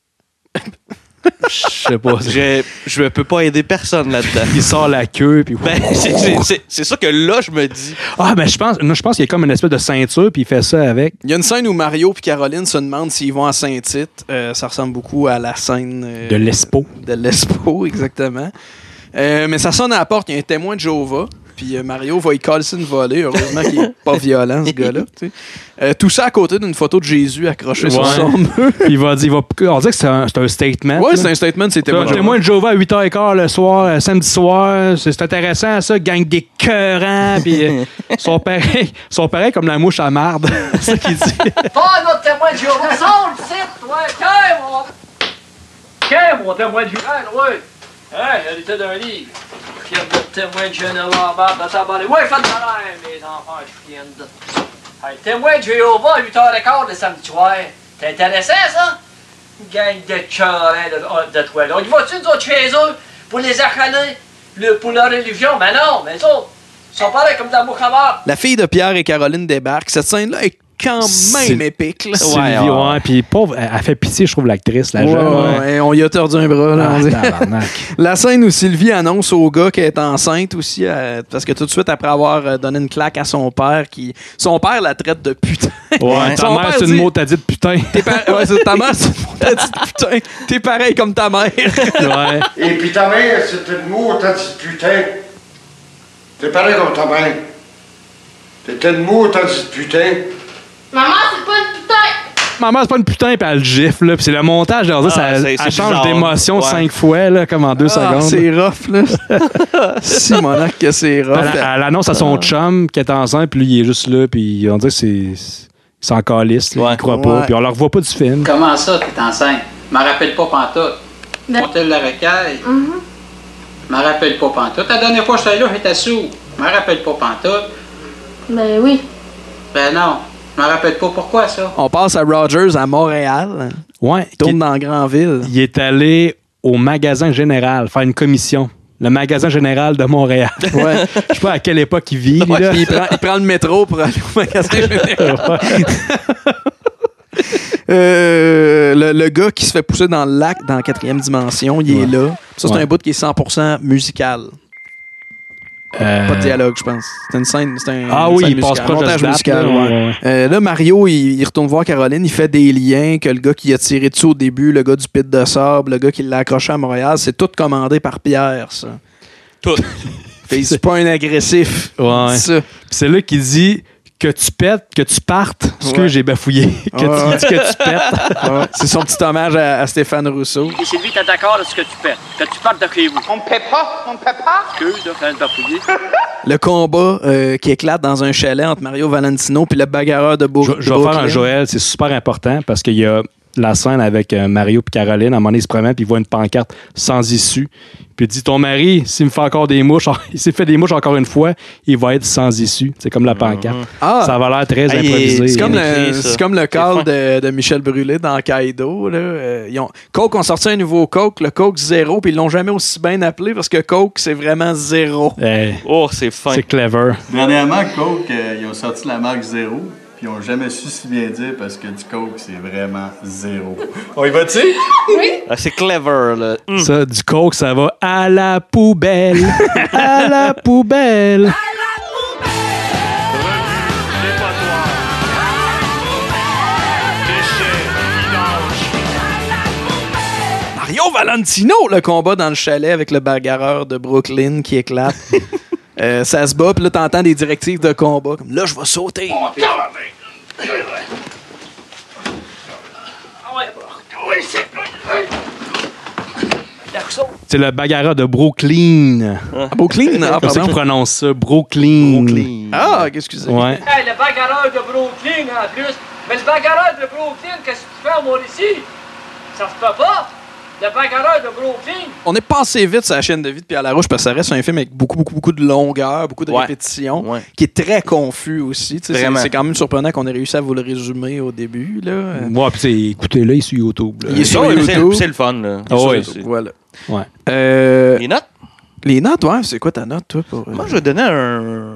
Je sais pas. Je, je peux pas aider personne là-dedans. Il sort la queue, puis Ben, c'est- c'est- c'est c'est ça que là, je me dis. ah, ben je pense, non, je pense qu'il y a comme une espèce de ceinture, puis il fait ça avec. Il y a une scène où Mario et Caroline se demandent s'ils vont à Saint-Tite. Euh, ça ressemble beaucoup à la scène euh, De l'Espo. De l'Espo, exactement. Euh, mais ça sonne à la porte, il y a un témoin de Jéhovah. Puis euh, Mario va y coller une volée. Heureusement qu'il est pas violent, ce gars-là. tu sais. Euh, tout ça à côté d'une photo de Jésus accrochée sur Ouais. son mur. Puis il va dire, il va, on dit que c'est un, c'est un statement. Ouais, là. c'est un statement, c'est témoin de Témoin de Jéhovah à huit heures quinze le soir, euh, samedi soir. C'est c'est intéressant, ça. Gang d'écœurants. Puis euh, ils sont pareils, ils sont pareils comme la mouche à marde. c'est ça qu'il dit. Pas notre témoin de Jéhovah. Sors le site, ouais. Qu'est, mon... Qu'est, mon témoin de Jéhovah, ouais. Hein, l'hérité d'un livre. Fier de témoin de Jéhovah en bas de ta balai. Ouais, faites de l'air, mes enfants, je suis fier de... Hey, témoin de Jéhovah à huit heures quinze le samedi soir. C'est intéressant, ça? Gang de cœurins de, de toi, là. Ils vont-tu, nous autres, chez eux, pour les accaler, le, pour leur religion? Mais non, mais ça, ils sont pareils comme dans Mouhamad. La fille de Pierre et Caroline débarque. Cette scène-là est quand C'est- même épique. Là. Sylvie, ouais. Puis pauvre, elle, elle fait pitié, je trouve, l'actrice, la Ouais, jeune. ouais, ouais, on y a tordu un bras. Là, Ah, on dit. tabarnak. La scène où Sylvie annonce au gars qu'elle est enceinte aussi, euh, parce que tout de suite après avoir euh, donné une claque à son père, qui son père la traite de putain. Ouais, ta Son mère, père c'est une dit- mot, t'as dit de putain. T'es pa- ouais, c'est- ta mère, c'est une mot, t'as dit de putain. T'es pareil comme ta mère. Ouais. Et puis ta mère, c'est une mou, t'as dit putain. T'es pareil comme ta mère. T'es une mou, t'as dit putain. Maman, c'est pas une putain! Maman, c'est pas une putain, puis elle le gifle, là. Puis c'est le montage, là, Ah, ça, c'est- elle c'est change bizarre. d'émotion Ouais. cinq fois, là, comme en deux Ah, secondes. c'est rough, là. Simonac que c'est rough. Elle, elle annonce à son chum qu'elle est enceinte, puis lui, il est juste là, puis on dirait que c'est. c'est- Il s'en calisse, là, il croit pas, Ouais. puis on le revoit pas du film. Comment ça, t'es enceinte? Je m'en rappelle pas pantoute. Montel la recaille. Je m'en rappelle pas pantoute. La dernière fois que j'étais là, j'étais sous. Je m'en rappelle pas pantoute. Ben oui. Ben non. Je m'en rappelle pas pourquoi ça. On passe à Rogers à Montréal. Ouais. Il tourne dans la grande ville. Il est allé au magasin général faire une commission. Le magasin général de Montréal. Ouais. Je sais pas à quelle époque il vit. lui, Ouais, là. puis il, prend, il prend le métro pour aller au magasin général. Euh, le, le gars qui se fait pousser dans le lac dans la quatrième dimension, il est là. Ça, c'est Ouais. un bout qui est cent pour cent musical. Euh... Pas de dialogue, je pense. C'est une scène. C'est un, ah une oui, scène il musicale, passe proche montage de musical. ouais. Ouais. Ouais. Euh, là, Mario, il, il retourne voir Caroline. Il fait des liens que le gars qui a tiré dessus au début, le gars du pit de sable, le gars qui l'a accroché à Montréal, c'est tout commandé par Pierre, ça. Tout. Fait, c'est pas un agressif. Ouais. C'est ça. Puis c'est là qu'il dit que tu pètes, que tu partes. Parce que ouais. j'ai bafouillé. que ouais. tu dis que tu pètes. Ouais. C'est son petit hommage à, à Stéphane Rousseau. Et Sylvie, t'es d'accord de ce que tu pètes? Que tu partes de chez vous? On me paie pas? On me paie pas? Excuse, là, quand même bafouillé. Le combat euh, qui éclate dans un chalet entre Mario Valentino puis le bagarreur de Brooklyn. Je, je vais faire un Joël, c'est super important parce qu'il y a la scène avec euh, Mario et Caroline. À un moment donné, il se promène puis il voit une pancarte sans issue. Puis il dit, ton mari, s'il me fait encore des mouches, il s'est fait des mouches encore une fois, il va être sans issue. C'est comme la pancarte. Mm-hmm. Ah, ça va l'air très ah, improvisé. C'est comme, le, c'est comme le call de, de Michel Brûlé dans Kaido. Là. Euh, ils ont, Coke ont sorti un nouveau Coke, le Coke zéro, puis ils l'ont jamais aussi bien appelé parce que Coke, c'est vraiment zéro. Hey, oh, c'est fin. C'est clever. Dernièrement, Coke, euh, ils ont sorti la marque zéro. Puis ils n'ont jamais su si bien dire parce que du coke, c'est vraiment zéro. On y va-tu? Oui. Ah, c'est clever, là. Mm. Ça, du coke, ça va à la poubelle. à la poubelle. Mario Valentino, le combat dans le chalet avec le bagarreur de Brooklyn qui éclate. Euh, ça se bat, puis là, t'entends des directives de combat. Comme là, je vais sauter. C'est le bagarreur de Brooklyn. Ah, Brooklyn? Ah, c'est qu'on prononce ça. Brooklyn. Brooklyn. Ah, excusez. Ouais. Hey, le bagarreur de Brooklyn, en plus. Mais le bagarreur de Brooklyn, qu'est-ce que tu fais, moi, ici? Ça se peut pas. Le bagarreur de Brooklyn. On est passé vite sur la chaîne de vie de Pierre Larouche parce que ça reste un film avec beaucoup, beaucoup, beaucoup de longueur, beaucoup de ouais. répétitions, ouais. qui est très confus aussi. C'est, c'est quand même surprenant qu'on ait réussi à vous le résumer au début. Là. Ouais, puis écoutez-le, il est sur YouTube. Là. Il est sur oh, YouTube. C'est, c'est le fun. Là. Oh, oui. Voilà. Ouais. Euh, les notes? Les notes, ouais. C'est quoi ta note, toi? Pour, Moi, je vais donner un...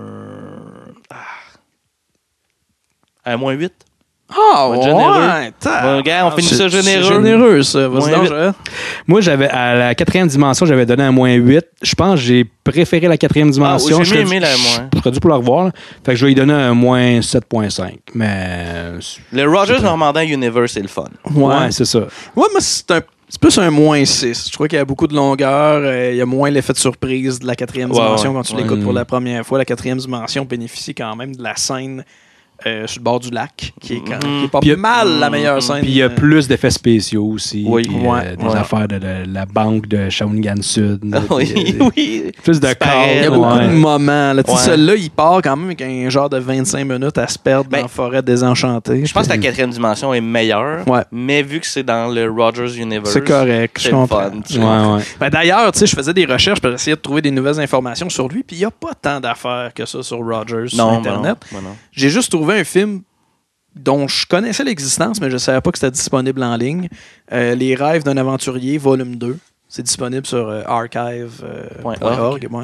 Un moins huit. Ah, ouais, généreux. Bon, gars, on finit c'est, ça généreux. C'est généreux, ça. Vas-y, moi, j'avais, à la quatrième dimension, j'avais donné un moins huit. Je pense que j'ai préféré la quatrième dimension. Ah, oui, j'ai je aimé la moins. Je serais dû pour la revoir. Là. Fait que je vais lui donner un moins sept virgule cinq. Mais... Le Rogers Normandin Universe, c'est le fun. Ouais, ouais c'est ça. Ouais, moi, c'est un... C'est plus un moins six. Je crois qu'il y a beaucoup de longueur. Euh, il y a moins l'effet de surprise de la quatrième ouais, dimension ouais, quand tu ouais. l'écoutes pour la première fois. La quatrième dimension bénéficie quand même de la scène euh, sur le bord du lac, qui est, quand, mm-hmm. qui est pas puis mal mm-hmm. la meilleure scène. Puis il y a plus d'effets spéciaux aussi. Oui, puis, ouais, euh, des ouais. affaires de, de la banque de Shawinigan Sud. oui, puis, euh, oui. Plus de corps. Il y a beaucoup ouais. de moments. Là. Ouais. Celui-là, il part quand même avec un genre de vingt-cinq minutes à se perdre ben, dans la forêt désenchantée. Je pense que la quatrième dimension est meilleure, ouais. mais vu que c'est dans le Rogers Universe, c'est correct. C'est je comprends. fun. Ouais, ouais. Ben, d'ailleurs, je faisais des recherches pour essayer de trouver des nouvelles informations sur lui, puis il n'y a pas tant d'affaires que ça sur Rogers, sur non, Internet. Ben non, ben non. J'ai juste trouvé un film dont je connaissais l'existence, mais je ne savais pas que c'était disponible en ligne. Euh, Les rêves d'un aventurier, volume deux. C'est disponible sur euh, archive point org. Euh, ouais.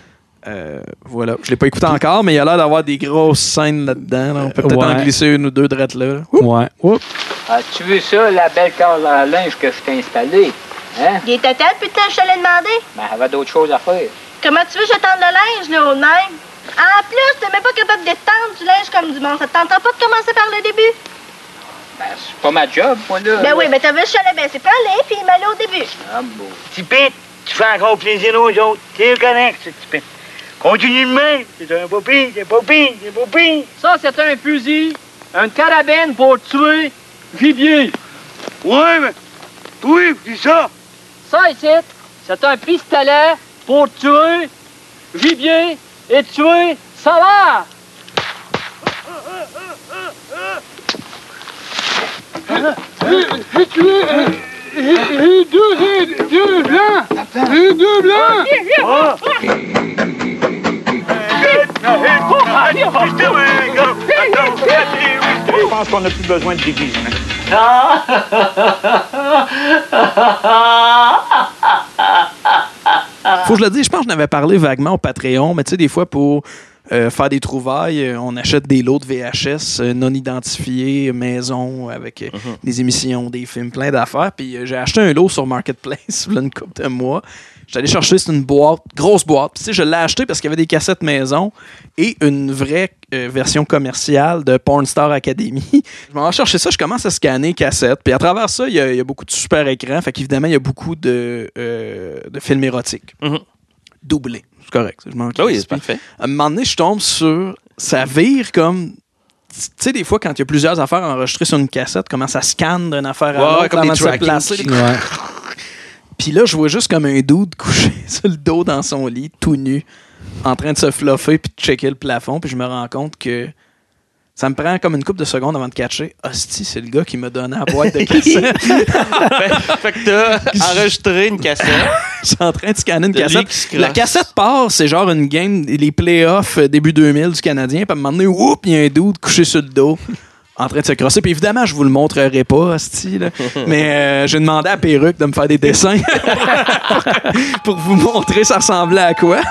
euh, voilà. Je ne l'ai pas écouté encore, mais il a l'air d'avoir des grosses scènes là-dedans. Là. On peut peut-être ouais. en glisser une ou deux drettes là. Oups. Ouais. Oups. As-tu vu ça, la belle case à linge que je t'ai installée? Hein? Il était telle, putain, je te l'ai demandé. Ben, elle avait d'autres choses à faire. Comment tu veux que j'attende le linge, là, au même? En plus, t'es même pas capable d'étendre du linge comme du monde. Ça te tentera pas de commencer par le début? Ben, c'est pas ma job, moi, là. Ben oui, mais t'as vu, je te l'ai baissé. Prends-les, puis mets-le au début. Ah bon. Tipette, tu fais encore plaisir aux autres. T'es correct, ce Tipette. Continue de même. C'est un pas pire, c'est pas pire, c'est pas pire. Ça, c'est un fusil, une carabine pour tuer gibier. Ouais, mais... Oui, c'est ça. Ça, ici, c'est un pistolet pour tuer gibier et tuer sauvage. J'ai tué deux, deux blancs. Deux, deux blancs. Ah. Je pense qu'on n'a plus besoin de déguisement. Faut que je le dise, je pense que je n'avais parlé vaguement au Patreon, mais tu sais, des fois, pour euh, faire des trouvailles. Euh, on achète des lots de V H S euh, non identifiés, maison, avec euh, mm-hmm. des émissions, des films, plein d'affaires. Puis euh, j'ai acheté un lot sur Marketplace, il y a une couple de mois. J'étais allé chercher, c'est une boîte, grosse boîte. Puis, tu sais, je l'ai acheté parce qu'il y avait des cassettes maison et une vraie euh, version commerciale de Porn Star Academy. Je m'en vais chercher ça, je commence à scanner les cassettes. Puis à travers ça, il y, y a beaucoup de super écrans. Fait qu'évidemment, il y a beaucoup de, euh, de films érotiques. Mm-hmm. Doublés. C'est correct. Je m'en oh oui, c'est parfait. À un moment donné, je tombe sur... Ça vire comme... Tu sais, des fois, quand il y a plusieurs affaires enregistrées sur une cassette, comment ça scanne d'une affaire à ouais, l'autre ouais, comme avant des de se placer. Ouais. Puis là, je vois juste comme un dude couché sur le dos dans son lit, tout nu, en train de se fluffer puis de checker le plafond. Puis je me rends compte que ça me prend comme une couple de secondes avant de catcher. Hostie, c'est le gars qui m'a donné la boîte de cassette. fait, fait que t'as enregistré une cassette. Je suis en train de scanner une de cassette. La cassette part, c'est genre une game, les playoffs début deux mille du Canadien. Puis à un moment donné, oups, il y a un dude couché sur le dos. En train de se crosser. Puis évidemment, je vous le montrerai pas, hostie, là. Mais euh, j'ai demandé à Perruque de me faire des dessins pour vous montrer ça ressemblait à quoi.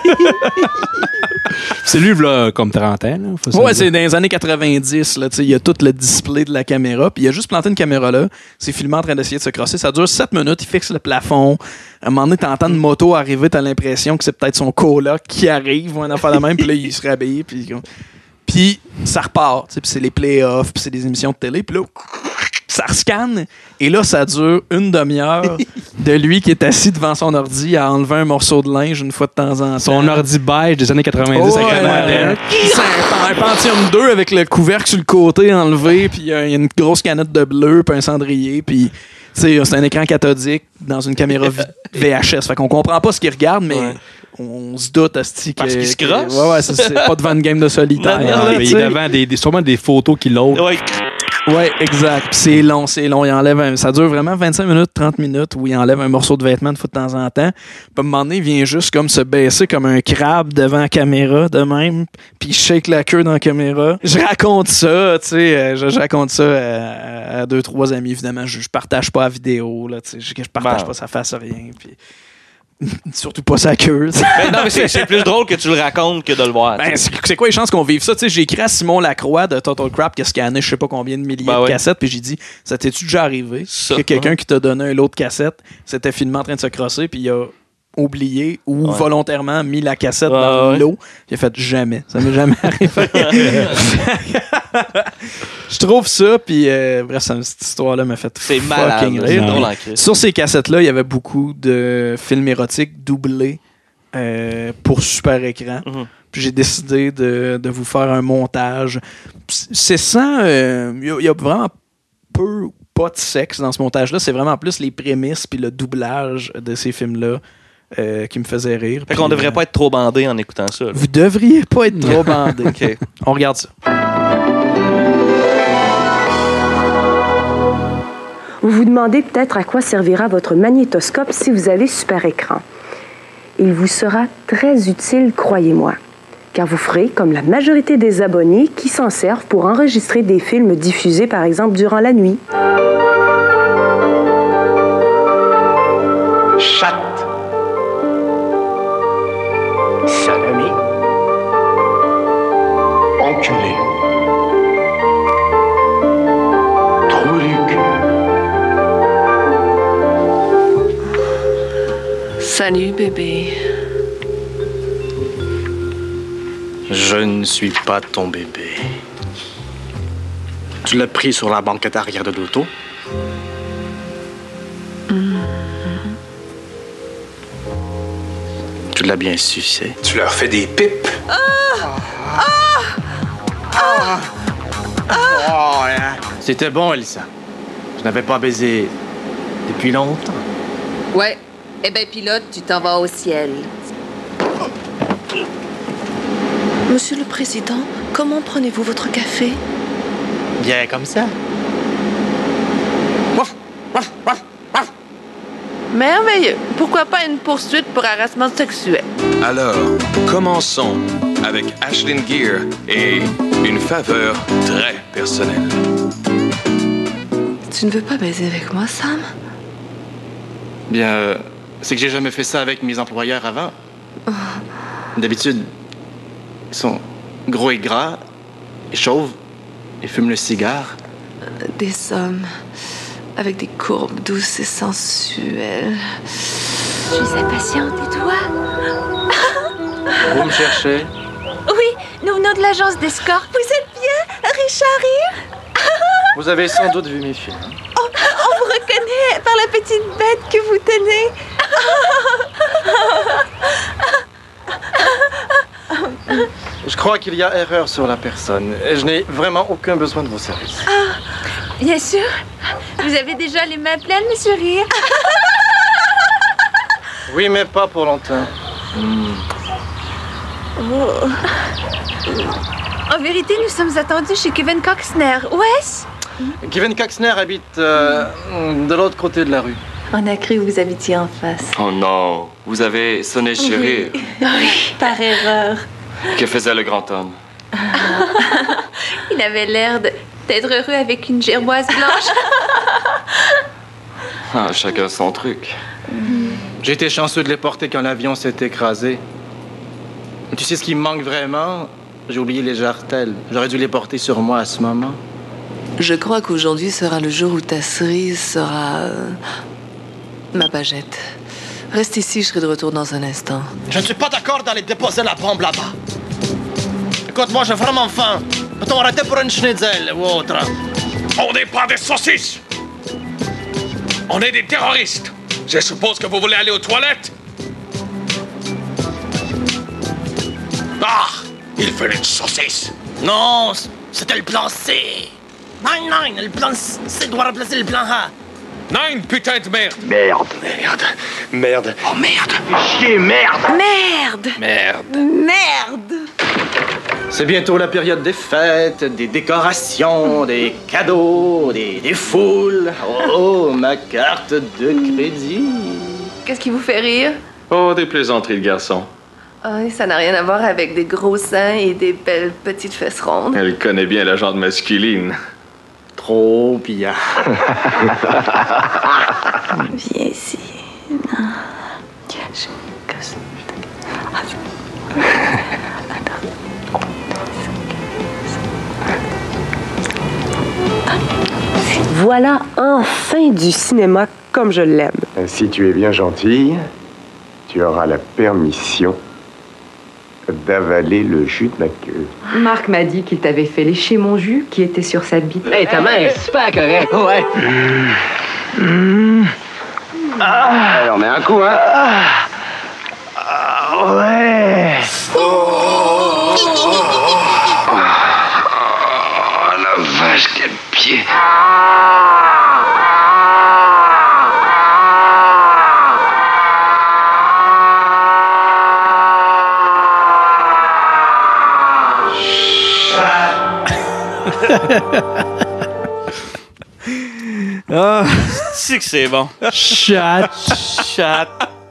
C'est lui, là, comme trente ans. Là, ouais, c'est dans les années quatre-vingt-dix. Il y a tout le display de la caméra. Puis il a juste planté une caméra là. C'est filmé en train d'essayer de se crosser. Ça dure sept minutes. Il fixe le plafond. À un moment donné, t'entends une moto arriver. T'as l'impression que c'est peut-être son coloc qui arrive ou un affaire de même. Puis là, il se rhabille. Puis... Puis ça repart, puis c'est les playoffs, puis c'est des émissions de télé, puis là, ça rescanne, et là, ça dure une demi-heure de lui qui est assis devant son ordi à enlever un morceau de linge une fois de temps en temps. Son ordi beige des années quatre-vingt-dix oh, avec un modèle. C'est un, un Pentium deux avec le couvercle sur le côté enlevé, puis il y a une grosse canette de bleu, puis un cendrier, puis... C'est un écran cathodique dans une caméra V H S. Fait qu'on comprend pas ce qu'il regarde, mais ouais. on se doute, asti, que... Parce qu'il se crosse? Ouais, ouais, c'est, c'est pas devant une game de solitaire. Non, non, là, il est devant des, des, sûrement des photos qu'il l'autre. Ouais. Ouais, exact. Puis c'est long, c'est long. Il enlève un... Ça dure vraiment vingt-cinq minutes, trente minutes où il enlève un morceau de vêtement de fois de temps en temps. Puis à un moment donné, il vient juste comme se baisser comme un crabe devant la caméra de même. Puis il shake la queue dans la caméra. Je raconte ça, tu sais. Je, je raconte ça à, à deux, trois amis, évidemment. Je, je partage pas la vidéo, là, tu sais. Je, je partage bon. pas sa face, rien. Puis... surtout pas sa queue. Ben non, mais c'est, c'est plus drôle que tu le racontes que de le voir. Ben, c'est, c'est quoi les chances qu'on vive ça? T'sais, j'ai écrit à Simon Lacroix de Total Crap qui a scanné je sais pas combien de milliers ben de ouais. cassettes, puis j'ai dit, ça t'es-tu déjà arrivé? Ça, que quelqu'un ouais. qui t'a donné un lot de cassettes s'était filmé en train de se crosser, puis il a oublié ou ouais. volontairement mis la cassette ouais, dans ouais. l'eau. Il a fait jamais. Ça m'est jamais arrivé. Je trouve ça, puis euh, bref, cette histoire-là m'a fait c'est fucking malade, rire. C'est Sur ces cassettes-là, il y avait beaucoup de films érotiques doublés euh, pour super écran. Mm-hmm. Puis j'ai décidé de, de vous faire un montage. C'est sans... Il euh, y, y a vraiment peu, pas de sexe dans ce montage-là. C'est vraiment plus les prémices puis le doublage de ces films-là. Euh, qui me faisait rire. Fait qu'on devrait euh, pas être trop bandé en écoutant ça. Là. Vous devriez pas être trop bandé. Okay. On regarde ça. Vous vous demandez peut-être à quoi servira votre magnétoscope si vous avez super écran. Il vous sera très utile, croyez-moi, car vous ferez comme la majorité des abonnés qui s'en servent pour enregistrer des films diffusés, par exemple, durant la nuit. Chatte. Salami. Enculé. Trou-luc. Salut, bébé. Je ne suis pas ton bébé. Tu l'as pris sur la banquette arrière de l'auto? Tu l'as bien sucé. Tu leur fais des pipes. Ah! Ah! Ah! Ah! C'était bon, Elsa. Je n'avais pas baisé depuis longtemps. Ouais. Eh ben, pilote, tu t'en vas au ciel. Monsieur le Président, comment prenez-vous votre café? Bien comme ça. Merveilleux. Pourquoi pas une poursuite pour harassement sexuel? Alors, commençons avec Ashlyn Gear et une faveur très personnelle. Tu ne veux pas baiser avec moi, Sam? Bien, euh, c'est que j'ai jamais fait ça avec mes employeurs avant. Oh. D'habitude, Ils sont gros et gras, et chauves, et fument le cigare. Des hommes avec des courbes douces et sensuelles. Je suis impatiente, et toi? Vous me cherchez? Oui, nous venons de l'agence d'escorte. Vous êtes bien, Richard Rire? Vous avez sans doute vu mes films. Oh, on vous reconnaît par la petite bête que vous tenez. Je crois qu'il y a erreur sur la personne. Je n'ai vraiment aucun besoin de vos services. Ah, bien sûr. Vous avez déjà les mains pleines, Monsieur Rire. Oui, mais pas pour longtemps. Mm. Oh. En vérité, nous sommes attendus chez Kevin Coxner. Où est-ce? Kevin Coxner habite euh, de l'autre côté de la rue. On a cru que vous habitiez en face. Oh non, vous avez sonné chez Rire. Oui, par erreur. Que faisait le grand homme? Il avait l'air de- d'être heureux avec une gerboise blanche. Ah, chacun son truc. J'ai été chanceux de les porter quand l'avion s'est écrasé. Tu sais ce qui me manque vraiment? J'ai oublié les jartelles. J'aurais dû les porter sur moi à ce moment. Je crois qu'aujourd'hui sera le jour où ta cerise sera... euh, ma pagette. Reste ici, je serai de retour dans un instant. Je ne suis pas d'accord d'aller déposer la bombe là-bas. Écoute, moi, j'ai vraiment faim. Peut-on arrêter pour une schnitzel ou autre? On n'est pas des saucisses. On est des terroristes. Je suppose que vous voulez aller aux toilettes. Ah, il fait une saucisse. Non, c'était le plan C. Non, non, le plan C doit remplacer le plan A. Non, putain de merde. Merde. Merde. Merde. Oh merde. Chier, merde. Merde! Merde. Merde! C'est bientôt la période des fêtes, des décorations, des cadeaux, des, des foules. Oh, ma carte de crédit. Qu'est-ce qui vous fait rire? Oh, des plaisanteries de garçon. Ah, ça n'a rien à voir avec des gros seins et des belles petites fesses rondes. Elle connaît bien la genre masculine. Trop bien. Viens ici. Non. Je... Voilà enfin du cinéma comme je l'aime. Si tu es bien gentille, tu auras la permission d'avaler le jus de ma queue. Marc m'a dit qu'il t'avait fait lécher mon jus qui était sur sa bite. Hey, ta main est super correcte. Ouais. Mmh. Ah. Alors, mets un coup, hein? Ah. Ah, ouais. Oh. Oh. Oh, la vache, quel pied. Ah, c'est que c'est bon. Chat. Chat.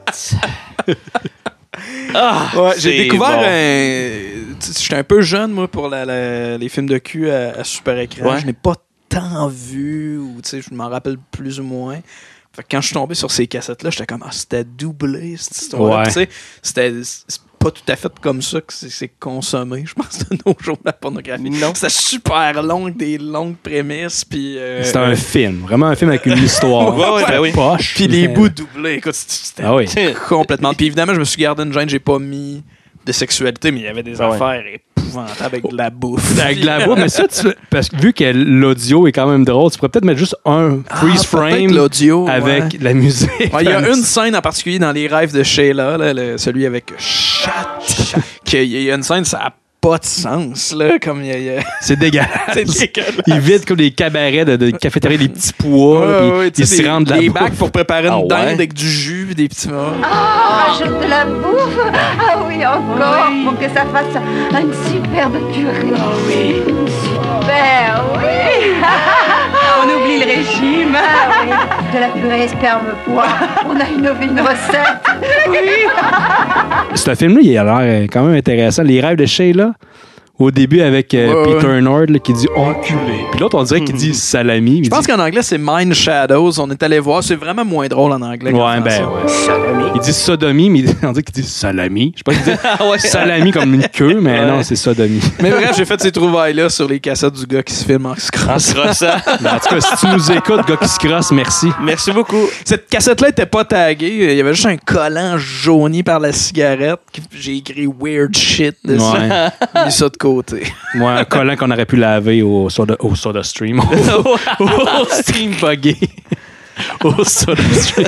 Ah, ouais, j'ai découvert bon. un. J'étais un peu jeune, moi, pour la, la, les films de cul à, à super écran. Ouais. Je n'ai pas tant vu, ou tu sais, je m'en rappelle plus ou moins. Fait que quand je suis tombé sur ces cassettes-là, j'étais comme, ah, c'était doublé, cette histoire-là. Ouais. Tu sais, c'était. C'est pas tout à fait comme ça que c'est, c'est consommé, je pense, de nos jours, la pornographie. Non. C'était super long, des longues prémices, puis. Euh, C'était un film, vraiment un film avec une histoire. Ouais, ouais, ben oui. Poche. Puis les bouts doublés, écoute, c'était Ah oui. complètement. Puis évidemment, je me suis gardé une gêne, j'ai pas mis de sexualité, mais il y avait des Ah ouais. affaires épouvantables avec de la bouffe. Avec de la bouffe, mais ça, tu, parce que vu que l'audio est quand même drôle, tu pourrais peut-être mettre juste un freeze Ah, frame peut-être l'audio, avec ouais. de la musique. Ouais, il y a une scène en particulier dans Les Rêves de Sheila, là, le- celui avec Chat. qu'il y a- il y a une scène, ça n'a pas de sens, là, comme il y a. il y a- C'est dégueulasse. C'est dégueulasse. Ils vident comme des cabarets de, de cafétéria, des petits pois, Ouais, puis ouais, tu ils sais, se des- rendent de la des bouffe. bacs pour préparer une Ah ouais? dinde avec du jus et des petits morts. Ah, rajoute de la bouffe. Ah oui, encore, pour que ça fasse une superbe purée. Ah oui. Super, oui. On oublie le régime. Ah oui. De la purée sperme pois. On a innové une recette. Oui. Ce film-là, il a l'air quand même intéressant. Les Rêves de Sheila, au début avec euh, Ouais, Peter ouais. Nord là, qui dit enculé. Puis l'autre, on dirait qu'il dit salami. Je pense qu'en anglais, c'est Mind Shadows. On est allé voir. C'est vraiment moins drôle en anglais. qu'en Ouais, ben français. ouais. Il dit sodomie, mais on dirait qu'il dit salami. Je sais pas qu'il dit Ouais. salami comme une queue, mais Ouais. non, c'est sodomie. Mais bref, j'ai fait ces trouvailles-là sur les cassettes du gars qui se filme en se En crosse. se crossant. Mais en tout cas, si tu nous écoutes, gars qui se crosse, merci. Merci beaucoup. Cette cassette-là était pas taguée. Il y avait juste un collant jauni par la cigarette. J'ai écrit weird shit dessus. Ouais. J'ai mis ça de côté. Ouais, un collant qu'on aurait pu laver au soda, au soda stream. Au, au stream buggé. Au soda stream.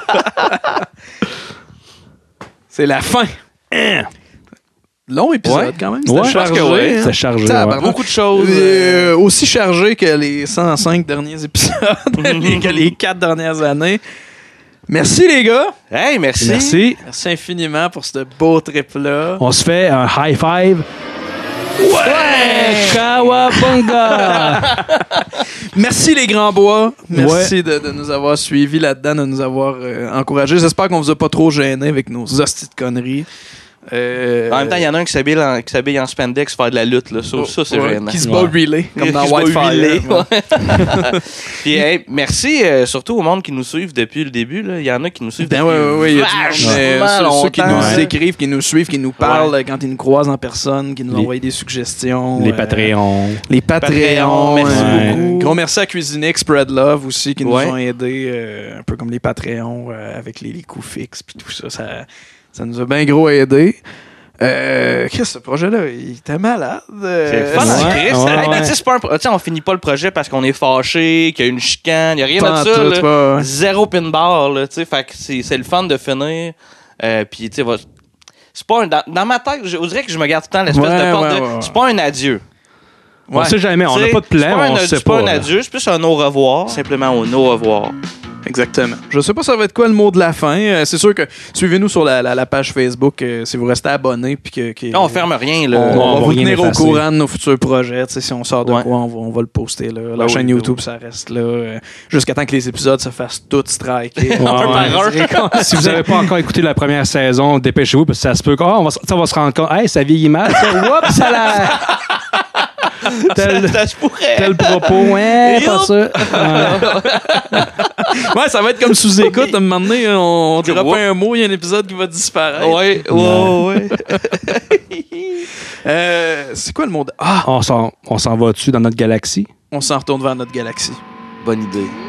C'est la fin. Long épisode Ouais. quand même. C'était Ouais, chargé. je pense que ouais. hein. C'était chargé, Tabarnak. ouais. Beaucoup de choses. Euh, aussi chargé que les cent cinq derniers épisodes, que les quatre dernières années. Merci les gars. Hey, merci. Merci. Merci infiniment pour ce beau trip-là. On se fait un high five. Ouais! Kawabunga! Merci les Grands Bois. Merci de, de nous avoir suivis là-dedans, de nous avoir euh, encouragés. J'espère qu'on vous a pas trop gênés avec nos hosties de conneries. Euh, En même temps, il y en a un qui s'habille en, qui s'habille en spandex faire de la lutte. Là. Ça, ça c'est ouais, gênant. qui se bat relay, comme dans Qui se bat Whitefire. relay, Ouais. ouais. Puis, hey, merci euh, surtout au monde qui nous suivent depuis le début. Là. Il y en a qui nous suivent Ben depuis ouais, ouais, ouais, il y a du monde, vachement euh, ceux- ceux qui longtemps. nous Ouais. écrivent, qui nous suivent, qui nous parlent Ouais. euh, quand ils nous croisent en personne, qui nous Les- envoient des suggestions. Les euh, Patreons. Les Patreons. Patreons, merci euh, beaucoup. Gros merci à Cuisinique, Spread Love aussi, qui nous Ouais. ont aidés, euh, un peu comme les Patreons, euh, avec les, les coûts fixes puis tout ça, ça. Ça nous a bien gros aidés. Euh, Chris, ce projet-là, il était malade. Euh, C'est le fun, en Ouais, Christ. ouais, Hey, mais ouais. tu sais, c'est pas un pro- tu sais, on finit pas le projet parce qu'on est fâché, qu'il y a une chicane, il y a rien Pas de en ça. tout, là. pas, ouais. Zéro pin bar, là, tu sais. Fait que c'est c'est le fun de finir. Euh, Puis, tu sais, va- c'est pas un. Dans, dans ma tête, je on dirait que je me garde tout le temps l'espèce Ouais, de porte ouais, de. ouais, ouais. C'est pas un adieu. On sait jamais, on n'a T'sais, pas de c'est plan, pas un- on sait C'est pas pas. un là. adieu, c'est plus un au revoir. Simplement un au revoir. Exactement. Je sais pas ça va être quoi le mot de la fin. Euh, c'est sûr que suivez-nous sur la, la, la page Facebook euh, si vous restez abonnés puis que, que Là, on ferme rien, là. on, on on va va vous rien tenir au effacer. courant de nos futurs projets. Tu sais, si on sort de Ouais. quoi, on va, on va le poster là. La Ben chaîne oui, ben YouTube, ça reste là. euh, Jusqu'à temps que les épisodes se fassent tous striker. Ouais, ouais. Si vous n'avez pas encore écouté la première saison, dépêchez-vous parce que ça se peut qu'on va, se- ça va se rendre compte. Hey, ça vieillit mal. Ça, Oups, ça la. tel, Ça se pourrait. tel propos. Ouais, pas Youp. ça. Ouais. Ouais, ça va être comme sous-écoute. À un moment donné, on dira Oups. pas un mot, il y a un épisode qui va disparaître. Ouais, ouais, ouais. Euh, c'est quoi le mot de... Ah, On s'en, on s'en va dessus dans notre galaxie. on s'en retourne vers notre galaxie. Bonne idée.